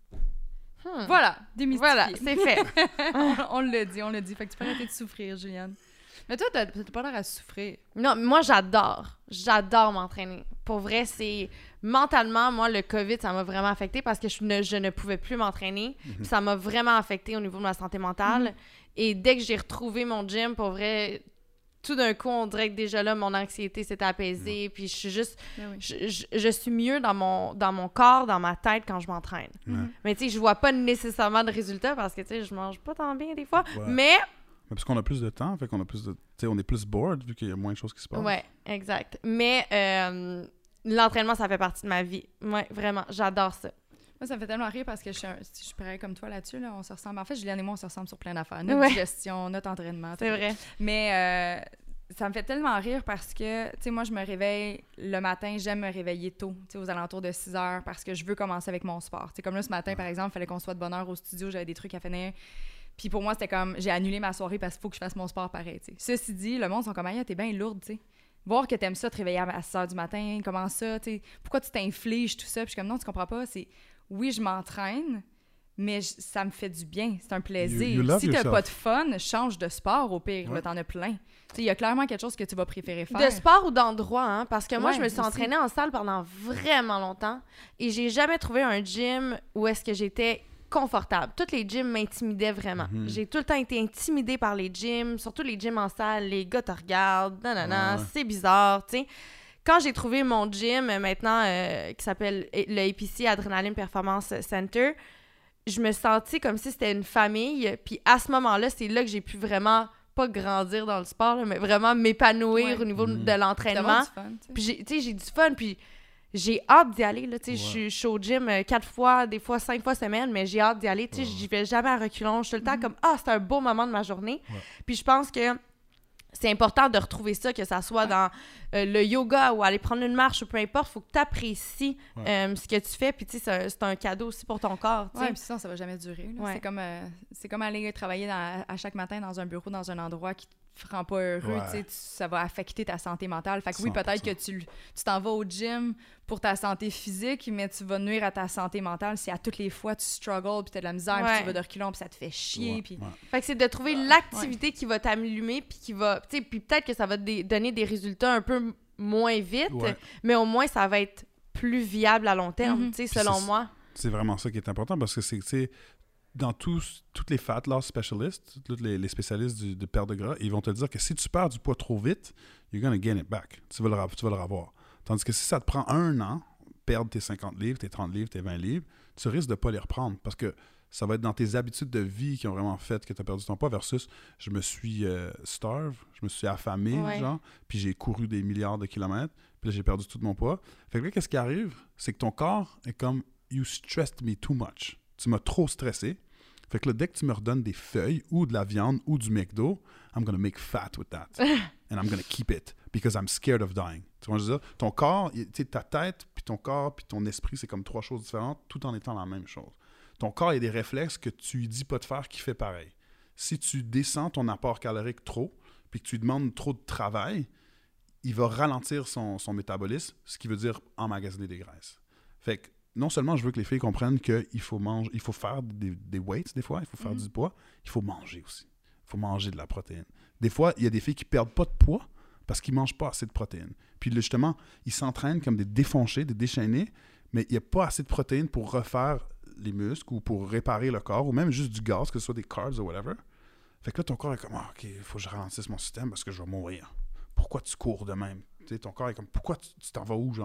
Hmm. Voilà, démystifié. Voilà, c'est fait. on, on l'a dit, on l'a dit. Fait que tu peux arrêter de souffrir, Juliane. Mais toi, t'as t'as pas l'air à souffrir. Non, moi, j'adore. J'adore m'entraîner. Pour vrai, c'est... Mentalement, moi, le COVID, ça m'a vraiment affecté parce que je ne, je ne pouvais plus m'entraîner. Mm-hmm. Ça m'a vraiment affecté au niveau de ma santé mentale. Mm-hmm. Et dès que j'ai retrouvé mon gym, pour vrai, tout d'un coup, on dirait que déjà là, mon anxiété s'était apaisée. Mm-hmm. Puis je suis juste... Oui. Je, je, je suis mieux dans mon, dans mon corps, dans ma tête quand je m'entraîne. Mm-hmm. Mais tu sais, je vois pas nécessairement de résultats parce que, tu sais, je mange pas tant bien des fois. Ouais. Mais... Parce qu'on a plus de temps, fait qu'on a plus de, tu sais, on est plus bored vu qu'il y a moins de choses qui se passent. Ouais, exact. Mais euh, l'entraînement, ça fait partie de ma vie. Ouais, vraiment, j'adore ça. Moi, ça me fait tellement rire parce que je suis, un, je suis pareil comme toi là-dessus. Là, on se ressemble. En fait, Juliane et moi, on se ressemble sur plein d'affaires. Notre ouais. digestion, notre entraînement. C'est vrai. Mais euh, ça me fait tellement rire parce que, tu sais, moi, je me réveille le matin. J'aime me réveiller tôt, tu sais, aux alentours de six heures parce que je veux commencer avec mon sport. Tu sais, comme là, ce matin, par exemple, il fallait qu'on soit de bonne heure au studio. J'avais des trucs à finir. Puis pour moi, c'était comme, j'ai annulé ma soirée parce qu'il faut que je fasse mon sport pareil, tu sais. Ceci dit, le monde sont comme, ah, t'es bien lourde, tu sais. Voir que t'aimes ça, te réveiller à six heures du matin, comment ça, tu sais. Pourquoi tu t'infliges tout ça? Puis je suis comme, non, tu comprends pas, c'est, oui, je m'entraîne, mais je, ça me fait du bien, c'est un plaisir. You, you si t'as yourself. Pas de fun, change de sport au pire, ouais. Là, t'en as plein. Tu sais, il y a clairement quelque chose que tu vas préférer faire. De sport ou d'endroit, hein, parce que moi, ouais, je me suis aussi. entraînée en salle pendant vraiment longtemps et j'ai jamais trouvé un gym où est-ce que j'étais confortable. Toutes les gyms m'intimidaient vraiment. Mm-hmm. J'ai tout le temps été intimidée par les gyms, surtout les gyms en salle. Les gars te regardent, nanana, ouais. C'est bizarre, tu sais. Quand j'ai trouvé mon gym, maintenant, euh, qui s'appelle le A P C, Adrenaline Performance Center, je me sentis comme si c'était une famille. Puis à ce moment-là, c'est là que j'ai pu vraiment, pas grandir dans le sport, là, mais vraiment m'épanouir ouais. au niveau mm-hmm. de l'entraînement. Fun, puis j'ai, tu sais, j'ai du fun, puis j'ai hâte d'y aller, là, tu sais, ouais. je suis au gym euh, quatre fois, des fois cinq fois semaine, mais j'ai hâte d'y aller, tu sais, ouais. j'y vais jamais à reculons, je suis tout le temps mm-hmm. comme, ah, c'est un beau moment de ma journée, ouais. Puis je pense que c'est important de retrouver ça, que ça soit ouais. dans euh, le yoga ou aller prendre une marche ou peu importe, il faut que tu apprécies ouais. euh, ce que tu fais, puis tu sais, c'est, c'est un cadeau aussi pour ton corps, tu sais. Ouais, puis sinon, ça va jamais durer, là. Ouais. C'est comme, euh, c'est comme aller travailler dans, à chaque matin dans un bureau, dans un endroit qui te rend pas heureux, ouais. tu sais, tu, ça va affecter ta santé mentale. Fait que oui, peut-être que tu, tu t'en vas au gym pour ta santé physique, mais tu vas nuire à ta santé mentale si à toutes les fois tu struggles, puis t'as de la misère, ouais. puis tu vas de reculons, puis ça te fait chier. Ouais. Puis... Ouais. Fait que c'est de trouver ouais. l'activité ouais. qui va t'allumer, puis qui va, tu sais, puis peut-être que ça va te dé- donner des résultats un peu moins vite, ouais. mais au moins ça va être plus viable à long terme, mm-hmm. tu sais, selon c'est, moi. C'est vraiment ça qui est important, parce que c'est, tu sais, dans tous, toutes les fat loss specialists, tous les, les spécialistes du, de perte de gras, ils vont te dire que si tu perds du poids trop vite, you're gonna gain it back. Tu vas le, tu vas le revoir. Tandis que si ça te prend un an, perdre tes cinquante livres, tes trente livres, tes vingt livres, tu risques de ne pas les reprendre parce que ça va être dans tes habitudes de vie qui ont vraiment fait que tu as perdu ton poids versus je me suis euh, starve, je me suis affamé, ouais. genre, puis j'ai couru des milliards de kilomètres, puis là, j'ai perdu tout mon poids. Fait que là, qu'est-ce qui arrive? C'est que ton corps est comme « you stressed me too much ». Tu m'as trop stressé. Fait que là, dès que tu me redonnes des feuilles ou de la viande ou du McDo, I'm gonna make fat with that. And I'm gonna keep it because I'm scared of dying. Tu vois, je veux dire, ton corps, tu sais, ta tête, puis ton corps, puis ton esprit, c'est comme trois choses différentes tout en étant la même chose. Ton corps, il y a des réflexes que tu lui dis pas de faire qui fait pareil. Si tu descends ton apport calorique trop, puis que tu lui demandes trop de travail, il va ralentir son, son métabolisme, ce qui veut dire emmagasiner des graisses. Fait que non seulement je veux que les filles comprennent qu'il faut manger, il faut faire des, des weights des fois, il faut faire mm-hmm. du poids, il faut manger aussi. Il faut manger de la protéine. Des fois, il y a des filles qui perdent pas de poids parce qu'ils mangent pas assez de protéines. Puis justement, ils s'entraînent comme des défonchés, des déchaînés, mais il n'y a pas assez de protéines pour refaire les muscles ou pour réparer le corps, ou même juste du gaz, que ce soit des carbs ou whatever. Fait que là, ton corps est comme ah, « OK, il faut que je ralentisse mon système parce que je vais mourir. Pourquoi tu cours de même? » Tu sais, ton corps est comme « Pourquoi tu, tu t'en vas où, genre? »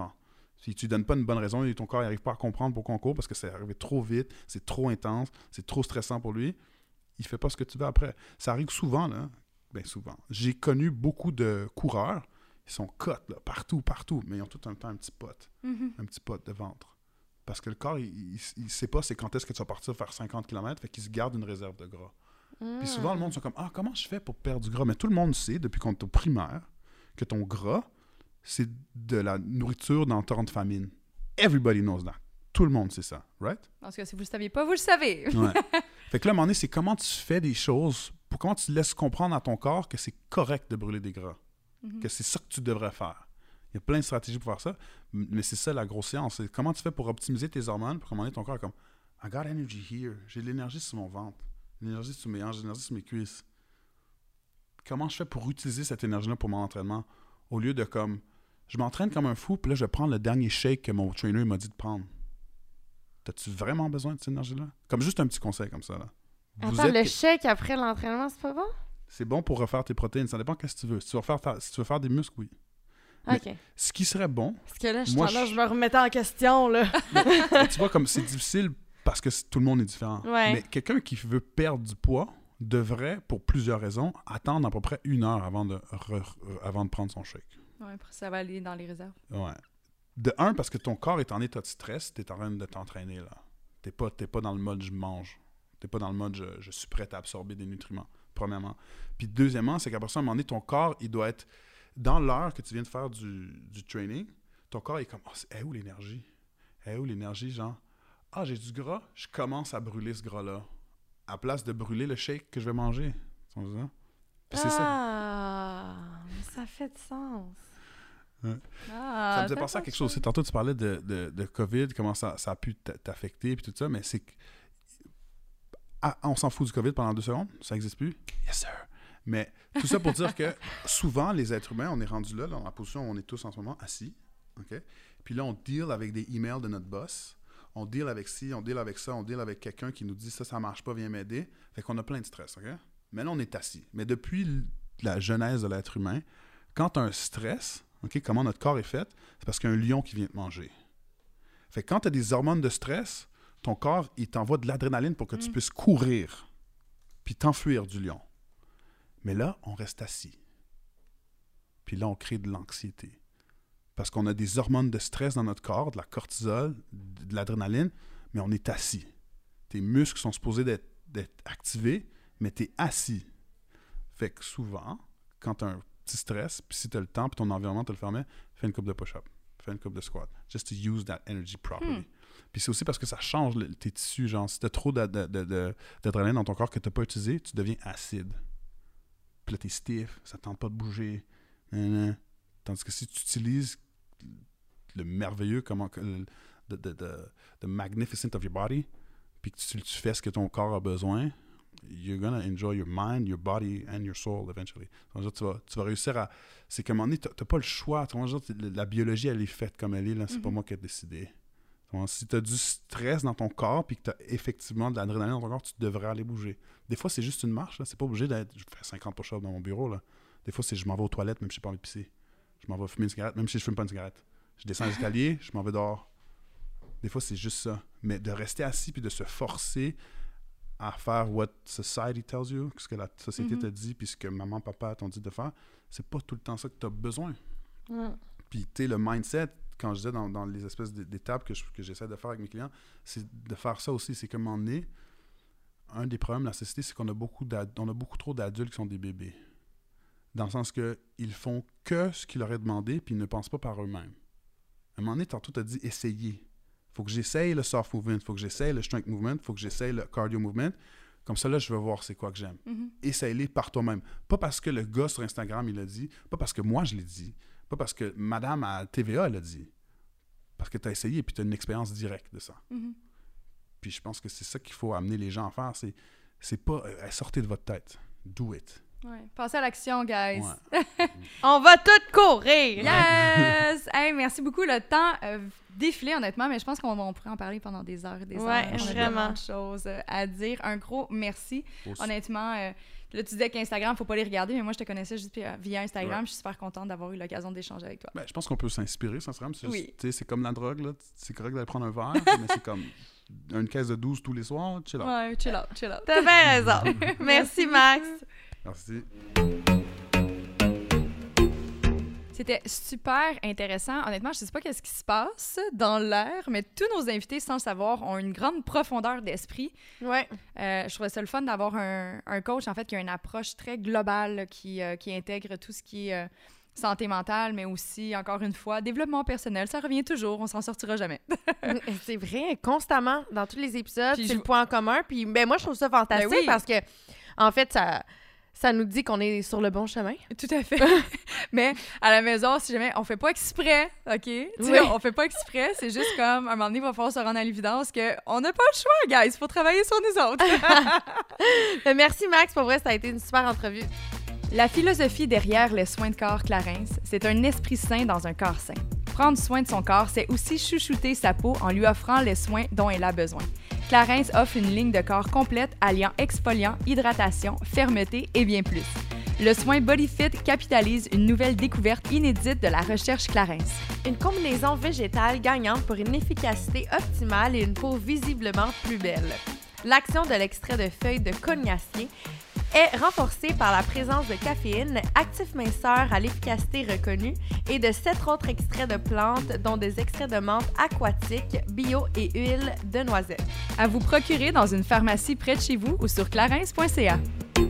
Si tu lui donnes pas une bonne raison et ton corps n'arrive pas à comprendre pourquoi on court parce que c'est arrivé trop vite, c'est trop intense, c'est trop stressant pour lui, il fait pas ce que tu veux après. Ça arrive souvent, là. Bien souvent. J'ai connu beaucoup de coureurs, ils sont cut, là, partout, partout, mais ils ont tout un temps un petit pot, Mm-hmm. un petit pot de ventre. Parce que le corps, il, il, il sait pas c'est quand est-ce que tu vas partir faire cinquante kilomètres, fait qu'il se garde une réserve de gras. Mm. Puis souvent, le monde sont comme « Ah, comment je fais pour perdre du gras? » Mais tout le monde sait, depuis qu'on est au primaire, que ton gras, c'est de la nourriture dans le temps de famine. Everybody knows that. Tout le monde sait ça, right? Parce que si vous le saviez pas, vous le savez. Ouais. Fait que là, à un moment donné, c'est comment tu fais des choses, pour comment tu laisses comprendre à ton corps que c'est correct de brûler des gras, Mm-hmm. que c'est ça que tu devrais faire. Il y a plein de stratégies pour faire ça, mais c'est ça la grosse science. C'est comment tu fais pour optimiser tes hormones, pour commander ton corps comme « I got energy here. J'ai de l'énergie sur mon ventre, de l'énergie sur mes hanches, de l'énergie sur mes cuisses. » Comment je fais pour utiliser cette énergie-là pour mon entraînement au lieu de comme « Je m'entraîne comme un fou, puis là, je prends le dernier shake que mon trainer m'a dit de prendre. » T'as-tu vraiment besoin de cette énergie-là? Comme juste un petit conseil comme ça, là. Vous Attends, êtes- le shake après l'entraînement, c'est pas bon? C'est bon pour refaire tes protéines. Ça dépend de ce que tu veux. Si tu veux, refaire ta- si tu veux faire des muscles, oui. Mais- OK. Ce qui serait bon, Parce que là, je, Moi, suis en train- je- je me remettais en question, là. mais tu vois, comme c'est difficile parce que c'est- tout le monde est différent. Ouais. Mais quelqu'un qui veut perdre du poids devrait, pour plusieurs raisons, attendre à peu près une heure avant de, re- re- avant de prendre son shake. Ouais, après, ça va aller dans les réserves. Ouais. De un, parce que ton corps est en état de stress, tu es en train de t'entraîner, là. Tu n'es pas, t'es pas dans le mode « je mange ». Tu n'es pas dans le mode je, « je suis prêt à absorber des nutriments », premièrement. Puis deuxièmement, c'est qu'après ça, à un moment donné, ton corps, il doit être... Dans l'heure que tu viens de faire du, du training, ton corps est comme « oh, c'est, est où l'énergie? Est où l'énergie? » Genre « ah, j'ai du gras, je commence à brûler ce gras-là. » À place de brûler le shake que je vais manger. Tu vois ça? Puis c'est ça. Ah, mais ça fait de sens. Ah, Ça me faisait penser à quelque chose aussi. Tantôt, tu parlais de, de, de COVID, comment ça, ça a pu t'a- t'affecter, puis tout ça, mais c'est que... Ah, on s'en fout du COVID pendant deux secondes? Ça n'existe plus? Yes, sir! Mais tout ça pour dire que souvent, les êtres humains, on est rendu là, dans la position où on est tous en ce moment, assis, OK? Puis là, on deal avec des emails de notre boss, on deal avec ci, on deal avec ça, on deal avec quelqu'un qui nous dit « ça, ça marche pas, viens m'aider ». Fait qu'on a plein de stress, OK? Mais là, on est assis. Mais depuis l- la genèse de l'être humain, quand tu as un stress, OK, comment notre corps est fait, c'est parce qu'il y a un lion qui vient te manger. Fait que quand tu as des hormones de stress, ton corps, il t'envoie de l'adrénaline pour que tu Mm. puisses courir puis t'enfuir du lion. Mais là, on reste assis. Puis là, on crée de l'anxiété. Parce qu'on a des hormones de stress dans notre corps, de la cortisol, de l'adrénaline, mais on est assis. Tes muscles sont supposés d'être, d'être activés, mais tu es assis. Fait que souvent, quand tu as un petit stress, puis si tu as le temps, puis ton environnement te le permet, fais une couple de push-up, fais une couple de squat, just to use that energy properly. Hmm. Puis c'est aussi parce que ça change le- tes tissus. Genre, si tu as trop d'a- d'a- d'a- d'a- d'adrénaline dans ton corps que tu n'as pas utilisé, tu deviens acide. Puis là, tu es stiff, ça ne tente pas de bouger. Nan, nan. Tandis que si tu utilises le merveilleux, comment, le, the, the, the, the magnificent of your body, puis que tu, tu fais ce que ton corps a besoin, you're gonna enjoy your mind, your body and your soul eventually. Donc, tu, vas, tu vas réussir à... C'est qu'à un moment donné, tu n'as pas le choix. Tu vois, la biologie, elle est faite comme elle est. Là, c'est Mhm. pas moi qui ai décidé. Tu vois, si tu as du stress dans ton corps puis que tu as effectivement de l'adrénaline dans ton corps, tu devrais aller bouger. Des fois, c'est juste une marche. Là. C'est pas obligé d'être... Je fais cinquante push-ups dans mon bureau. Là. Des fois, c'est je m'en vais aux toilettes même si j'ai pas envie de pisser. Je m'en vais fumer une cigarette même si je fume pas une cigarette. Je descends l'escalier, je m'en vais dehors. Des fois, c'est juste ça. Mais de rester assis puis de se forcer à faire what society tells you, ce que la société Mhm. te dit, puis ce que maman, papa t'ont dit de faire, c'est pas tout le temps ça que tu as besoin. Mm. Puis, tu sais, le mindset, quand je disais dans, dans les espèces d- d'étapes que, je- que j'essaie de faire avec mes clients, c'est de faire ça aussi. C'est comme on est, un des problèmes de la société, c'est qu'on a beaucoup, d'ad- on a beaucoup trop d'adultes qui sont des bébés. Dans le sens qu'ils font que ce qu'ils leur est demandé, puis ils ne pensent pas par eux-mêmes. À un moment donné, tantôt, tu as dit « essayez ». Il faut que j'essaye le soft movement, il faut que j'essaye le strength movement, il faut que j'essaye le cardio movement. Comme ça, là, je vais voir c'est quoi que j'aime. Mhm. Essaye-les par toi-même. Pas parce que le gars sur Instagram, il l'a dit, pas parce que moi, je l'ai dit, pas parce que madame à T V A l'a dit. Parce que tu as essayé et puis tu as une expérience directe de ça. Mhm. Puis je pense que c'est ça qu'il faut amener les gens à faire. C'est, c'est pas euh, sortez de votre tête. Do it. Ouais. Passez à l'action, guys. Ouais. On va tout courir! Yes! Hey, merci beaucoup. Le temps euh, défilé, honnêtement, mais je pense qu'on on pourrait en parler pendant des heures et des ouais, heures. On a vraiment. tellement de choses à dire. Un gros merci. Aussi. Honnêtement, euh, là, tu disais qu'Instagram, faut pas les regarder, mais moi, je te connaissais juste via Instagram. Ouais. Je suis super contente d'avoir eu l'occasion d'échanger avec toi. Ben, je pense qu'on peut s'inspirer, sincèrement. C'est, Oui. juste, c'est comme la drogue, là. C'est correct d'aller prendre un verre, mais c'est comme une caisse de douze tous les soirs. Chill out. Ouais, chill out, chill out. T'as bien raison. Merci, Max. Merci. C'était super intéressant. Honnêtement, je ne sais pas qu'est-ce qui se passe dans l'air, mais tous nos invités, sans le savoir, ont une grande profondeur d'esprit. Ouais. Euh, je trouvais ça le fun d'avoir un, un coach, en fait, qui a une approche très globale, là, qui, euh, qui intègre tout ce qui est euh, santé mentale, mais aussi, encore une fois, développement personnel. Ça revient toujours, on s'en sortira jamais. C'est vrai, constamment, dans tous les épisodes, Puis c'est je- le point en commun. Puis ben, moi, je trouve ça fantastique Ben oui. parce que, en fait, ça, ça nous dit qu'on est sur le bon chemin. Tout à fait. Mais à la maison, si jamais on fait pas exprès, OK? Tu sais, Oui. on fait pas exprès, c'est juste comme, à un moment donné, il va falloir se rendre à l'évidence qu'on n'a pas le choix, guys. Il faut travailler sur nous autres. Ben, merci, Max. Pour vrai, ça a été une super entrevue. La philosophie derrière les soins de corps Clarins, c'est un esprit sain dans un corps sain. Prendre soin de son corps, c'est aussi chouchouter sa peau en lui offrant les soins dont elle a besoin. Clarins offre une ligne de corps complète alliant exfoliant, hydratation, fermeté et bien plus. Le soin BodyFit capitalise une nouvelle découverte inédite de la recherche Clarins. Une combinaison végétale gagnante pour une efficacité optimale et une peau visiblement plus belle. L'action de l'extrait de feuilles de cognacier est renforcée par la présence de caféine, actif minceur à l'efficacité reconnue, et de sept autres extraits de plantes, dont des extraits de menthe aquatique, bio et huile de noisette. À vous procurer dans une pharmacie près de chez vous ou sur clarins point c a.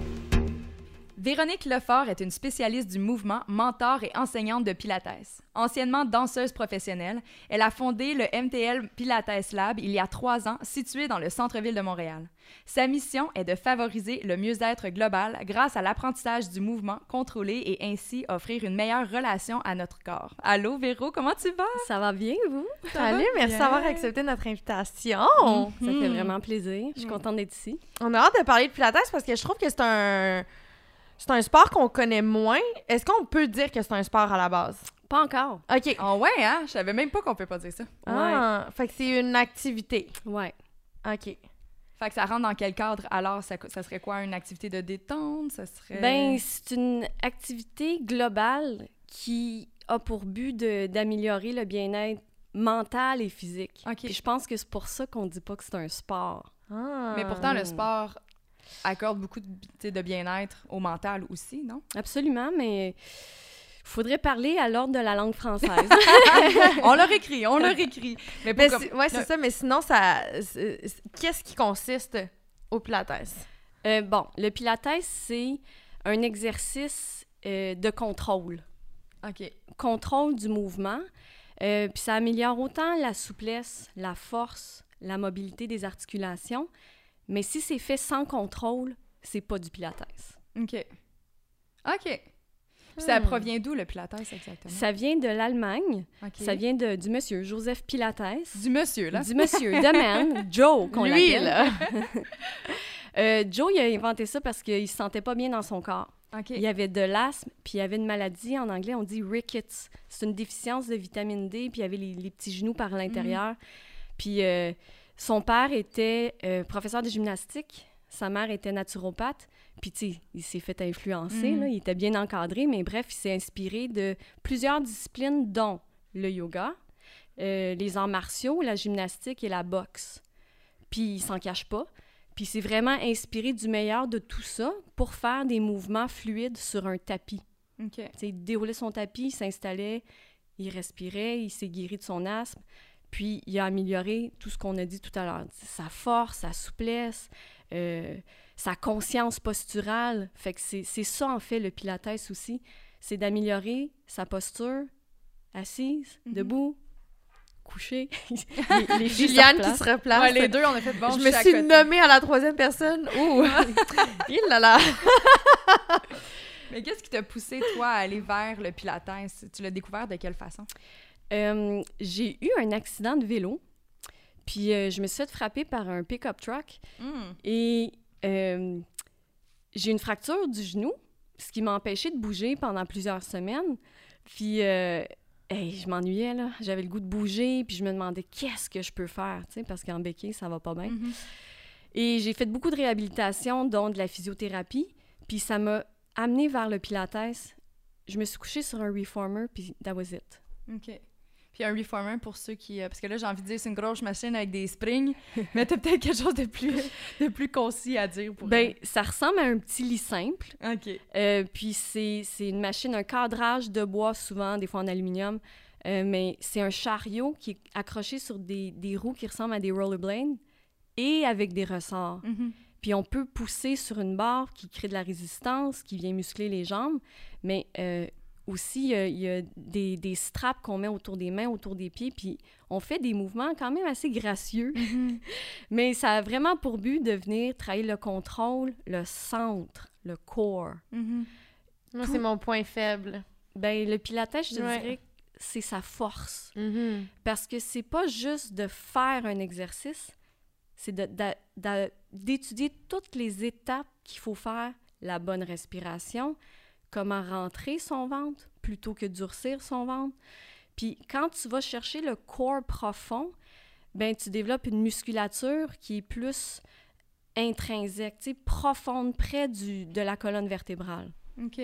Véronique Lefort est une spécialiste du mouvement, mentor et enseignante de Pilates. Anciennement danseuse professionnelle, elle a fondé le M T L Pilates Lab il y a trois ans, situé dans le centre-ville de Montréal. Sa mission est de favoriser le mieux-être global grâce à l'apprentissage du mouvement contrôlé et ainsi offrir une meilleure relation à notre corps. Allô, Véro, comment tu vas? Ça va bien, vous? Ça va Salut, merci bien. d'avoir accepté notre invitation. Ça fait Mhm. vraiment plaisir. Je suis Mm. contente d'être ici. On a hâte de parler de Pilates parce que je trouve que c'est un... C'est un sport qu'on connaît moins. Est-ce qu'on peut dire que c'est un sport à la base? Pas encore. OK. Oh ouais, hein? Je savais même pas qu'on peut pas dire ça. Ah, fait que c'est une activité. Ouais. OK. Fait que ça rentre dans quel cadre? Alors, ça, ça serait quoi? Une activité de détente? Ça serait... Ben, c'est une activité globale qui a pour but de- d'améliorer le bien-être mental et physique. OK. Puis je pense que c'est pour ça qu'on dit pas que c'est un sport. Ah. Mais pourtant, le Hmm. sport accorde beaucoup de, tu sais, de bien-être au mental aussi, non? Absolument, mais faudrait parler à l'ordre de la langue française. On leur écrit, on leur écrit. Mais, Mais pour si- comme- ouais, c'est ça. Mais sinon, ça... c'est- c'est- Qu'est-ce qui consiste au Pilates? Euh, bon, le Pilates, c'est un exercice euh, de contrôle. OK. Contrôle du mouvement. Euh, puis ça améliore autant la souplesse, la force, la mobilité des articulations. Mais si c'est fait sans contrôle, c'est pas du Pilates. OK. OK. Puis ça Hmm. provient d'où, le Pilates, exactement? Ça vient de l'Allemagne. OK. Ça vient de, du monsieur Joseph Pilates. Du monsieur, là. Du monsieur, de man, Joe, qu'on Lui, l'appelle. là. Euh, Joe, il a inventé ça parce qu'il se sentait pas bien dans son corps. OK. Il y avait de l'asthme, puis il y avait une maladie, en anglais, on dit rickets. C'est une déficience de vitamine D, puis il y avait les, les petits genoux par l'intérieur. Puis euh, son père était euh, professeur de gymnastique, sa mère était naturopathe, puis tu sais, il s'est fait influencer, Mhm. là, il était bien encadré, mais bref, il s'est inspiré de plusieurs disciplines, dont le yoga, euh, les arts martiaux, la gymnastique et la boxe. Puis il s'en cache pas. Puis il s'est vraiment inspiré du meilleur de tout ça pour faire des mouvements fluides sur un tapis. OK. Tu sais, il déroulait son tapis, il s'installait, il respirait, il s'est guéri de son asthme. Puis il a amélioré tout ce qu'on a dit tout à l'heure. Sa force, sa souplesse, euh, sa conscience posturale. Fait que c'est c'est ça, en fait, le Pilates aussi. C'est d'améliorer sa posture, assise, Mhm. debout, couchée. les, les filles Juliane se qui replacent. se replace. Ouais, les deux, on a fait bon. je suis me à suis côté. nommée à la troisième personne. Ouh! Il là là! Mais qu'est-ce qui t'a poussé, toi, à aller vers le Pilates? Tu l'as découvert de quelle façon? Euh, j'ai eu un accident de vélo, puis euh, je me suis fait frapper par un pick-up truck Hmm. et euh, j'ai une fracture du genou, ce qui m'a empêché de bouger pendant plusieurs semaines. Puis, euh, hey, je m'ennuyais, là. J'avais le goût de bouger, puis je me demandais qu'est-ce que je peux faire, tu sais, parce qu'en béquille, ça va pas bien. Mhm. Et j'ai fait beaucoup de réhabilitation, dont de la physiothérapie, puis ça m'a amenée vers le pilates. Je me suis couchée sur un reformer, puis that was it. OK. Puis un reformer pour ceux qui... euh, parce que là, j'ai envie de dire, c'est une grosse machine avec des springs, mais t'as peut-être quelque chose de plus, de plus concis à dire pour... Ben, ça ressemble à un petit lit simple. OK. Euh, puis c'est, c'est une machine, un cadrage de bois souvent, des fois en aluminium, euh, mais c'est un chariot qui est accroché sur des, des roues qui ressemblent à des rollerblades et avec des ressorts. Mhm. Puis on peut pousser sur une barre qui crée de la résistance, qui vient muscler les jambes, mais euh, aussi il y a, il y a des, des straps qu'on met autour des mains, autour des pieds, puis on fait des mouvements quand même assez gracieux. Mhm. Mais ça a vraiment pour but de venir travailler le contrôle, le centre, le core. Mhm. Moi, Tout- c'est mon point faible. Ben le pilates, je te Ouais. dirais, c'est sa force. Mhm. Parce que c'est pas juste de faire un exercice, c'est de, de- de- d'étudier toutes les étapes qu'il faut faire, la bonne respiration, comment rentrer son ventre plutôt que durcir son ventre. Puis quand tu vas chercher le corps profond, ben tu développes une musculature qui est plus intrinsèque, tu sais, profonde, près du, de la colonne vertébrale. OK.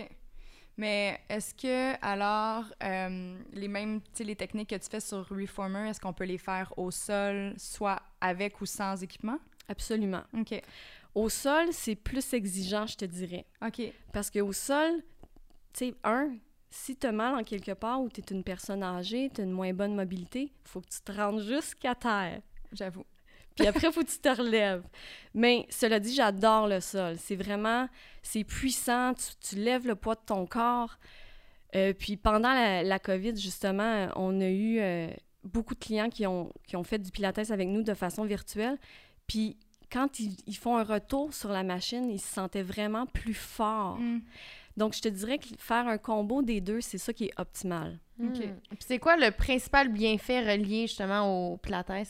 Mais est-ce que, alors, euh, les mêmes, tu sais, les techniques que tu fais sur Reformer, est-ce qu'on peut les faire au sol, soit avec ou sans équipement? Absolument. OK. Au sol, c'est plus exigeant, je te dirais. OK. Parce qu'au sol, tu sais, un, si tu as mal en quelque part ou tu es une personne âgée, tu as une moins bonne mobilité, il faut que tu te rendes jusqu'à terre. J'avoue. Puis après, il faut que tu te relèves. Mais cela dit, j'adore le sol. C'est vraiment, c'est puissant, tu, tu lèves le poids de ton corps. Euh, puis pendant la, la COVID, justement, on a eu euh, beaucoup de clients qui ont, qui ont fait du pilates avec nous de façon virtuelle. Puis quand ils, ils font un retour sur la machine, ils se sentaient vraiment plus forts. Mm. Donc, je te dirais que faire un combo des deux, c'est ça qui est optimal. OK. Hmm. Puis c'est quoi le principal bienfait relié justement au pilates?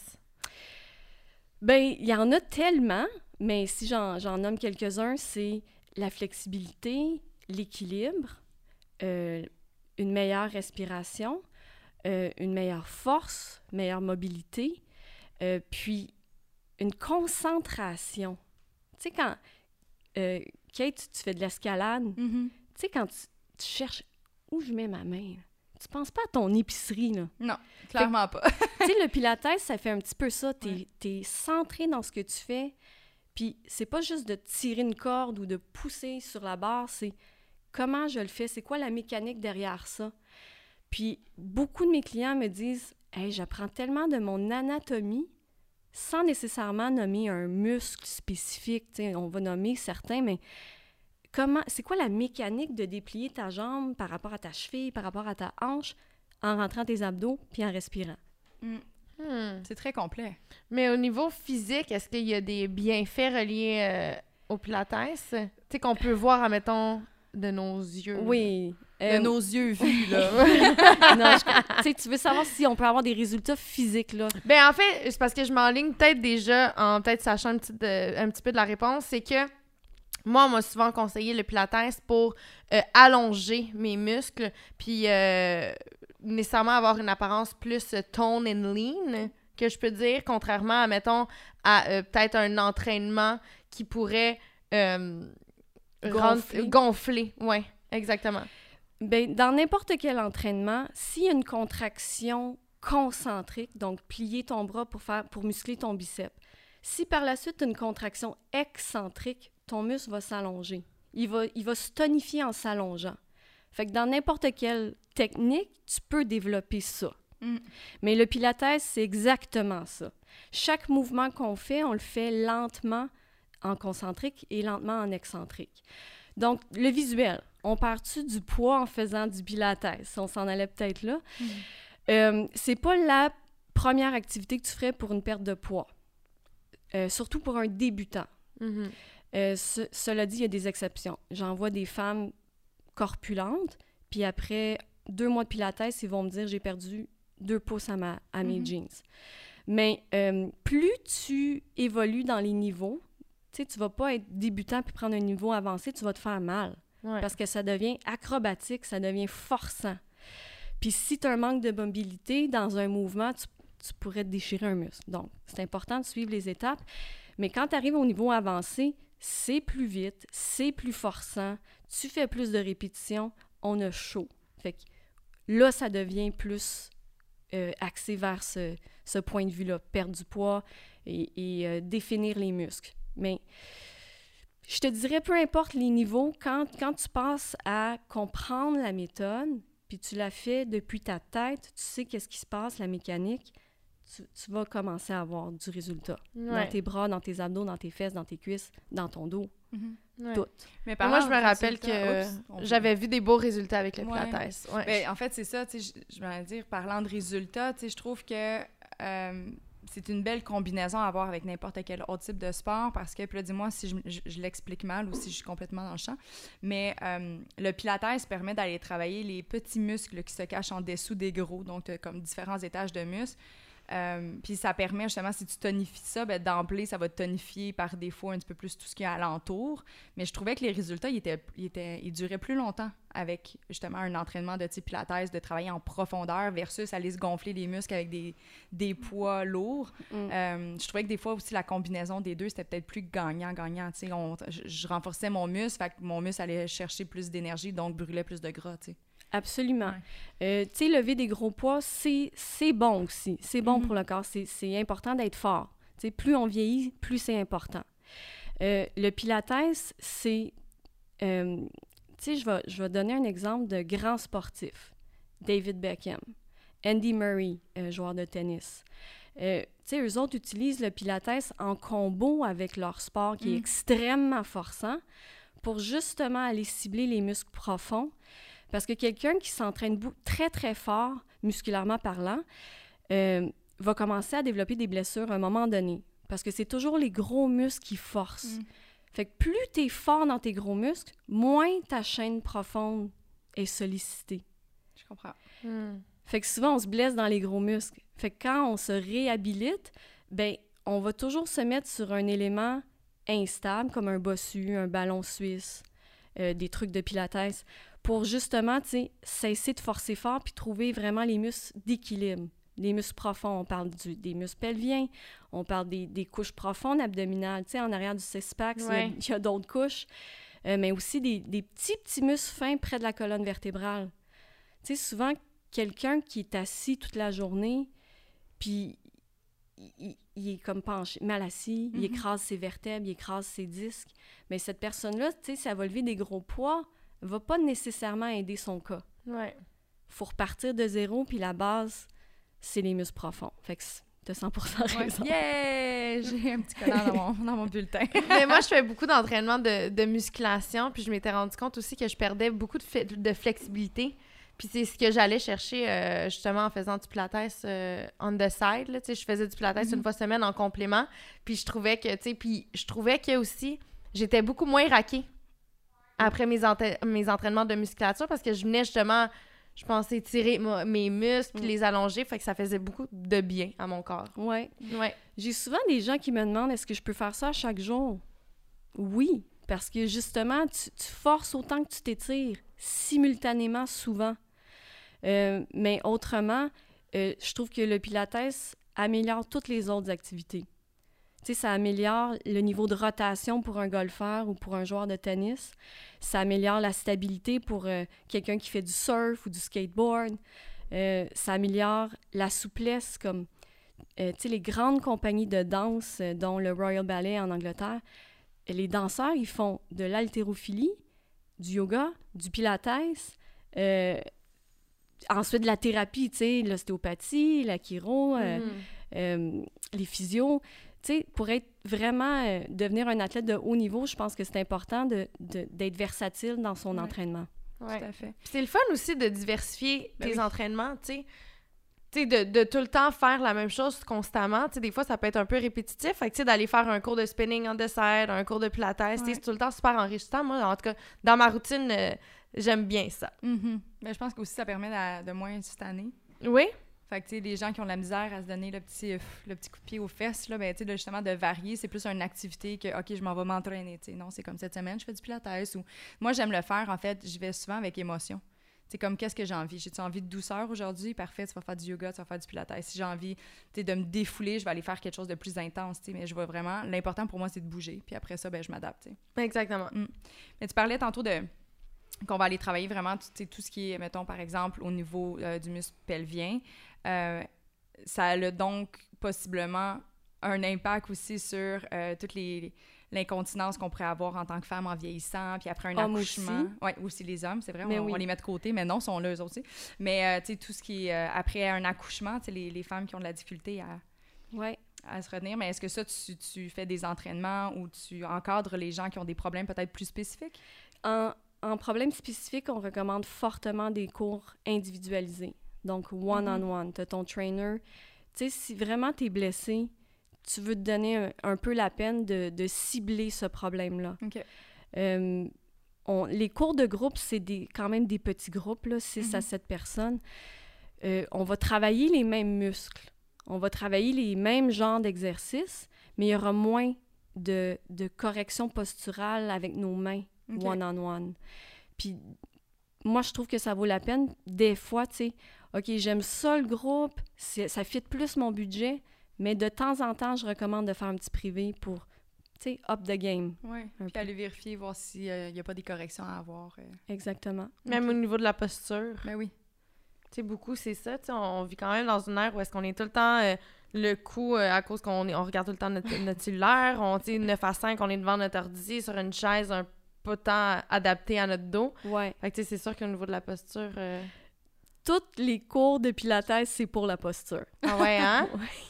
Ben, il y en a tellement, mais si j'en, j'en nomme quelques-uns, c'est la flexibilité, l'équilibre, euh, une meilleure respiration, euh, une meilleure force, meilleure mobilité, euh, puis une concentration. Tu sais, quand, euh, Kate, tu fais de l'escalade, Mhm. tu sais, quand tu, tu cherches où je mets ma main, tu penses pas à ton épicerie, là. Non, clairement pas. Tu sais, le pilates, ça fait un petit peu ça. T'es, Ouais. t'es centré dans ce que tu fais. Puis c'est pas juste de tirer une corde ou de pousser sur la barre, c'est comment je le fais, c'est quoi la mécanique derrière ça. Puis beaucoup de mes clients me disent « Hey, j'apprends tellement de mon anatomie sans nécessairement nommer un muscle spécifique. » Tu sais, on va nommer certains, mais comment, c'est quoi la mécanique de déplier ta jambe par rapport à ta cheville, par rapport à ta hanche, en rentrant tes abdos puis en respirant. Mm. Hmm. C'est très complet. Mais au niveau physique, est-ce qu'il y a des bienfaits reliés euh, au pilates? Tu sais, qu'on peut voir, admettons, de nos yeux. Oui. De Euh, nos yeux vus, là. non, je- tu sais, tu veux savoir si on peut avoir des résultats physiques, là. Ben en fait, c'est parce que je m'enligne peut-être déjà en peut-être sachant un petit, de- un petit peu de la réponse, c'est que moi, on m'a souvent conseillé le pilates pour euh, allonger mes muscles, puis euh, nécessairement avoir une apparence plus euh, tone and lean, que je peux dire, contrairement à, mettons, à euh, peut-être un entraînement qui pourrait euh, Gonfler. rendre- gonfler. Ouais, exactement. Ben, dans n'importe quel entraînement, s'il y a une contraction concentrique, donc plier ton bras pour, faire, pour muscler ton biceps, si par la suite tu as une contraction excentrique, ton muscle va s'allonger. Il va, il va se tonifier en s'allongeant. Fait que dans n'importe quelle technique, tu peux développer ça. Mm. Mais le pilates, c'est exactement ça. Chaque mouvement qu'on fait, on le fait lentement en concentrique et lentement en excentrique. Donc, le visuel, on perd-tu du poids en faisant du pilates? On s'en allait peut-être là. Mm. Euh, c'est pas la première activité que tu ferais pour une perte de poids. Euh, surtout pour un débutant. Mhm. Euh, ce- cela dit, il y a des exceptions. J'en vois des femmes corpulentes, puis après deux mois de pilates, ils vont me dire « j'ai perdu deux pouces à, ma, à mes Mhm. jeans ». Mais euh, plus tu évolues dans les niveaux, tu sais, tu vas pas être débutant puis prendre un niveau avancé, tu vas te faire mal. Ouais. Parce que ça devient acrobatique, ça devient forçant. Puis si tu as un manque de mobilité dans un mouvement, tu, tu pourrais te déchirer un muscle. Donc, c'est important de suivre les étapes. Mais quand tu arrives au niveau avancé, c'est plus vite, c'est plus forçant, tu fais plus de répétitions, on a chaud. Fait que là, ça devient plus euh, axé vers ce, ce point de vue-là, perdre du poids et, et euh, définir les muscles. Mais je te dirais, peu importe les niveaux, quand, quand tu passes à comprendre la méthode, puis tu la fais depuis ta tête, tu sais qu'est-ce qui se passe, la mécanique, tu, tu vas commencer à avoir du résultat. Ouais. Dans tes bras, dans tes abdos, dans tes fesses, dans tes cuisses, dans ton dos, Mm-hmm. Ouais. tout. Mais Moi, je me rappelle résultat, que oups, on- j'avais vu des beaux résultats avec le Ouais. Pilates. Ouais. Ben, en fait, c'est ça, tu sais, je, je vais dire, parlant de résultats, tu sais, je trouve que euh, c'est une belle combinaison à avoir avec n'importe quel autre type de sport parce que, puis là, dis-moi si je, je, je l'explique mal ou si je suis complètement dans le champ, mais euh, le Pilates permet d'aller travailler les petits muscles qui se cachent en dessous des gros, donc tu as comme différents étages de muscles. Euh, puis ça permet justement, si tu tonifies ça, ben, d'emblée, ça va te tonifier par défaut un petit peu plus tout ce qui est alentour. Mais je trouvais que les résultats, ils, étaient, ils, étaient, ils duraient plus longtemps avec justement un entraînement de type Pilates, de travailler en profondeur versus aller se gonfler les muscles avec des, des poids lourds. Mm. Euh, je trouvais que des fois aussi, la combinaison des deux, c'était peut-être plus gagnant-gagnant. Tu sais, on, je, je renforçais mon muscle, fait que mon muscle allait chercher plus d'énergie, donc brûlait plus de gras, tu sais. Absolument. Ouais. Euh, tu sais, lever des gros poids, c'est, c'est bon aussi. C'est bon Mm-hmm. pour le corps. C'est, c'est important d'être fort. Tu sais, plus on vieillit, plus c'est important. Euh, le Pilates, c'est... Euh, tu sais, je vais, je vais donner un exemple de grand sportif. David Beckham, Andy Murray, euh, joueur de tennis. Euh, tu sais, eux autres utilisent le Pilates en combo avec leur sport qui Mm. est extrêmement forçant pour justement aller cibler les muscles profonds. Parce que quelqu'un qui s'entraîne bou- très, très fort, musculairement parlant, euh, va commencer à développer des blessures à un moment donné. Parce que c'est toujours les gros muscles qui forcent. Mm. Fait que plus tu es fort dans tes gros muscles, moins ta chaîne profonde est sollicitée. Je comprends. Hmm. Fait que souvent, on se blesse dans les gros muscles. Fait que quand on se réhabilite, ben on va toujours se mettre sur un élément instable, comme un bossu, un ballon suisse, euh, des trucs de pilates, pour justement, tu sais, cesser de forcer fort puis trouver vraiment les muscles d'équilibre. Les muscles profonds, on parle du, des muscles pelviens, on parle des, des couches profondes abdominales. Tu sais, en arrière du six-pack, il y a- Ouais. il y a, d'autres couches, euh, mais aussi des, des petits, petits muscles fins près de la colonne vertébrale. Tu sais, souvent, quelqu'un qui est assis toute la journée, puis il, il- il est comme penché, mal assis, il Mhm. écrase ses vertèbres, il écrase ses disques, mais cette personne-là, tu sais, si elle va lever des gros poids, va pas nécessairement aider son cas. Ouais. Faut repartir de zéro, puis la base, c'est les muscles profonds. Fait que t'as cent pour cent Ouais. raison. Yeah! J'ai un petit collant dans mon, dans mon bulletin. Mais moi, je fais beaucoup d'entraînement de, de musculation, puis je m'étais rendu compte aussi que je perdais beaucoup de, fe- de flexibilité. Puis c'est ce que j'allais chercher euh, justement en faisant du pilates euh, on the side. Là, tu sais, je faisais du pilates Mhm. une fois semaine en complément. Puis je trouvais que, tu sais, puis je trouvais que aussi, j'étais beaucoup moins raquée après mes, enta- mes entraînements de musculature parce que je venais justement, je pensais étirer mo- mes muscles puis Mm. les allonger. Fait que ça faisait beaucoup de bien à mon corps. Ouais. Ouais. J'ai souvent des gens qui me demandent est-ce que je peux faire ça chaque jour? Oui, parce que justement, tu, tu forces autant que tu t'étires, simultanément, souvent. Euh, mais autrement, euh, je trouve que le Pilates améliore toutes les autres activités. Tu sais, ça améliore le niveau de rotation pour un golfeur ou pour un joueur de tennis. Ça améliore la stabilité pour euh, quelqu'un qui fait du surf ou du skateboard. Euh, ça améliore la souplesse, comme euh, tu sais, les grandes compagnies de danse, euh, dont le Royal Ballet en Angleterre. Les danseurs, ils font de l'haltérophilie, du yoga, du pilates, euh, ensuite de la thérapie, tu sais, l'ostéopathie, la chiro, euh, Mhm. euh, les physios. Tu sais, pour être vraiment, euh, devenir un athlète de haut niveau, je pense que c'est important de, de- d'être versatile dans son Ouais. entraînement. Ouais. Tout à fait. Puis c'est le fun aussi de diversifier Ben tes oui. entraînements, tu sais. Tu sais, de, de tout le temps faire la même chose constamment. Tu sais, des fois, ça peut être un peu répétitif. Fait que, tu sais, d'aller faire un cours de spinning on the side, un cours de pilates, tu sais, Ouais. c'est tout le temps super enrichissant. Moi, en tout cas, dans ma routine, euh, j'aime bien ça. Mhm. Mais je pense que aussi ça permet de, de moins cette année. Oui? Fait que, tu sais, les gens qui ont de la misère à se donner le petit, euh, le petit coup de pied aux fesses, là, ben, tu sais, de, justement, de varier, c'est plus une activité que, OK, je m'en vais m'entraîner, tu sais. Non, c'est comme cette semaine, je fais du pilates ou... Moi, j'aime le faire, en fait, j'y vais souvent avec émotion. C'est comme, qu'est-ce que j'ai envie? J'ai-tu envie de douceur aujourd'hui? Parfait, tu vas faire du yoga, tu vas faire du pilates. Si j'ai envie de me défouler, je vais aller faire quelque chose de plus intense, mais je vois vraiment... L'important pour moi, c'est de bouger. Puis après ça, ben, je m'adapte. T'sais. Exactement. Mm. Mais tu parlais tantôt de... qu'on va aller travailler vraiment tout, tout ce qui est, mettons, par exemple, au niveau euh, du muscle pelvien. Euh, ça a donc possiblement un impact aussi sur euh, toutes les... l'incontinence qu'on pourrait avoir en tant que femme en vieillissant, puis après un Hommes accouchement. aussi. Oui, aussi les hommes, c'est vrai, Mais on, oui. on les met de côté, mais non, sont là eux aussi. Mais, euh, tu sais, tout ce qui est euh, après un accouchement, tu sais, les, les femmes qui ont de la difficulté à, Ouais. à se retenir, mais est-ce que ça, tu, tu fais des entraînements ou tu encadres les gens qui ont des problèmes peut-être plus spécifiques? En, en problème spécifique, on recommande fortement des cours individualisés. Donc, one-on-one. Mm-hmm. Tu as ton trainer. Tu sais, si vraiment tu es blessé, tu veux te donner un, un peu la peine de, de cibler ce problème-là. OK. Euh, on, les cours de groupe, c'est des, quand même des petits groupes, là, six Mm-hmm. à sept personnes. Euh, on va travailler les mêmes muscles. On va travailler les mêmes genres d'exercices, mais il y aura moins de, de correction posturale avec nos mains, OK. one-on-one. Puis moi, je trouve que ça vaut la peine. Des fois, tu sais, OK, j'aime ça le groupe, c'est, ça fit plus mon budget, mais de temps en temps, je recommande de faire un petit privé pour, tu sais, up the game. Oui, puis peu. aller vérifier, voir s'il n'y a pas des corrections à avoir. Euh. Exactement. Même Ok. au niveau de la posture. Ben oui. Tu sais, beaucoup, c'est ça. Tu sais, on vit quand même dans une ère où est-ce qu'on est tout le temps euh, le coup euh, à cause qu'on est, on regarde tout le temps notre, notre cellulaire. On, tu sais, neuf à cinq, on est devant notre ordi sur une chaise un peu tant adaptée à notre dos. Ouais. Fait que, tu sais, c'est sûr qu'au niveau de la posture... euh, Tous les cours de Pilates, c'est pour la posture. Ah ouais, hein?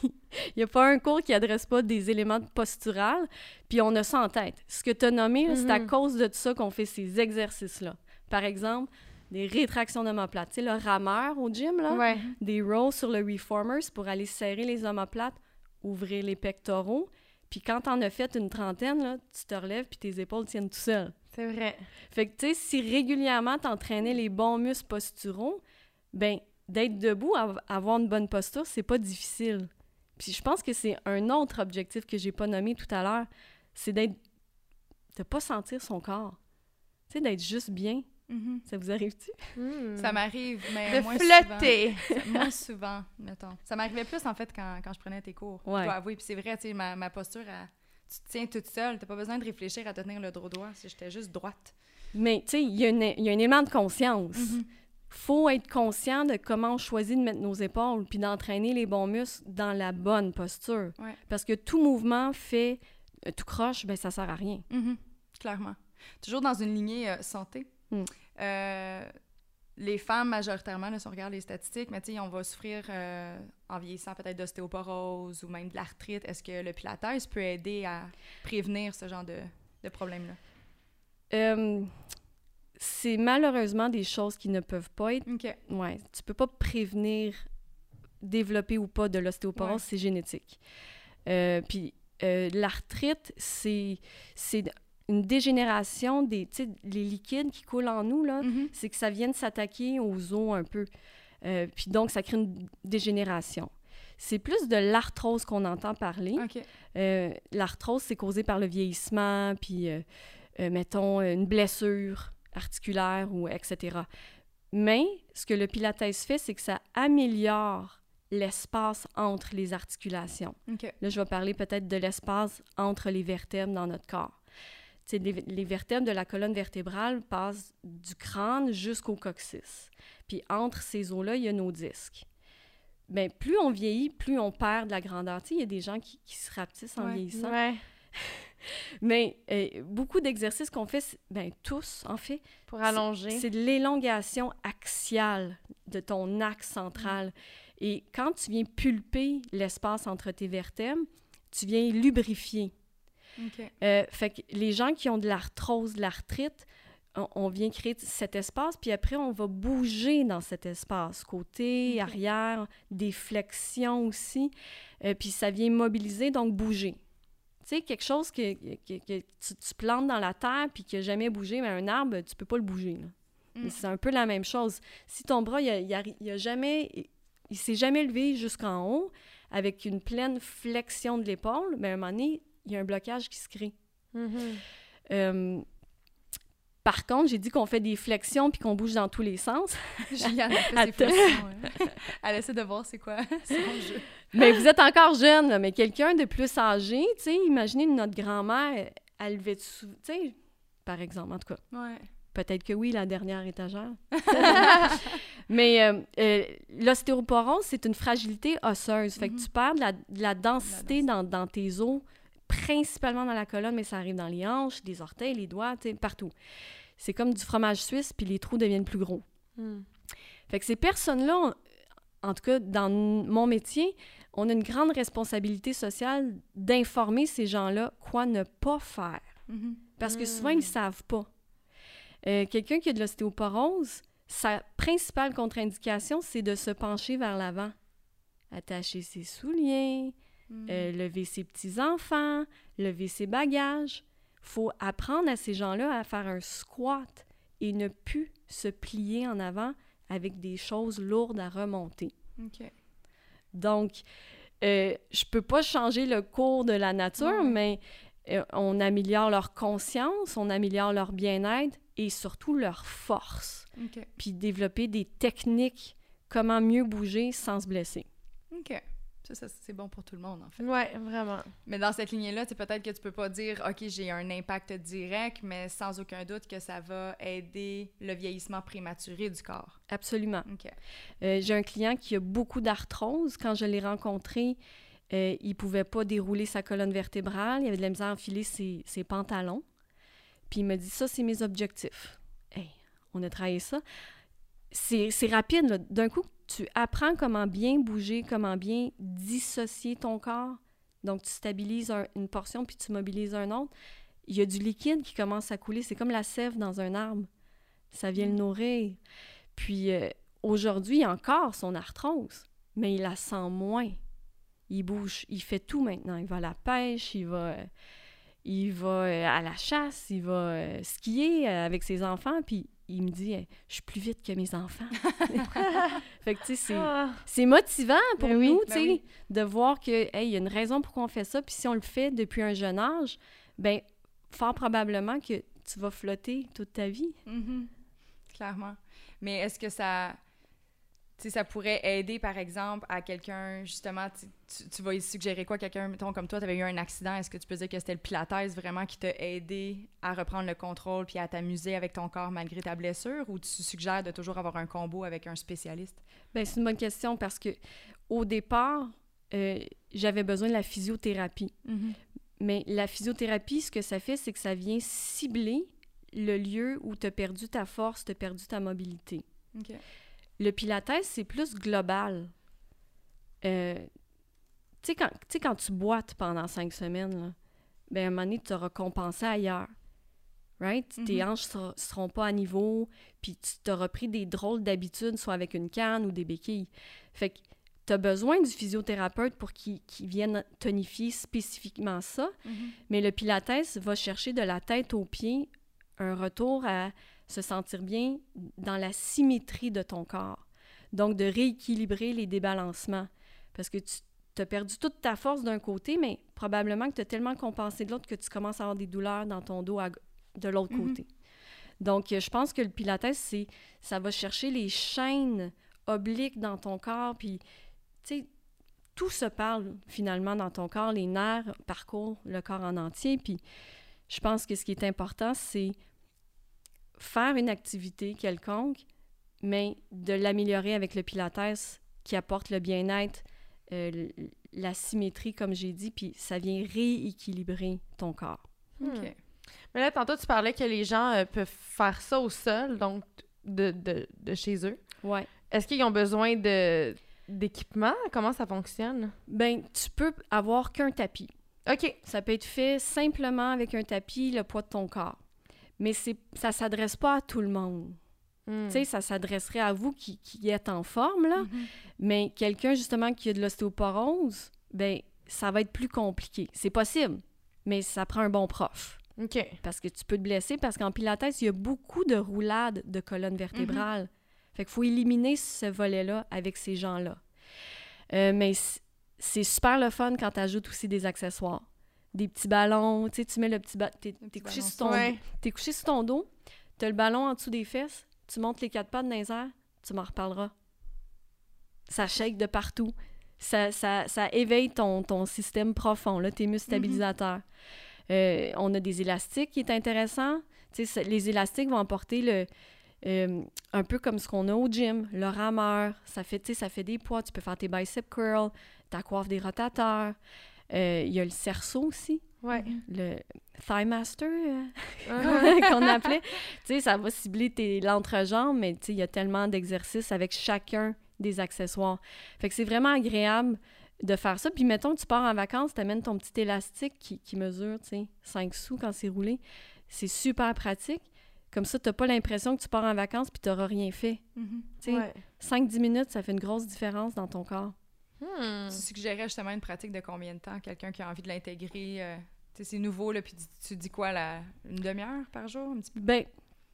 Il n'y a pas un cours qui n'adresse pas des éléments posturales, puis on a ça en tête. Ce que tu as nommé, là, c'est à Mhm. cause de ça qu'on fait ces exercices-là. Par exemple, des rétractions d'omoplates. Tu sais, le rameur au gym, là, Ouais. des rows sur le reformer, c'est pour aller serrer les omoplates, ouvrir les pectoraux. Puis quand t'en as fait une trentaine, là, tu te relèves puis tes épaules tiennent tout seules. C'est vrai. Fait que, tu sais, si régulièrement t'entraînais les bons muscles posturaux, ben d'être debout, av- avoir une bonne posture, c'est pas difficile. Puis je pense que c'est un autre objectif que j'ai pas nommé tout à l'heure, c'est d'être... de pas sentir son corps. Tu sais, d'être juste bien. Mm-hmm. Ça vous arrive-tu? Mm. Ça m'arrive, mais De moins flotter. souvent. Moins souvent, mettons. Ça m'arrivait plus, en fait, quand, quand je prenais tes cours. Ouais. Je dois avouer. Puis c'est vrai, tu sais, ma, ma posture, elle- tu te tiens toute seule. T'as pas besoin de réfléchir à te tenir le dos droit. Si j'étais juste droite. Mais, tu sais, il y, a une- il y a un élément de conscience. Mm-hmm. Faut être conscient de comment on choisit de mettre nos épaules puis d'entraîner les bons muscles dans la bonne posture. Ouais. Parce que tout mouvement fait euh, tout croche, ben ça sert à rien. Mhm, clairement. Toujours dans une lignée euh, santé. Mm. Euh, les femmes, majoritairement, là, si on regarde les statistiques, mais tu sais, on va souffrir euh, en vieillissant peut-être d'ostéoporose ou même de l'arthrite. Est-ce que le pilates peut aider à prévenir ce genre de, de problème-là? Euh, c'est malheureusement des choses qui ne peuvent pas être... OK. Ouais, tu peux pas prévenir développer ou pas de l'ostéoporose, Ouais. c'est génétique. Euh, puis euh, l'arthrite, c'est, c'est une dégénération des, tu sais, les liquides qui coulent en nous, là, Mhm. c'est que ça vienne s'attaquer aux os un peu. Euh, puis donc, ça crée une dégénération. C'est plus de l'arthrose qu'on entend parler. OK. Euh, l'arthrose, c'est causé par le vieillissement, puis, euh, euh, mettons, une blessure articulaire, ou et cetera. Mais ce que le Pilates fait, c'est que ça améliore l'espace entre les articulations. OK. Là, je vais parler peut-être de l'espace entre les vertèbres dans notre corps. Tu sais, les, les vertèbres de la colonne vertébrale passent du crâne jusqu'au coccyx. Puis entre ces os-là, il y a nos disques. Bien, plus on vieillit, plus on perd de la grandeur. Tu sais, il y a des gens qui, qui se rapetissent en Ouais. vieillissant. Ouais. Mais euh, beaucoup d'exercices qu'on fait, c'est- ben tous, en fait, Pour allonger. c'est de l'élongation axiale de ton axe central. Et quand tu viens pulper l'espace entre tes vertèbres, tu viens lubrifier. OK. Euh, fait que les gens qui ont de l'arthrose, de l'arthrite, on, on vient créer cet espace, puis après, on va bouger dans cet espace, côté, Ok. arrière, des flexions aussi, euh, puis ça vient mobiliser, donc bouger. Tu sais, quelque chose que, que, que tu, tu plantes dans la terre puis qui n'a jamais bougé, mais un arbre, tu peux pas le bouger, là. Mm. Mais c'est un peu la même chose. Si ton bras, il a, il a, il a jamais... Il s'est jamais levé jusqu'en haut avec une pleine flexion de l'épaule, mais à un moment donné, il y a un blocage qui se crée. Mhm. Euh, Par contre, j'ai dit qu'on fait des flexions puis qu'on bouge dans tous les sens. Juliane a fait ses Attends. flexions. Ouais. Elle essaie de voir c'est quoi son jeu. Mais vous êtes encore jeune, là, mais quelqu'un de plus âgé, tu sais, imaginez notre grand-mère, elle levait sous, tu sais, par exemple, en tout cas. Ouais. Peut-être que oui, la dernière étagère. Mais euh, euh, l'ostéoporose, c'est une fragilité osseuse. Fait que Mhm. tu perds de la, de la densité densité. dans, dans tes os, principalement dans la colonne, mais ça arrive dans les hanches, les orteils, les doigts, tu sais, partout. C'est comme du fromage suisse, puis les trous deviennent plus gros. Hmm. Fait que ces personnes-là, en tout cas, dans mon métier, on a une grande responsabilité sociale d'informer ces gens-là quoi ne pas faire. Mhm. Parce que Mm. souvent, ils ne savent pas. Euh, quelqu'un qui a de l'ostéoporose, sa principale contre-indication, c'est de se pencher vers l'avant. Attacher ses souliers, Mhm. euh, lever ses petits-enfants, lever ses bagages. Faut apprendre à ces gens-là à faire un squat et ne plus se plier en avant avec des choses lourdes à remonter. OK. Donc, euh, je peux pas changer le cours de la nature, Ouais. mais euh, on améliore leur conscience, on améliore leur bien-être et surtout leur force. OK. Puis développer des techniques, comment mieux bouger sans se blesser. OK. Ça, ça, c'est bon pour tout le monde, en fait. Ouais, vraiment. Mais dans cette lignée-là, c'est peut-être que tu peux pas dire « OK, j'ai un impact direct », mais sans aucun doute que ça va aider le vieillissement prématuré du corps. Absolument. OK. Euh, j'ai un client qui a beaucoup d'arthrose. Quand je l'ai rencontré, euh, il pouvait pas dérouler sa colonne vertébrale. Il avait de la misère à enfiler ses, ses pantalons. Puis il m'a dit, ça, c'est mes objectifs. Hey, on a travaillé ça. C'est, c'est rapide, là. D'un coup, tu apprends comment bien bouger, comment bien dissocier ton corps. Donc, tu stabilises un- une portion, puis tu mobilises un autre. Il y a du liquide qui commence à couler. C'est comme la sève dans un arbre. Ça vient le nourrir. Puis, euh, aujourd'hui, il a encore son arthrose, mais il la sent moins. Il bouge, il fait tout maintenant. Il va à la pêche, il va, euh, il va euh, à la chasse, il va euh, skier euh, avec ses enfants, puis il me dit euh, « Je suis plus vite que mes enfants. » Fait que, tu sais, c'est, Ah. c'est motivant pour Ben oui, nous, ben tu sais, oui. de voir que, hey, il y a une raison pourquoi on fait ça, puis si on le fait depuis un jeune âge, ben fort probablement que tu vas flotter toute ta vie. Mhm. Clairement. Mais est-ce que ça... Tu sais, ça pourrait aider, par exemple, à quelqu'un, justement, tu, tu, tu vas y suggérer quoi? Quelqu'un, mettons, comme toi, tu avais eu un accident, est-ce que tu peux dire que c'était le pilates vraiment qui t'a aidé à reprendre le contrôle puis à t'amuser avec ton corps malgré ta blessure, ou tu suggères de toujours avoir un combo avec un spécialiste? Ben c'est une bonne question parce que au départ, euh, j'avais besoin de la physiothérapie. Mhm. Mais la physiothérapie, ce que ça fait, c'est que ça vient cibler le lieu où tu as perdu ta force, tu as perdu ta mobilité. OK. Le pilates, c'est plus global. Euh, tu sais, quand, tu sais, quand tu boites pendant cinq semaines, là, ben, à un moment donné, tu auras compensé ailleurs. Right? Tes Mhm. hanches ne seront pas à niveau, puis tu t'auras pris des drôles d'habitudes, soit avec une canne ou des béquilles. Fait que tu as besoin du physiothérapeute pour qu'il, qu'il vienne tonifier spécifiquement ça, Mhm. mais le pilates va chercher de la tête aux pieds un retour à se sentir bien dans la symétrie de ton corps. Donc, de rééquilibrer les débalancements. Parce que tu as perdu toute ta force d'un côté, mais probablement que tu as tellement compensé de l'autre que tu commences à avoir des douleurs dans ton dos à, de l'autre Mhm. côté. Donc, je pense que le pilates, c'est, ça va chercher les chaînes obliques dans ton corps, puis, tu sais, tout se parle finalement dans ton corps. Les nerfs parcourent le corps en entier, puis je pense que ce qui est important, c'est faire une activité quelconque, mais de l'améliorer avec le pilates qui apporte le bien-être, euh, l- la symétrie, comme j'ai dit, puis ça vient rééquilibrer ton corps. Hmm. OK. Mais là, tantôt, tu parlais que les gens euh, peuvent faire ça au sol, donc de, de, de chez eux. Ouais. Est-ce qu'ils ont besoin de, d'équipement? Comment ça fonctionne? Ben, tu peux avoir qu'un tapis. OK. Ça peut être fait simplement avec un tapis, le poids de ton corps. Mais c'est, ça ne s'adresse pas à tout le monde. Hmm. Tu sais, ça s'adresserait à vous qui, qui êtes en forme, là. Mhm. Mais quelqu'un, justement, qui a de l'ostéoporose, ben ça va être plus compliqué. C'est possible, mais ça prend un bon prof. OK. Parce que tu peux te blesser, parce qu'en pilates, il y a beaucoup de roulades de colonne vertébrale. Fait qu'il faut éliminer ce volet-là avec ces gens-là. Euh, mais c- c'est super le fun quand tu ajoutes aussi des accessoires. Des petits ballons, tu sais, tu mets le petit ballon... T'es, Le t'es petit couché ballon sur ton Ouais. dos. T'es couché sur ton dos, t'as le ballon en dessous des fesses, tu montes les quatre pattes dans les airs, tu m'en reparleras. Ça shake de partout. Ça, ça, ça éveille ton, ton système profond, là, tes muscles stabilisateurs. Mm-hmm. Euh, on a des élastiques qui est intéressant. Tu sais, les élastiques vont apporter le, euh, un peu comme ce qu'on a au gym, le rameur. Ça fait, tu sais, ça fait des poids. Tu peux faire tes bicep curls, ta coiffe des rotateurs. Euh, il y a le cerceau aussi. Ouais. Le Thigh Master, euh, qu'on appelait. Tu sais, ça va cibler tes, l'entrejambe, mais tu sais, il y a tellement d'exercices avec chacun des accessoires. Fait que c'est vraiment agréable de faire ça. Puis mettons que tu pars en vacances, t'amènes ton petit élastique qui, qui mesure, tu sais, cinq sous quand c'est roulé. C'est super pratique. Comme ça, t'as pas l'impression que tu pars en vacances puis t'auras rien fait. Mm-hmm. Tu sais, ouais. cinq à dix minutes, ça fait une grosse différence dans ton corps. Hmm. Tu suggérais justement une pratique de combien de temps? Quelqu'un qui a envie de l'intégrer, euh, tu sais, c'est nouveau, là, puis tu dis quoi, là, une demi-heure par jour? Un petit peu? Ben,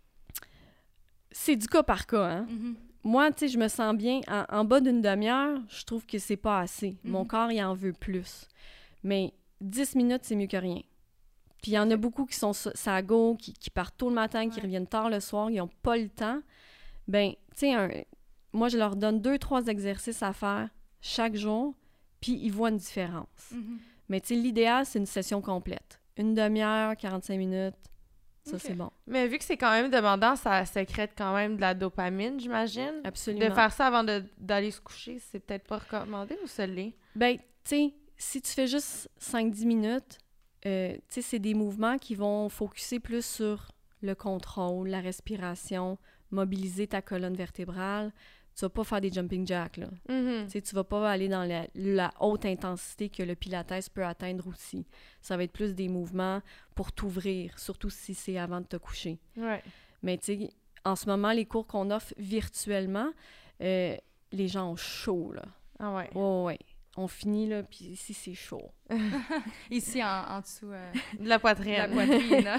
c'est du cas par cas, hein? Mm-hmm. Moi, tu sais, je me sens bien. En, en bas d'une demi-heure, je trouve que c'est pas assez. Mm-hmm. Mon corps, il en veut plus. Mais dix minutes, c'est mieux que rien. Puis il y en a beaucoup qui sont ça go, qui, qui partent tôt le matin, ouais. qui reviennent tard le soir, ils n'ont pas le temps. Ben, tu sais, moi, je leur donne deux, trois exercices à faire chaque jour, puis ils voient une différence. Mm-hmm. Mais tu sais, l'idéal, c'est une session complète. Une demi-heure, quarante-cinq minutes. Ça, okay. c'est bon. Mais vu que c'est quand même demandant, ça sécrète quand même de la dopamine, j'imagine. Absolument. De faire ça avant de, d'aller se coucher, c'est peut-être pas recommandé ou ça l'est? Ben, tu sais, si tu fais juste cinq à dix minutes, euh, tu sais, c'est des mouvements qui vont focuser plus sur le contrôle, la respiration, mobiliser ta colonne vertébrale. Tu vas pas faire des jumping jacks, là. Mm-hmm. Tu sais, tu vas pas aller dans la, la haute intensité que le pilates peut atteindre aussi. Ça va être plus des mouvements pour t'ouvrir, surtout si c'est avant de te coucher. Ouais. Mais tu sais, en ce moment, les cours qu'on offre virtuellement, euh, les gens ont chaud, là. Ah ouais? Oh, ouais. On finit, là, puis ici, c'est chaud. Ici, en, en dessous... Euh, de la poitrine. De la poitrine.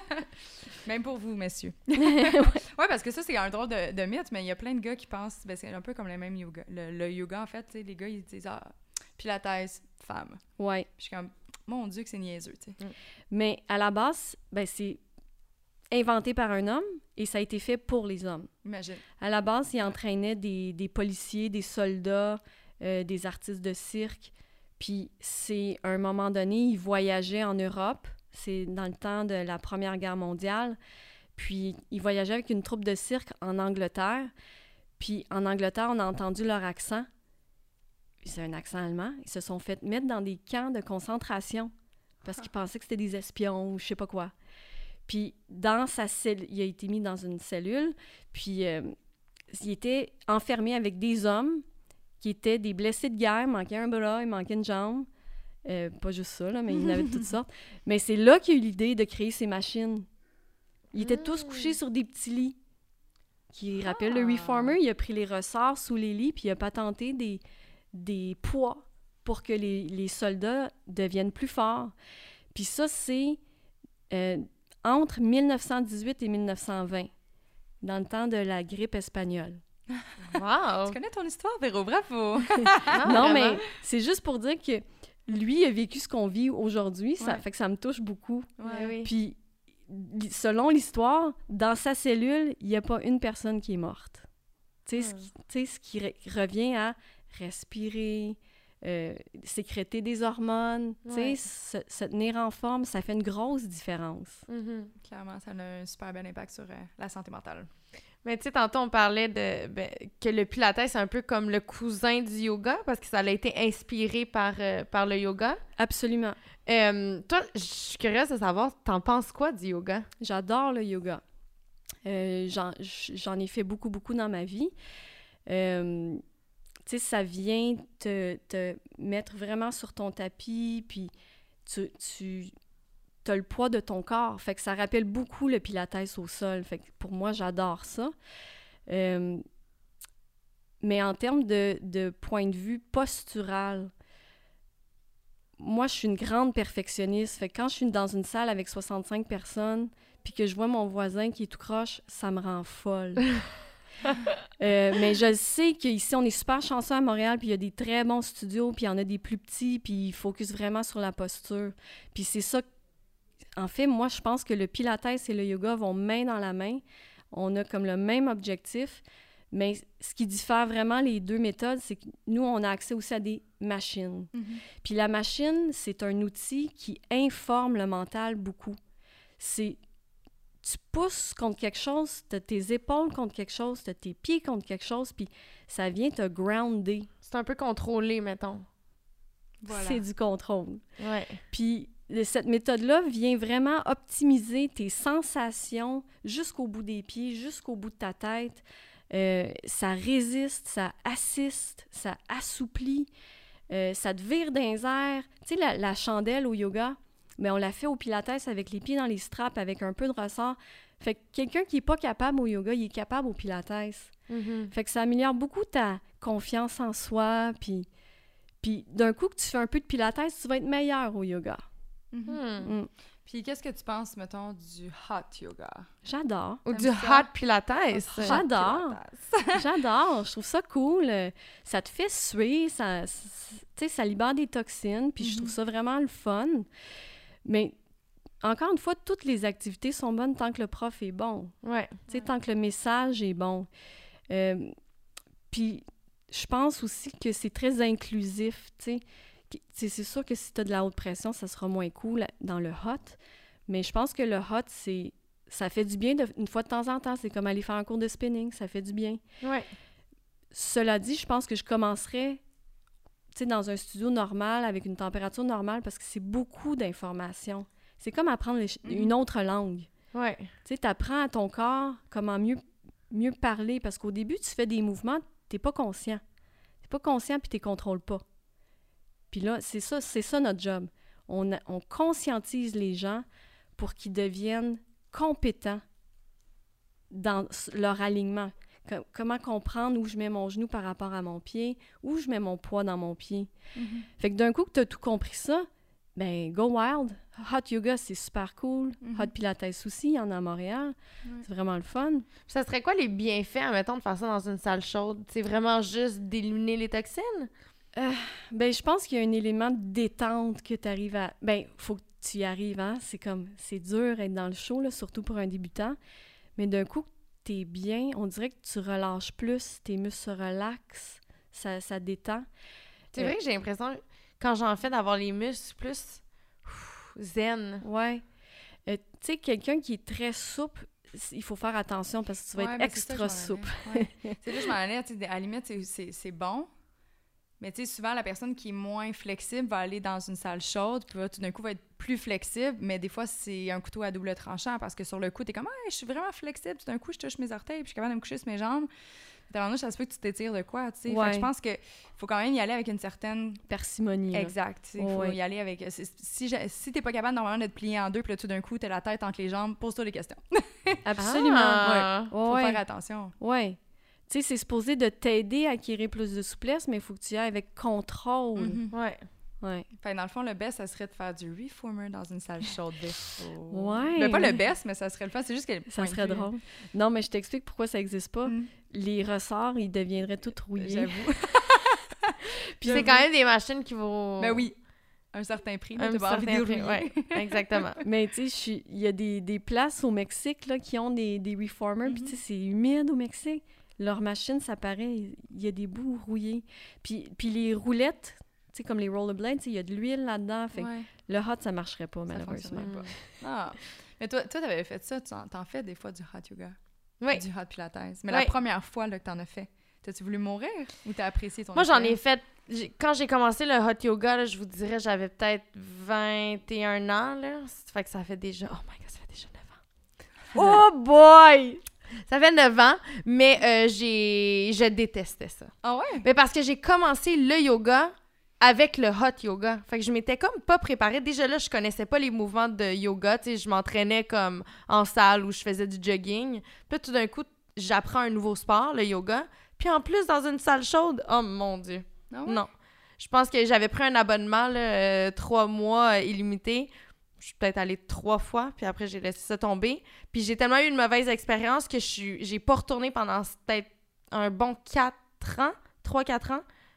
Même pour vous, messieurs. Ouais, parce que ça, c'est un drôle de, de mythe, mais il y a plein de gars qui pensent... Ben, c'est un peu comme le même yoga. Le, le yoga, en fait, tu sais, les gars, ils disent « Ah, pilates, femme. » Ouais. Puis je suis comme « Mon Dieu que c'est niaiseux, tu sais. Mm. » Mais à la base, ben, c'est inventé par un homme et ça a été fait pour les hommes. Imagine. À la base, il entraînait des, des policiers, des soldats... Euh, des artistes de cirque. Puis c'est, à un moment donné, ils voyageaient en Europe. C'est dans le temps de la Première Guerre mondiale. Puis ils voyageaient avec une troupe de cirque en Angleterre. Puis en Angleterre, on a entendu leur accent. C'est un accent allemand. Ils se sont fait mettre dans des camps de concentration parce qu'ils pensaient que c'était des espions ou je sais pas quoi. Puis dans sa cellule, il a été mis dans une cellule. Puis euh, il était enfermé avec des hommes qui étaient des blessés de guerre, il manquait un bras, il manquait une jambe. Euh, pas juste ça, là, mais il y en avait de toutes sortes. Mais c'est là qu'il y a eu l'idée de créer ces machines. Ils étaient mmh. tous couchés sur des petits lits. Qui ah. rappelle le reformer, il a pris les ressorts sous les lits, puis il a patenté des, des poids pour que les, les soldats deviennent plus forts. Puis ça, c'est euh, entre mille neuf cent dix-huit et mille neuf cent vingt, dans le temps de la grippe espagnole. Wow! Tu connais ton histoire, Véro, bravo! Ah, non, vraiment? Mais c'est juste pour dire que lui a vécu ce qu'on vit aujourd'hui, ça ouais. fait que ça me touche beaucoup. Ouais, oui. Puis, selon l'histoire, dans sa cellule, il n'y a pas une personne qui est morte. Tu sais, hmm. ce qui re- revient à respirer, euh, sécréter des hormones, ouais. tu sais, se, se tenir en forme, ça fait une grosse différence. Mm-hmm. Clairement, ça a un super bel impact sur euh, la santé mentale. Mais tu sais, tantôt, on parlait de ben, que le pilates, c'est un peu comme le cousin du yoga parce que ça a été inspiré par, euh, par le yoga. Absolument. Euh, toi, je suis curieuse de savoir, t'en penses quoi du yoga? J'adore le yoga. Euh, j'en, j'en ai fait beaucoup, beaucoup dans ma vie. Euh, tu sais, ça vient te, te mettre vraiment sur ton tapis, puis tu... tu t'as le poids de ton corps. Fait que ça rappelle beaucoup le pilates au sol. Fait que pour moi, j'adore ça. Euh, mais en termes de, de point de vue postural, moi, je suis une grande perfectionniste. Fait que quand je suis dans une salle avec soixante-cinq personnes puis que je vois mon voisin qui est tout croche, ça me rend folle. euh, mais je sais qu'ici, on est super chanceux à Montréal, puis il y a des très bons studios, puis il y en a des plus petits, puis ils focusent vraiment sur la posture. Puis c'est ça en fait, moi, je pense que le pilates et le yoga vont main dans la main. On a comme le même objectif, mais ce qui diffère vraiment les deux méthodes, c'est que nous, on a accès aussi à des machines. Mm-hmm. Puis la machine, c'est un outil qui informe le mental beaucoup. C'est... Tu pousses contre quelque chose, tu as tes épaules contre quelque chose, tu as tes pieds contre quelque chose, puis ça vient te grounder. C'est un peu contrôlé, mettons. Voilà. C'est du contrôle. Ouais. Puis cette méthode-là vient vraiment optimiser tes sensations jusqu'au bout des pieds, jusqu'au bout de ta tête. Euh, ça résiste, ça assiste, ça assouplit, euh, ça te vire dans les airs. Tu sais, la, la chandelle au yoga, mais on la fait au pilates avec les pieds dans les straps, avec un peu de ressort. Fait que quelqu'un qui n'est pas capable au yoga, il est capable au pilates. Mm-hmm. Fait que ça améliore beaucoup ta confiance en soi, puis... Puis d'un coup que tu fais un peu de pilates, tu vas être meilleur au yoga. Mm-hmm. Hmm. Mm. Puis qu'est-ce que tu penses, mettons, du hot yoga? J'adore. Ou T'aimes du ça? hot pilates. Hot J'adore. Pilates. J'adore. Je trouve ça cool. Euh, Ça te fait suer, ça, c- tu sais, ça libère des toxines, puis je trouve ça vraiment le fun. Mais encore une fois, toutes les activités sont bonnes tant que le prof est bon. Ouais. Tu sais, tant que le message est bon. Euh, puis, je pense aussi que c'est très inclusif, tu sais. Qui- C'est c'est sûr que si tu as de la haute pression, ça sera moins cool dans le hot. Mais je pense que le hot, c'est ça fait du bien de, une fois de temps en temps. C'est comme aller faire un cours de spinning, ça fait du bien. Ouais. Cela dit, je pense que je commencerais, tu sais, dans un studio normal, avec une température normale, parce que c'est beaucoup d'informations. C'est comme apprendre les- Mhm. une autre langue. Ouais. Tu sais, t'apprends à ton corps comment mieux, mieux parler, parce qu'au début, tu fais des mouvements, t'es pas conscient. T'es pas conscient, puis t'es contrôles pas. Puis là, c'est ça, c'est ça notre job. On, a- on conscientise les gens pour qu'ils deviennent compétents dans s- leur alignement. Co- comment comprendre où je mets mon genou par rapport à mon pied, où je mets mon poids dans mon pied. Mhm. Fait que d'un coup que tu as tout compris ça, ben go wild. Hot yoga, c'est super cool. Mhm. Hot pilates aussi, il y en a à Montréal. Ouais. C'est vraiment le fun. Ça serait quoi les bienfaits, admettons, de faire ça dans une salle chaude? C'est vraiment juste d'éliminer les toxines? Ben, je pense qu'il y a un élément de détente que tu arrives à... Ben, faut que tu y arrives, hein. C'est comme... C'est dur être dans le show, là, surtout pour un débutant. Mais d'un coup, t'es bien. On dirait que tu relâches plus. Tes muscles se relaxent. Ça, ça détend. C'est Euh, vrai que j'ai l'impression, quand j'en fais, d'avoir les muscles plus ouf, zen. Ouais. Euh, tu sais, quelqu'un qui est très souple, c- il faut faire attention parce que tu vas Ouais, être ben, c'est ça, extra je m'en souple. allais. Ouais. C'est là, je m'en allais, tu sais, à la limite, c'est- c'est c'est bon. Mais tu sais, souvent, la personne qui est moins flexible va aller dans une salle chaude, puis va tout d'un coup va être plus flexible, mais des fois, c'est un couteau à double tranchant parce que sur le coup, t'es comme, ah, je suis vraiment flexible, tout d'un coup, je touche mes orteils, puis je suis capable de me coucher sur mes jambes. T'as ça se peut que tu t'étires de quoi, tu sais. Fait Ouais. que je pense qu'il faut quand même y aller avec une certaine. Parcimonie. là. Exact. Il faut Ouais. y aller avec. c'est- Si, j'ai- si t'es pas capable normalement de te plier en deux, puis là, tout d'un coup, t'as la tête entre les jambes, pose-toi des questions. Absolument. Ah. Ouais. Faut Ouais. faire attention. Ouais. Tu sais, c'est supposé de t'aider à acquérir plus de souplesse, mais il faut que tu y ailles avec contrôle. Mhm. Ouais. Ouais. Fait que dans le fond, le best, ça serait de faire du reformer dans une salle chaude. Ouais. Ben, pas ouais. le best, mais ça serait le fun. C'est juste que. Ça point serait de vue- drôle. Non, mais je t'explique pourquoi ça n'existe pas. Mm. Les ressorts, ils deviendraient tout rouillés. J'avoue. Puis c'est quand même des machines qui vont... Ben oui. Un certain prix. Là, Un t'as pas envie de certain les prix, rouiller. ouais, exactement. Mais tu sais, je suis- il y a des, des places au Mexique là, qui ont des, des reformers, puis Mhm. tu sais, c'est humide au Mexique. Leur machine, ça paraît, il y a des bouts rouillés. Puis, puis les roulettes, tu sais, comme les rollerblades, tu sais, il y a de l'huile là-dedans. Fait que Ouais, le hot, ça marcherait pas, ça malheureusement. fonctionnerait pas. Ah. Mais toi, toi, t'avais fait ça. Tu en, t'en fais des fois du hot yoga. Oui. Du hot pilates. Mais Oui. la première fois là, que t'en as fait, t'as-tu voulu mourir ou t'as apprécié ton Moi, j'en ai expérience? fait... j'ai- Quand j'ai commencé le hot yoga, là, je vous dirais, j'avais peut-être vingt et un ans, là. Ça fait que ça fait déjà... Oh my God, ça fait déjà neuf ans. Oh boy! Ça fait neuf ans, mais euh, j'ai... je détestais ça. Ah ouais? Mais parce que j'ai commencé le yoga avec le hot yoga. Fait que je m'étais comme pas préparée. Déjà là, je connaissais pas les mouvements de yoga. Tu sais, je m'entraînais comme en salle où je faisais du jogging. Puis là, tout d'un coup, j'apprends un nouveau sport, le yoga. Puis en plus, dans une salle chaude, oh mon Dieu. Ah ouais? Non. Je pense que j'avais pris un abonnement, là, euh, trois mois euh, illimité. Je suis peut-être allée trois fois, puis après, j'ai laissé ça tomber. Puis j'ai tellement eu une mauvaise expérience que je suis, j'ai pas retourné pendant peut-être un bon quatre ans, trois quatre ans.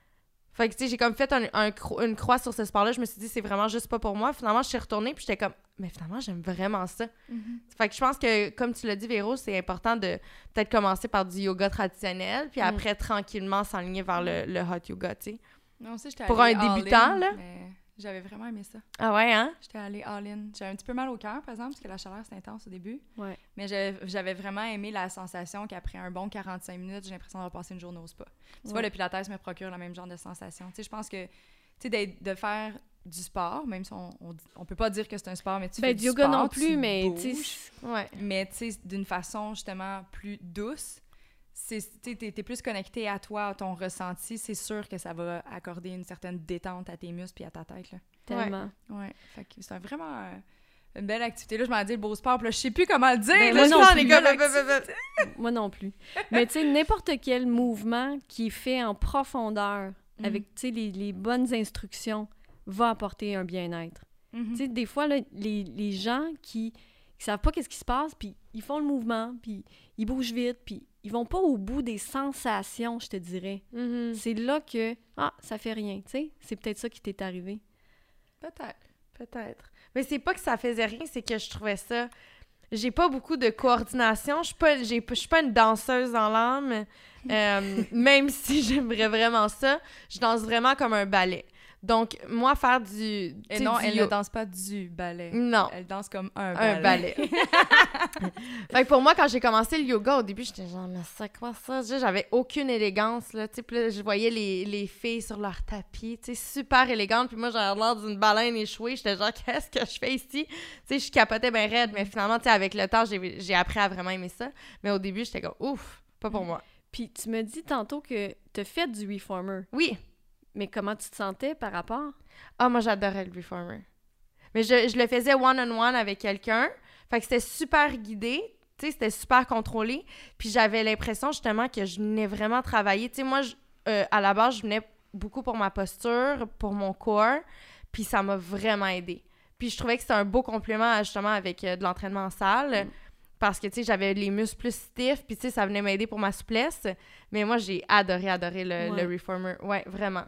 Fait que, tu sais, j'ai comme fait un, un cro- une croix sur ce sport-là. Je me suis dit, c'est vraiment juste pas pour moi. Finalement, je suis retournée, puis j'étais comme, mais finalement, j'aime vraiment ça. Mm-hmm. Fait que je pense que, comme tu l'as dit, Véro, c'est important de peut-être commencer par du yoga traditionnel, puis Mm. après, tranquillement, s'enligner vers le, le hot yoga, tu sais. Moi aussi, j'étais Pour allée un débutant, all-in, là? mais j'avais vraiment aimé ça. Ah ouais, hein? J'étais allée all-in. J'avais un petit peu mal au cœur, par exemple, parce que la chaleur, c'était intense au début. Ouais. Mais j'avais, j'avais vraiment aimé la sensation qu'après un bon quarante-cinq minutes, j'ai l'impression d'avoir passé une journée au spa. Tu Ouais. vois, le Pilates me procure le même genre de sensation. Tu sais, je pense que, tu sais, d'être- de faire du sport, même si on, on, on peut pas dire que c'est un sport, mais tu Ben, fais du du yoga sport, non plus, tu mais bouges, tu sais, Ouais. mais tu sais, d'une façon justement plus douce. C'est, tu sais, t'es, t'es plus connecté à toi, à ton ressenti. C'est sûr que ça va accorder une certaine détente à tes muscles puis à ta tête, là. tellement. Ouais, fait que c'est vraiment euh, une belle activité. Là, je m'en dis le beau sport, puis là, je sais plus comment le dire. Ben, là, moi je non pense plus. que Comme- l'activité- Moi non plus. Mais tu sais, n'importe quel mouvement qui est fait en profondeur, Mhm. avec, tu sais, les, les bonnes instructions, va apporter un bien-être. Mhm. Tu sais, des fois, là, les, les gens qui, qui savent pas qu'est-ce qui se passe, puis ils font le mouvement, puis ils bougent vite, puis ils vont pas au bout des sensations, je te dirais. Mhm. C'est là que, ah, ça fait rien, tu sais. C'est peut-être ça qui t'est arrivé. Peut-être. Peut-être. Mais c'est pas que ça faisait rien, c'est que je trouvais ça... J'ai pas beaucoup de coordination. Je suis pas, j'ai, je suis pas une danseuse dans l'âme. Euh, même si j'aimerais vraiment ça, je danse vraiment comme un ballet. Donc, moi, faire du... tu Et sais, non, du elle yo- ne danse pas du ballet. Non, Elle danse comme un un ballet. ballet. Fait que pour moi, quand j'ai commencé le yoga, au début, j'étais genre, mais c'est quoi ça? Juste, j'avais aucune élégance, là. Tu sais, puis là, je voyais les, les filles sur leur tapis, tu sais, super élégantes. Puis moi, j'avais l'air d'une baleine échouée. J'étais genre, qu'est-ce que je fais ici? Tu sais, je capotais bien raide. Mais finalement, tu sais, avec le temps, j'ai, j'ai appris à vraiment aimer ça. Mais au début, j'étais comme, ouf, pas pour moi. Puis tu me dis tantôt que t'as fait du reformer. Oui. Mais comment tu te sentais par rapport? Ah, moi, j'adorais le reformer. Mais je, je le faisais one-on-one avec quelqu'un. Fait que c'était super guidé. Tu sais, c'était super contrôlé. Puis j'avais l'impression, justement, que je venais vraiment travailler. Tu sais, moi, je- euh, à la base, je venais beaucoup pour ma posture, pour mon corps. Puis ça m'a vraiment aidé. Puis je trouvais que c'était un beau complément, justement, avec euh, de l'entraînement en salle. Mm. Parce que, tu sais, j'avais les muscles plus stiffs. Puis, tu sais, ça venait m'aider pour ma souplesse. Mais moi, j'ai adoré, adoré le, Ouais. le reformer. Ouais, vraiment.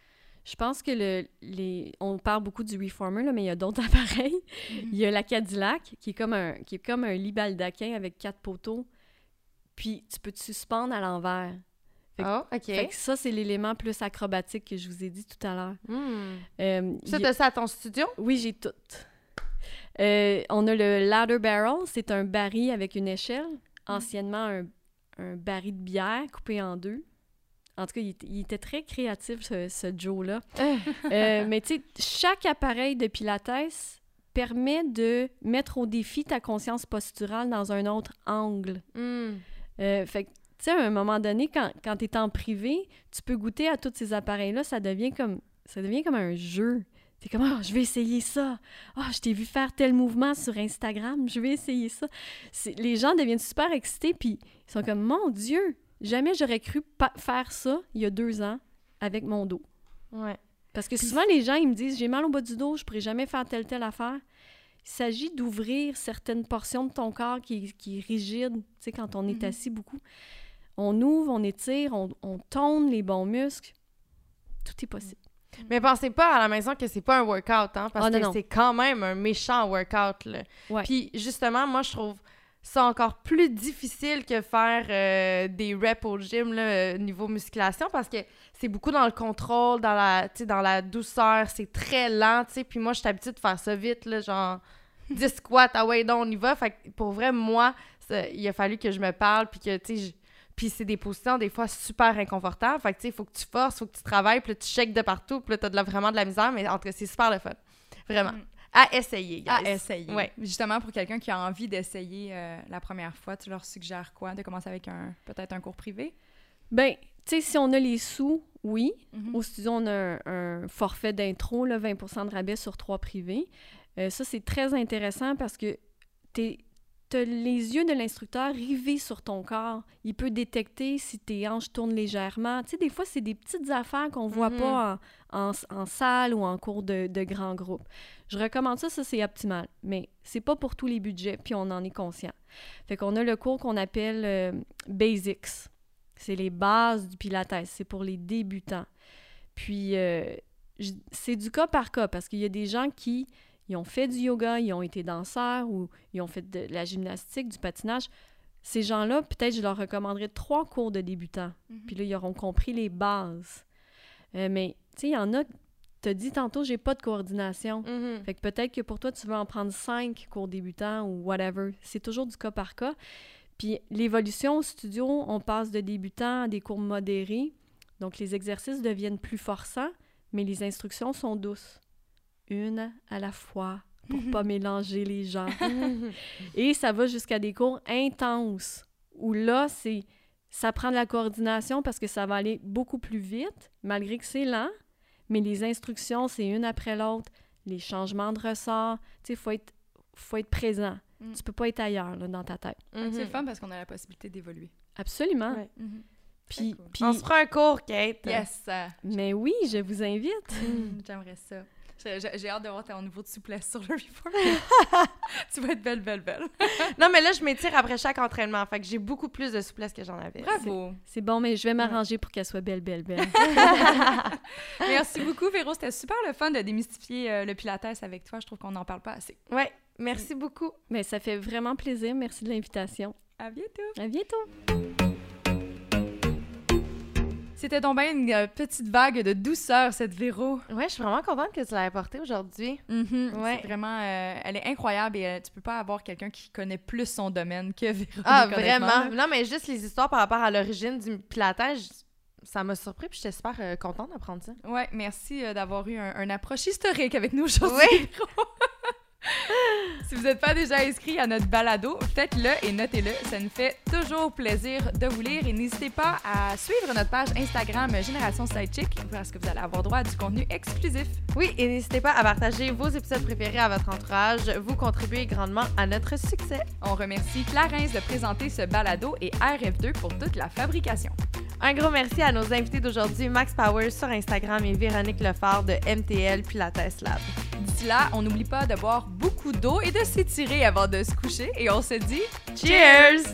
Je pense que le, les, on parle beaucoup du reformer, là, mais il y a d'autres appareils. Il y a la Cadillac, qui est comme un, qui est comme un lit baldaquin avec quatre poteaux. Puis tu peux te suspendre à l'envers. Fait que- Oh, OK. Fait que ça, c'est l'élément plus acrobatique que je vous ai dit tout à l'heure. Hmm. Euh, Ça, il- t'as ça à ton studio? Oui, j'ai tout. Euh, on a le ladder barrel, c'est un baril avec une échelle. Anciennement, un, un baril de bière coupé en deux. En tout cas, il, était- il était très créatif, ce, ce Joe-là. Euh, mais tu sais, chaque appareil de Pilates permet de mettre au défi ta conscience posturale dans un autre angle. Hmm. Euh, fait que, tu sais, à un moment donné, quand, quand tu es en privé, tu peux goûter à tous ces appareils-là, ça devient comme ça devient comme un jeu. T'es comme, ah, je vais essayer ça. Ah, je t'ai vu faire tel mouvement sur Instagram, je vais essayer ça. C'est- les gens deviennent super excités, puis ils sont comme, mon Dieu, jamais j'aurais cru pa- faire ça il y a deux ans avec mon dos. Ouais. Parce que souvent, les gens, ils me disent, j'ai mal au bas du dos, je pourrais jamais faire telle, telle affaire. Il s'agit d'ouvrir certaines portions de ton corps qui, qui est rigide, tu sais, quand on est Mhm. assis beaucoup. On ouvre, on étire, on, on tourne les bons muscles. Tout est possible. Mais pensez pas à la maison que c'est pas un workout, hein, parce Ah, non, que non. c'est quand même un méchant workout, là. Ouais. Puis justement, moi, je trouve ça encore plus difficile que faire euh, des reps au gym, là, euh, niveau musculation, parce que c'est beaucoup dans le contrôle, dans la, tu sais, dans la douceur, c'est très lent, tu sais. Puis moi, je suis habituée de faire ça vite, là, genre dix squats, ah ouais, donc on y va. Fait que pour vrai, moi, ça- il a fallu que je me parle, puis que, tu sais, je- puis c'est des positions, des fois, super inconfortables. Fait que, tu sais, il faut que tu forces, il faut que tu travailles, puis là, tu shakes de partout, puis là, t'as de la- vraiment de la misère, mais en tout cas, c'est super le fun. Vraiment. Mm. À essayer, guys. À essayer. Ouais. Justement, pour quelqu'un qui a envie d'essayer euh, la première fois, tu leur suggères quoi? De commencer avec un peut-être un cours privé? Ben, tu sais, si on a les sous, oui. Mhm. Au studio, on a un, un forfait d'intro, là, vingt pour cent de rabais sur trois privés. Euh, ça, c'est très intéressant parce que tu as les yeux de l'instructeur rivés sur ton corps. Il peut détecter si tes hanches tournent légèrement. Tu sais, des fois, c'est des petites affaires qu'on voit Mhm. pas en, en, en salle ou en cours de, de grands groupes. Je recommande ça, ça, c'est optimal. Mais c'est pas pour tous les budgets, puis on en est conscient. Fait qu'on a le cours qu'on appelle euh, Basics. C'est les bases du Pilates. C'est pour les débutants. Puis, euh, je- c'est du cas par cas parce qu'il y a des gens qui ils ont fait du yoga, ils ont été danseurs ou ils ont fait de la gymnastique, du patinage. Ces gens-là, peut-être, je leur recommanderais trois cours de débutants. Mm-hmm. Puis là, ils auront compris les bases. Euh, mais, tu sais, il y en a, t'as dit tantôt, j'ai pas de coordination. Mhm. Fait que peut-être que pour toi, tu veux en prendre cinq cours débutants ou whatever. C'est toujours du cas par cas. Puis l'évolution au studio, on passe de débutants à des cours modérés. Donc les exercices deviennent plus forçants, mais les instructions sont douces. Une à la fois pour pas mélanger les gens. Et ça va jusqu'à des cours intenses où là, c'est ça prend de la coordination parce que ça va aller beaucoup plus vite, malgré que c'est lent. Mais les instructions, c'est une après l'autre. Les changements de ressort, tu sais, il faut être, faut être présent. Mm. Tu peux pas être ailleurs, là, dans ta tête. Mhm. C'est le fun parce qu'on a la possibilité d'évoluer. Absolument. Ouais. Puis, Très cool. puis- On se fera un cours, Kate. Yes! mais oui, je vous invite. Mm, J'aimerais ça. J'ai- J'ai j'ai hâte de voir ton niveau de souplesse sur le report. Tu vas être belle, belle, belle. Non, mais là, je m'étire après chaque entraînement. Fait que j'ai beaucoup plus de souplesse que j'en avais. Bravo! C'est bon, mais je vais m'arranger pour qu'elle soit belle, belle, belle. Merci beaucoup, Véro. C'était super le fun de démystifier euh, le Pilates avec toi. Je trouve qu'on n'en parle pas assez. Ouais, merci beaucoup. Mais ça fait vraiment plaisir. Merci de l'invitation. À bientôt! À bientôt. C'était donc bien une euh, petite vague de douceur, cette Véro. Ouais, je suis vraiment contente que tu l'aies apportée aujourd'hui. Mhm. Ouais. C'est vraiment... euh, elle est incroyable et euh, tu peux pas avoir quelqu'un qui connaît plus son domaine que Véro. Ah, vraiment? Non, mais juste les histoires par rapport à l'origine du pilates, je- ça m'a surpris puis j'étais super euh, contente d'apprendre ça. Ouais, merci euh, d'avoir eu un, un approche historique avec nous aujourd'hui. Oui. Véro. Si vous n'êtes pas déjà inscrit à notre balado, faites-le et notez-le. Ça nous fait toujours plaisir de vous lire. Et n'hésitez pas à suivre notre page Instagram Génération Sidechick parce que vous allez avoir droit à du contenu exclusif. Oui, et n'hésitez pas à partager vos épisodes préférés à votre entourage. Vous contribuez grandement à notre succès. On remercie Clarence de présenter ce balado et R F deux pour toute la fabrication. Un gros merci à nos invités d'aujourd'hui, Max Power sur Instagram et Véronique Lefort de M T L Pilates Lab. D'ici là, on n'oublie pas de boire beaucoup d'eau et de s'étirer avant de se coucher. Et on se dit Cheers!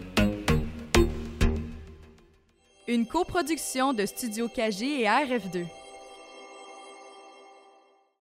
une coproduction de Studio K G et R F deux.